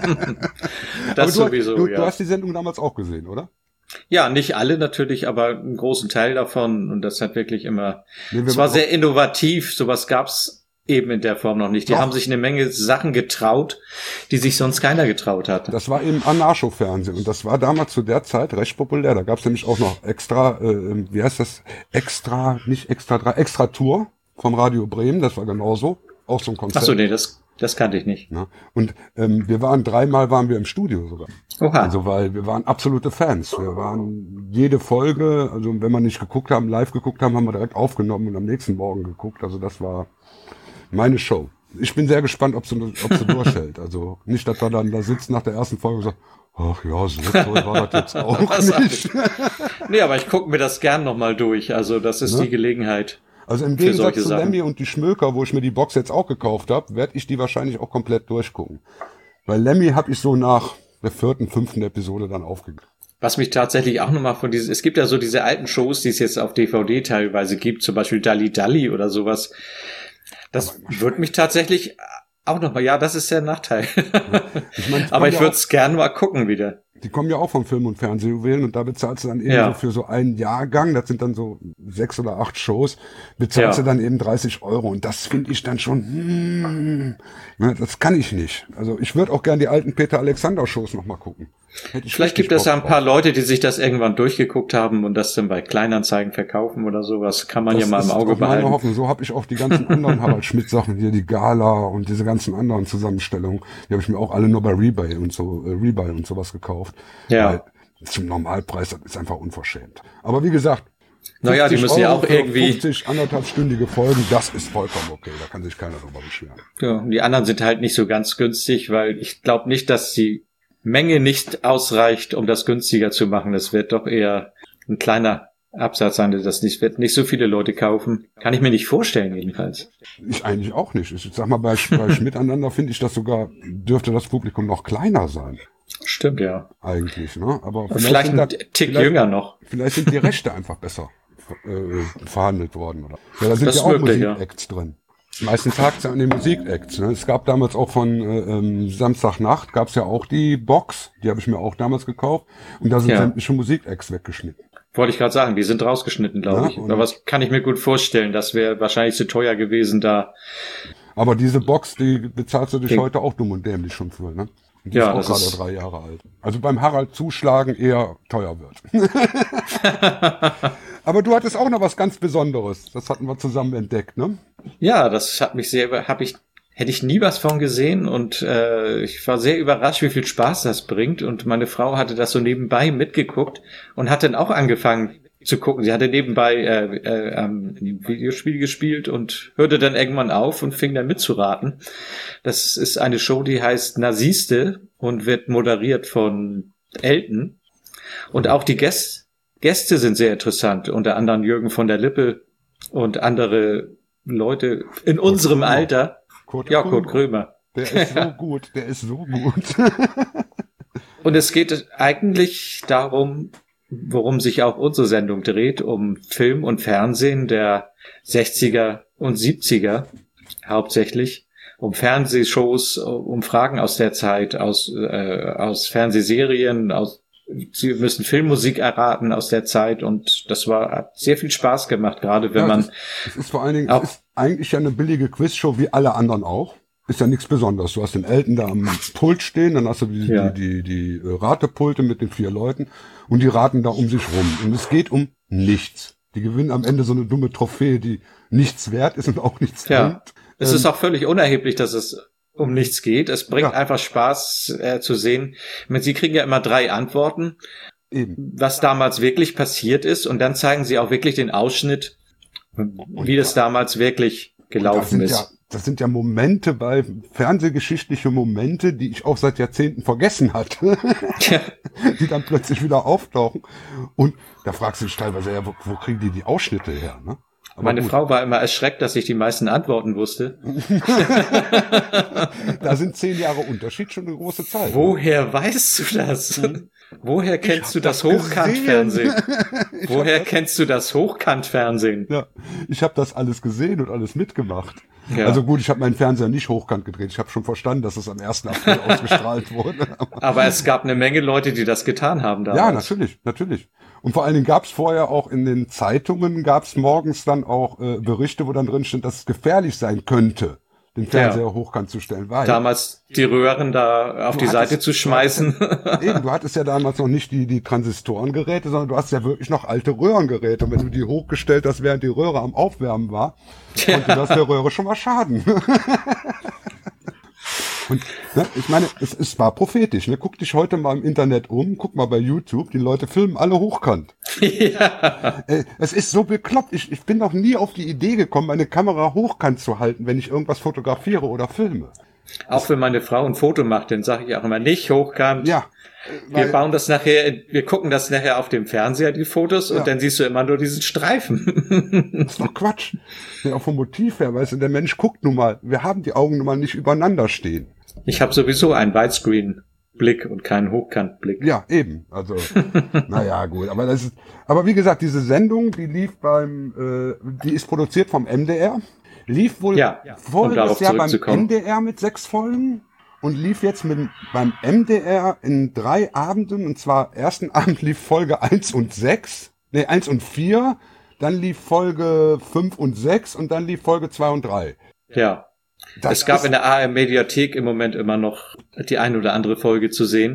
Das sowieso, du hast die Sendung damals auch gesehen, oder? Ja, nicht alle natürlich, aber einen großen Teil davon. Und das hat wirklich immer... Es war sehr innovativ. Sowas gab's eben in der Form noch nicht. Die haben sich eine Menge Sachen getraut, die sich sonst keiner getraut hat. Das war eben Anarcho-Fernsehen. Und das war damals zu der Zeit recht populär. Da gab's nämlich auch noch extra, wie heißt das? Extra Tour vom Radio Bremen. Das war genauso. Auch so ein Konzept. Ach so, nee, das kannte ich nicht. Ja. Und dreimal waren wir im Studio sogar. Oha. Also weil wir waren absolute Fans. Wir waren jede Folge, also wenn wir nicht live geguckt haben, haben wir direkt aufgenommen und am nächsten Morgen geguckt. Also das war meine Show. Ich bin sehr gespannt, ob sie durchhält. Also nicht, dass wir dann da sitzen nach der ersten Folge und sagen, ach ja, so toll war das jetzt auch nicht. Nee, aber ich gucke mir das gern nochmal durch. Also das ist die Gelegenheit. Also im Gegensatz zu Lemmy und die Schmöker, wo ich mir die Box jetzt auch gekauft habe, werde ich die wahrscheinlich auch komplett durchgucken. Weil Lemmy habe ich so nach der 4., 5. Episode dann aufgegeben. Was mich tatsächlich auch nochmal es gibt ja so diese alten Shows, die es jetzt auf DVD teilweise gibt, zum Beispiel Dalli Dalli oder sowas. Das würde mich tatsächlich auch nochmal, das ist der Nachteil. Aber ich würde es gerne mal gucken wieder. Die kommen ja auch vom Film- und Fernsehjuwelen und da bezahlst du dann eben so für so einen Jahrgang, das sind dann so 6 oder 8 Shows, bezahlst du dann eben 30 € und das finde ich dann schon, das kann ich nicht. Also ich würde auch gern die alten Peter Alexander Shows nochmal gucken. Vielleicht gibt es ja ein paar Leute, die sich das irgendwann durchgeguckt haben und das dann bei Kleinanzeigen verkaufen oder sowas. Kann man ja mal im Auge behalten. Meine Hoffnung. So habe ich auch die ganzen anderen Harald Schmidt Sachen hier, die Gala und diese ganzen anderen Zusammenstellungen. Die habe ich mir auch alle nur bei Rebuy und sowas gekauft. Ja. Weil zum Normalpreis, das ist einfach unverschämt. Aber wie gesagt, naja, die müssen ja auch irgendwie 50 anderthalbstündige Folgen, das ist vollkommen okay, da kann sich keiner drüber beschweren. Ja, die anderen sind halt nicht so ganz günstig, weil ich glaube nicht, dass die Menge nicht ausreicht, um das günstiger zu machen. Das wird doch eher ein kleiner Absatz sein, wird nicht so viele Leute kaufen. Kann ich mir nicht vorstellen, jedenfalls. Ich eigentlich auch nicht. Ich sag mal, bei Schmiteinander finde ich das sogar, dürfte das Publikum noch kleiner sein. Stimmt, ja. Eigentlich, ne? Aber vielleicht ein Tick jünger noch. Vielleicht sind die Rechte einfach besser verhandelt worden, oder? Ja, da sind das ja auch möglich, Musikacts drin. Meistens hakt es ja an den Musikacts. Ne? Es gab damals auch von Samstagnacht, gab es ja auch die Box, die habe ich mir auch damals gekauft. Und da sind sämtliche Musikacts weggeschnitten. Wollte ich gerade sagen, die sind rausgeschnitten, glaube ich. Aber das kann ich mir gut vorstellen. Das wäre wahrscheinlich zu teuer gewesen da. Aber diese Box, die bezahlst du dich heute auch dumm und dämlich schon für, ne? Die ist auch gerade 3 Jahre alt. Also beim Harald zuschlagen eher teuer wird. Aber du hattest auch noch was ganz Besonderes. Das hatten wir zusammen entdeckt, ne? Ja, das hat mich hätte ich nie was von gesehen und ich war sehr überrascht, wie viel Spaß das bringt. Und meine Frau hatte das so nebenbei mitgeguckt und hat dann auch angefangen zu gucken. Sie hatte nebenbei ein Videospiel gespielt und hörte dann irgendwann auf und fing dann mitzuraten. Das ist eine Show, die heißt Nasiste und wird moderiert von Elton. Und auch die Gäste sind sehr interessant, unter anderem Jürgen von der Lippe und andere Leute in unserem Alter. Kurt Krömer. Der ist so gut, Und es geht eigentlich darum, worum sich auch unsere Sendung dreht, um Film und Fernsehen der 60er und 70er hauptsächlich, um Fernsehshows, um Fragen aus der Zeit, aus Fernsehserien, Sie müssen Filmmusik erraten aus der Zeit und hat sehr viel Spaß gemacht, gerade wenn man... Es ist vor allen Dingen, es ist eigentlich ja eine billige Quizshow wie alle anderen auch. Ist ja nichts Besonderes. Du hast den Elton da am Pult stehen, dann hast du die Ratepulte mit den 4 Leuten und die raten da um sich rum. Und es geht um nichts. Die gewinnen am Ende so eine dumme Trophäe, die nichts wert ist und auch nichts bringt. Es ist auch völlig unerheblich, dass es um nichts geht. Es bringt einfach Spaß zu sehen. Sie kriegen ja immer 3 Antworten, was damals wirklich passiert ist. Und dann zeigen sie auch wirklich den Ausschnitt, wie das damals wirklich gelaufen ist. Das sind ja Momente fernsehgeschichtliche Momente, die ich auch seit Jahrzehnten vergessen hatte, die dann plötzlich wieder auftauchen. Und da fragst du dich teilweise, wo kriegen die Ausschnitte her, ne? Meine Frau war immer erschreckt, dass ich die meisten Antworten wusste. Da sind 10 Jahre Unterschied schon eine große Zeit. Woher weißt du das? Woher kennst du das Hochkantfernsehen? Woher kennst du das Hochkantfernsehen? Ja, ich habe das alles gesehen und alles mitgemacht. Ja. Also gut, ich habe meinen Fernseher nicht hochkant gedreht. Ich habe schon verstanden, dass es am 1. April ausgestrahlt wurde. Aber es gab eine Menge Leute, die das getan haben damals. Ja, natürlich. Und vor allen Dingen gab es vorher auch in den Zeitungen, gab es morgens dann auch Berichte, wo dann drin stand, dass es gefährlich sein könnte, den Fernseher hochkant zu stellen. Weil damals die Röhren da auf die Seite zu schmeißen. Du hattest ja damals noch nicht die Transistorengeräte, sondern du hast ja wirklich noch alte Röhrengeräte. Und wenn du die hochgestellt hast, während die Röhre am Aufwärmen war, konnte das der Röhre schon mal schaden. Und ich meine, es war prophetisch. Ne? Guck dich heute mal im Internet um, guck mal bei YouTube, die Leute filmen alle hochkant. Ja. Es ist so bekloppt. Ich bin noch nie auf die Idee gekommen, meine Kamera hochkant zu halten, wenn ich irgendwas fotografiere oder filme. Auch wenn meine Frau ein Foto macht, dann sage ich auch immer nicht hochkant. Ja. Wir gucken das nachher auf dem Fernseher, die Fotos, und dann siehst du immer nur diesen Streifen. Das ist doch Quatsch. Ja, auch vom Motiv her, weißt du, der Mensch guckt nun mal, wir haben die Augen nun mal nicht übereinander stehen. Ich habe sowieso einen Widescreen-Blick und keinen Hochkant-Blick. Ja, eben. Also, naja, gut. Aber wie gesagt, diese Sendung, die lief die ist produziert vom MDR. Lief wohl voriges Jahr beim NDR mit 6 Folgen und lief jetzt beim MDR in 3 Abenden. Und zwar, ersten Abend lief Folge 1 und 4, dann lief Folge 5 und 6 und dann lief Folge 2 und 3. Ja. Es gab in der ARD-Mediathek im Moment immer noch die ein oder andere Folge zu sehen.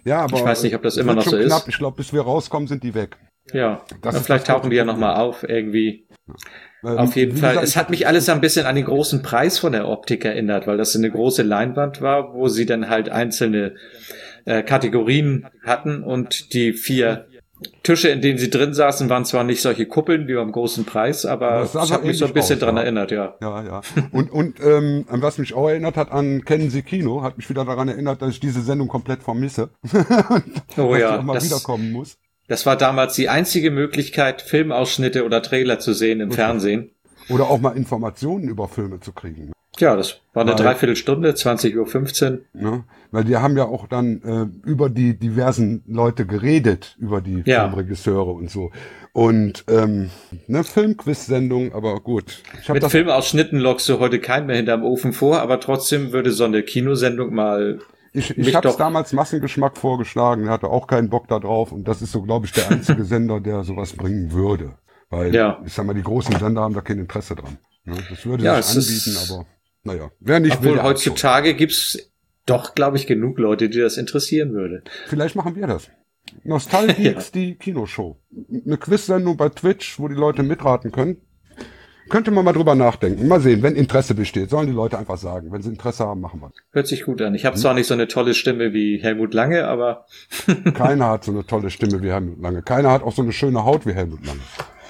Ja, aber ich weiß nicht, ob das immer noch so ist. Knapp. Ich glaube, bis wir rauskommen, sind die weg. Ja, vielleicht tauchen die ja nochmal auf irgendwie. Auf jeden Fall. Es hat mich alles ein bisschen an den großen Preis von der Optik erinnert, weil das eine große Leinwand war, wo sie dann halt einzelne Kategorien hatten und die 4 Tische, in denen sie drin saßen, waren zwar nicht solche Kuppeln wie beim großen Preis, aber es hat mich so ein bisschen dran erinnert, ja. Ja. Und an was mich auch erinnert hat, an Kennen Sie Kino, hat mich wieder daran erinnert, dass ich diese Sendung komplett vermisse. Oh ja, dass die auch mal wiederkommen muss. Das war damals die einzige Möglichkeit, Filmausschnitte oder Trailer zu sehen im Fernsehen. Oder auch mal Informationen über Filme zu kriegen. Ja, das war eine Dreiviertelstunde, 20:15 Uhr. Ne, weil die haben ja auch dann über die diversen Leute geredet, über die Filmregisseure und so. Und eine Filmquiz-Sendung, aber gut. Mit Filmausschnitten lockst du heute keinen mehr hinterm Ofen vor, aber trotzdem würde so eine Kinosendung mal... Ich habe es damals Massengeschmack vorgeschlagen, hatte auch keinen Bock da drauf und das ist so, glaube ich, der einzige Sender, der sowas bringen würde. Weil, ich sag mal, die großen Sender haben da kein Interesse dran. Ne? Das würde sich anbieten, aber naja, wer nicht will. Obwohl heutzutage gibt's doch, glaube ich, genug Leute, die das interessieren würde. Vielleicht machen wir das. Nostalgeeks, die Kinoshow. Eine Quiz-Sendung bei Twitch, wo die Leute mitraten können. Könnte man mal drüber nachdenken. Mal sehen, wenn Interesse besteht. Sollen die Leute einfach sagen. Wenn sie Interesse haben, machen wir es. Hört sich gut an. Ich habe zwar nicht so eine tolle Stimme wie Helmut Lange, aber... Keiner hat so eine tolle Stimme wie Helmut Lange. Keiner hat auch so eine schöne Haut wie Helmut Lange.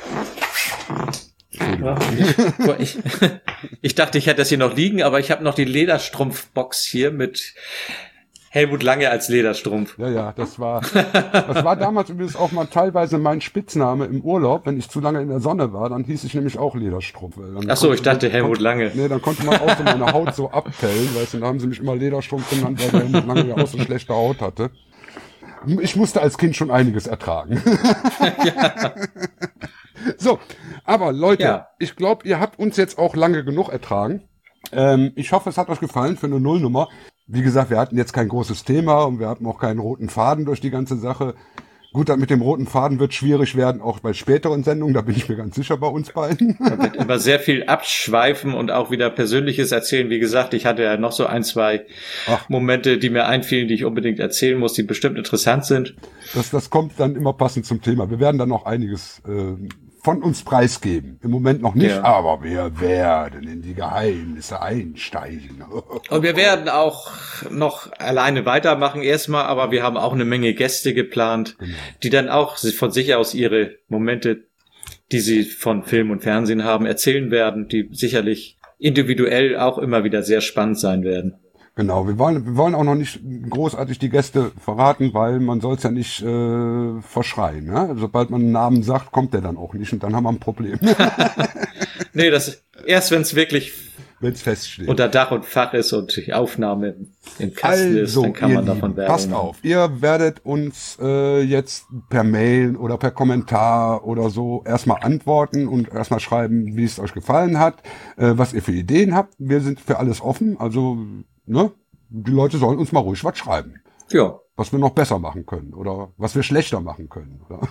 Ich dachte, ich hätte das hier noch liegen, aber ich habe noch die Lederstrumpfbox hier mit Helmut Lange als Lederstrumpf. Ja, das war damals übrigens auch mal teilweise mein Spitzname im Urlaub. Wenn ich zu lange in der Sonne war, dann hieß ich nämlich auch Lederstrumpf. Ach so, ich dachte Helmut Lange. Nee, dann konnte man auch so meine Haut so abpellen, weißt du, da haben sie mich immer Lederstrumpf genannt, weil der Helmut Lange ja auch so schlechte Haut hatte. Ich musste als Kind schon einiges ertragen. Ja. So, aber Leute, ich glaube, ihr habt uns jetzt auch lange genug ertragen. Ich hoffe, es hat euch gefallen für eine Nullnummer. Wie gesagt, wir hatten jetzt kein großes Thema und wir hatten auch keinen roten Faden durch die ganze Sache. Gut, mit dem roten Faden wird schwierig werden, auch bei späteren Sendungen, da bin ich mir ganz sicher bei uns beiden. Da wird immer sehr viel abschweifen und auch wieder Persönliches erzählen. Wie gesagt, ich hatte ja noch so 1, 2 Momente, die mir einfielen, die ich unbedingt erzählen muss, die bestimmt interessant sind. Das kommt dann immer passend zum Thema. Wir werden dann noch einiges von uns preisgeben. Im Moment noch nicht, aber wir werden in die Geheimnisse einsteigen. Und wir werden auch noch alleine weitermachen erstmal, aber wir haben auch eine Menge Gäste geplant, die dann auch von sich aus ihre Momente, die sie von Film und Fernsehen haben, erzählen werden, die sicherlich individuell auch immer wieder sehr spannend sein werden. Genau, wir wollen auch noch nicht großartig die Gäste verraten, weil man soll es ja nicht verschreien. Ja? Sobald man einen Namen sagt, kommt der dann auch nicht und dann haben wir ein Problem. Nee, erst wenn es wirklich feststeht, unter Dach und Fach ist und die Aufnahme im Kasten ist, dann kann man davon Werbung machen. Passt auf, ihr werdet uns jetzt per Mail oder per Kommentar oder so erstmal antworten und erstmal schreiben, wie es euch gefallen hat, was ihr für Ideen habt. Wir sind für alles offen, also ne? Die Leute sollen uns mal ruhig was schreiben. Ja. Was wir noch besser machen können oder was wir schlechter machen können. Oder?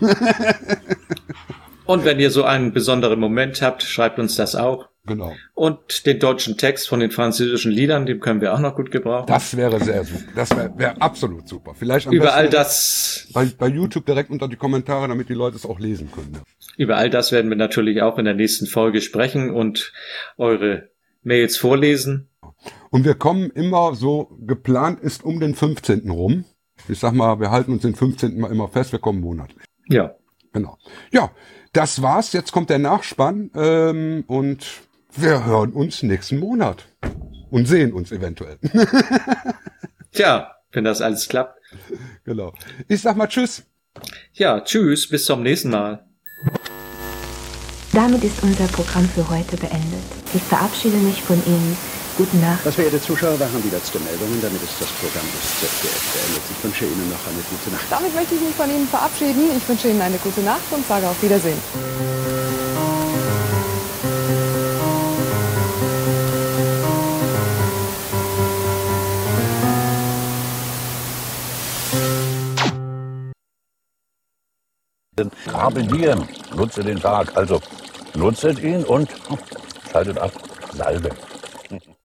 Und wenn ihr so einen besonderen Moment habt, schreibt uns das auch. Genau. Und den deutschen Text von den französischen Liedern, den können wir auch noch gut gebrauchen. Das wäre sehr super. Das wäre absolut super. Vielleicht am Über all besten das bei YouTube direkt unter die Kommentare, damit die Leute es auch lesen können. Über all das werden wir natürlich auch in der nächsten Folge sprechen und eure Mails vorlesen. Und wir kommen immer so, geplant ist um den 15. rum. Ich sag mal, wir halten uns den 15. mal immer fest, wir kommen monatlich. Ja. Genau. Ja, das war's. Jetzt kommt der Nachspann und wir hören uns nächsten Monat. Und sehen uns eventuell. Tja, wenn das alles klappt. Genau. Ich sag mal tschüss. Ja, tschüss, bis zum nächsten Mal. Damit ist unser Programm für heute beendet. Ich verabschiede mich von Ihnen. Gute Nacht. Verehrte Zuschauer, wir haben die letzten Meldungen. Damit ist das Programm des ZDF beendet. Ich wünsche Ihnen noch eine gute Nacht. Damit möchte ich mich von Ihnen verabschieden. Ich wünsche Ihnen eine gute Nacht und sage auf Wiedersehen. Carpe diem, nutze den Tag. Also nutzet ihn und schaltet ab. Salbe.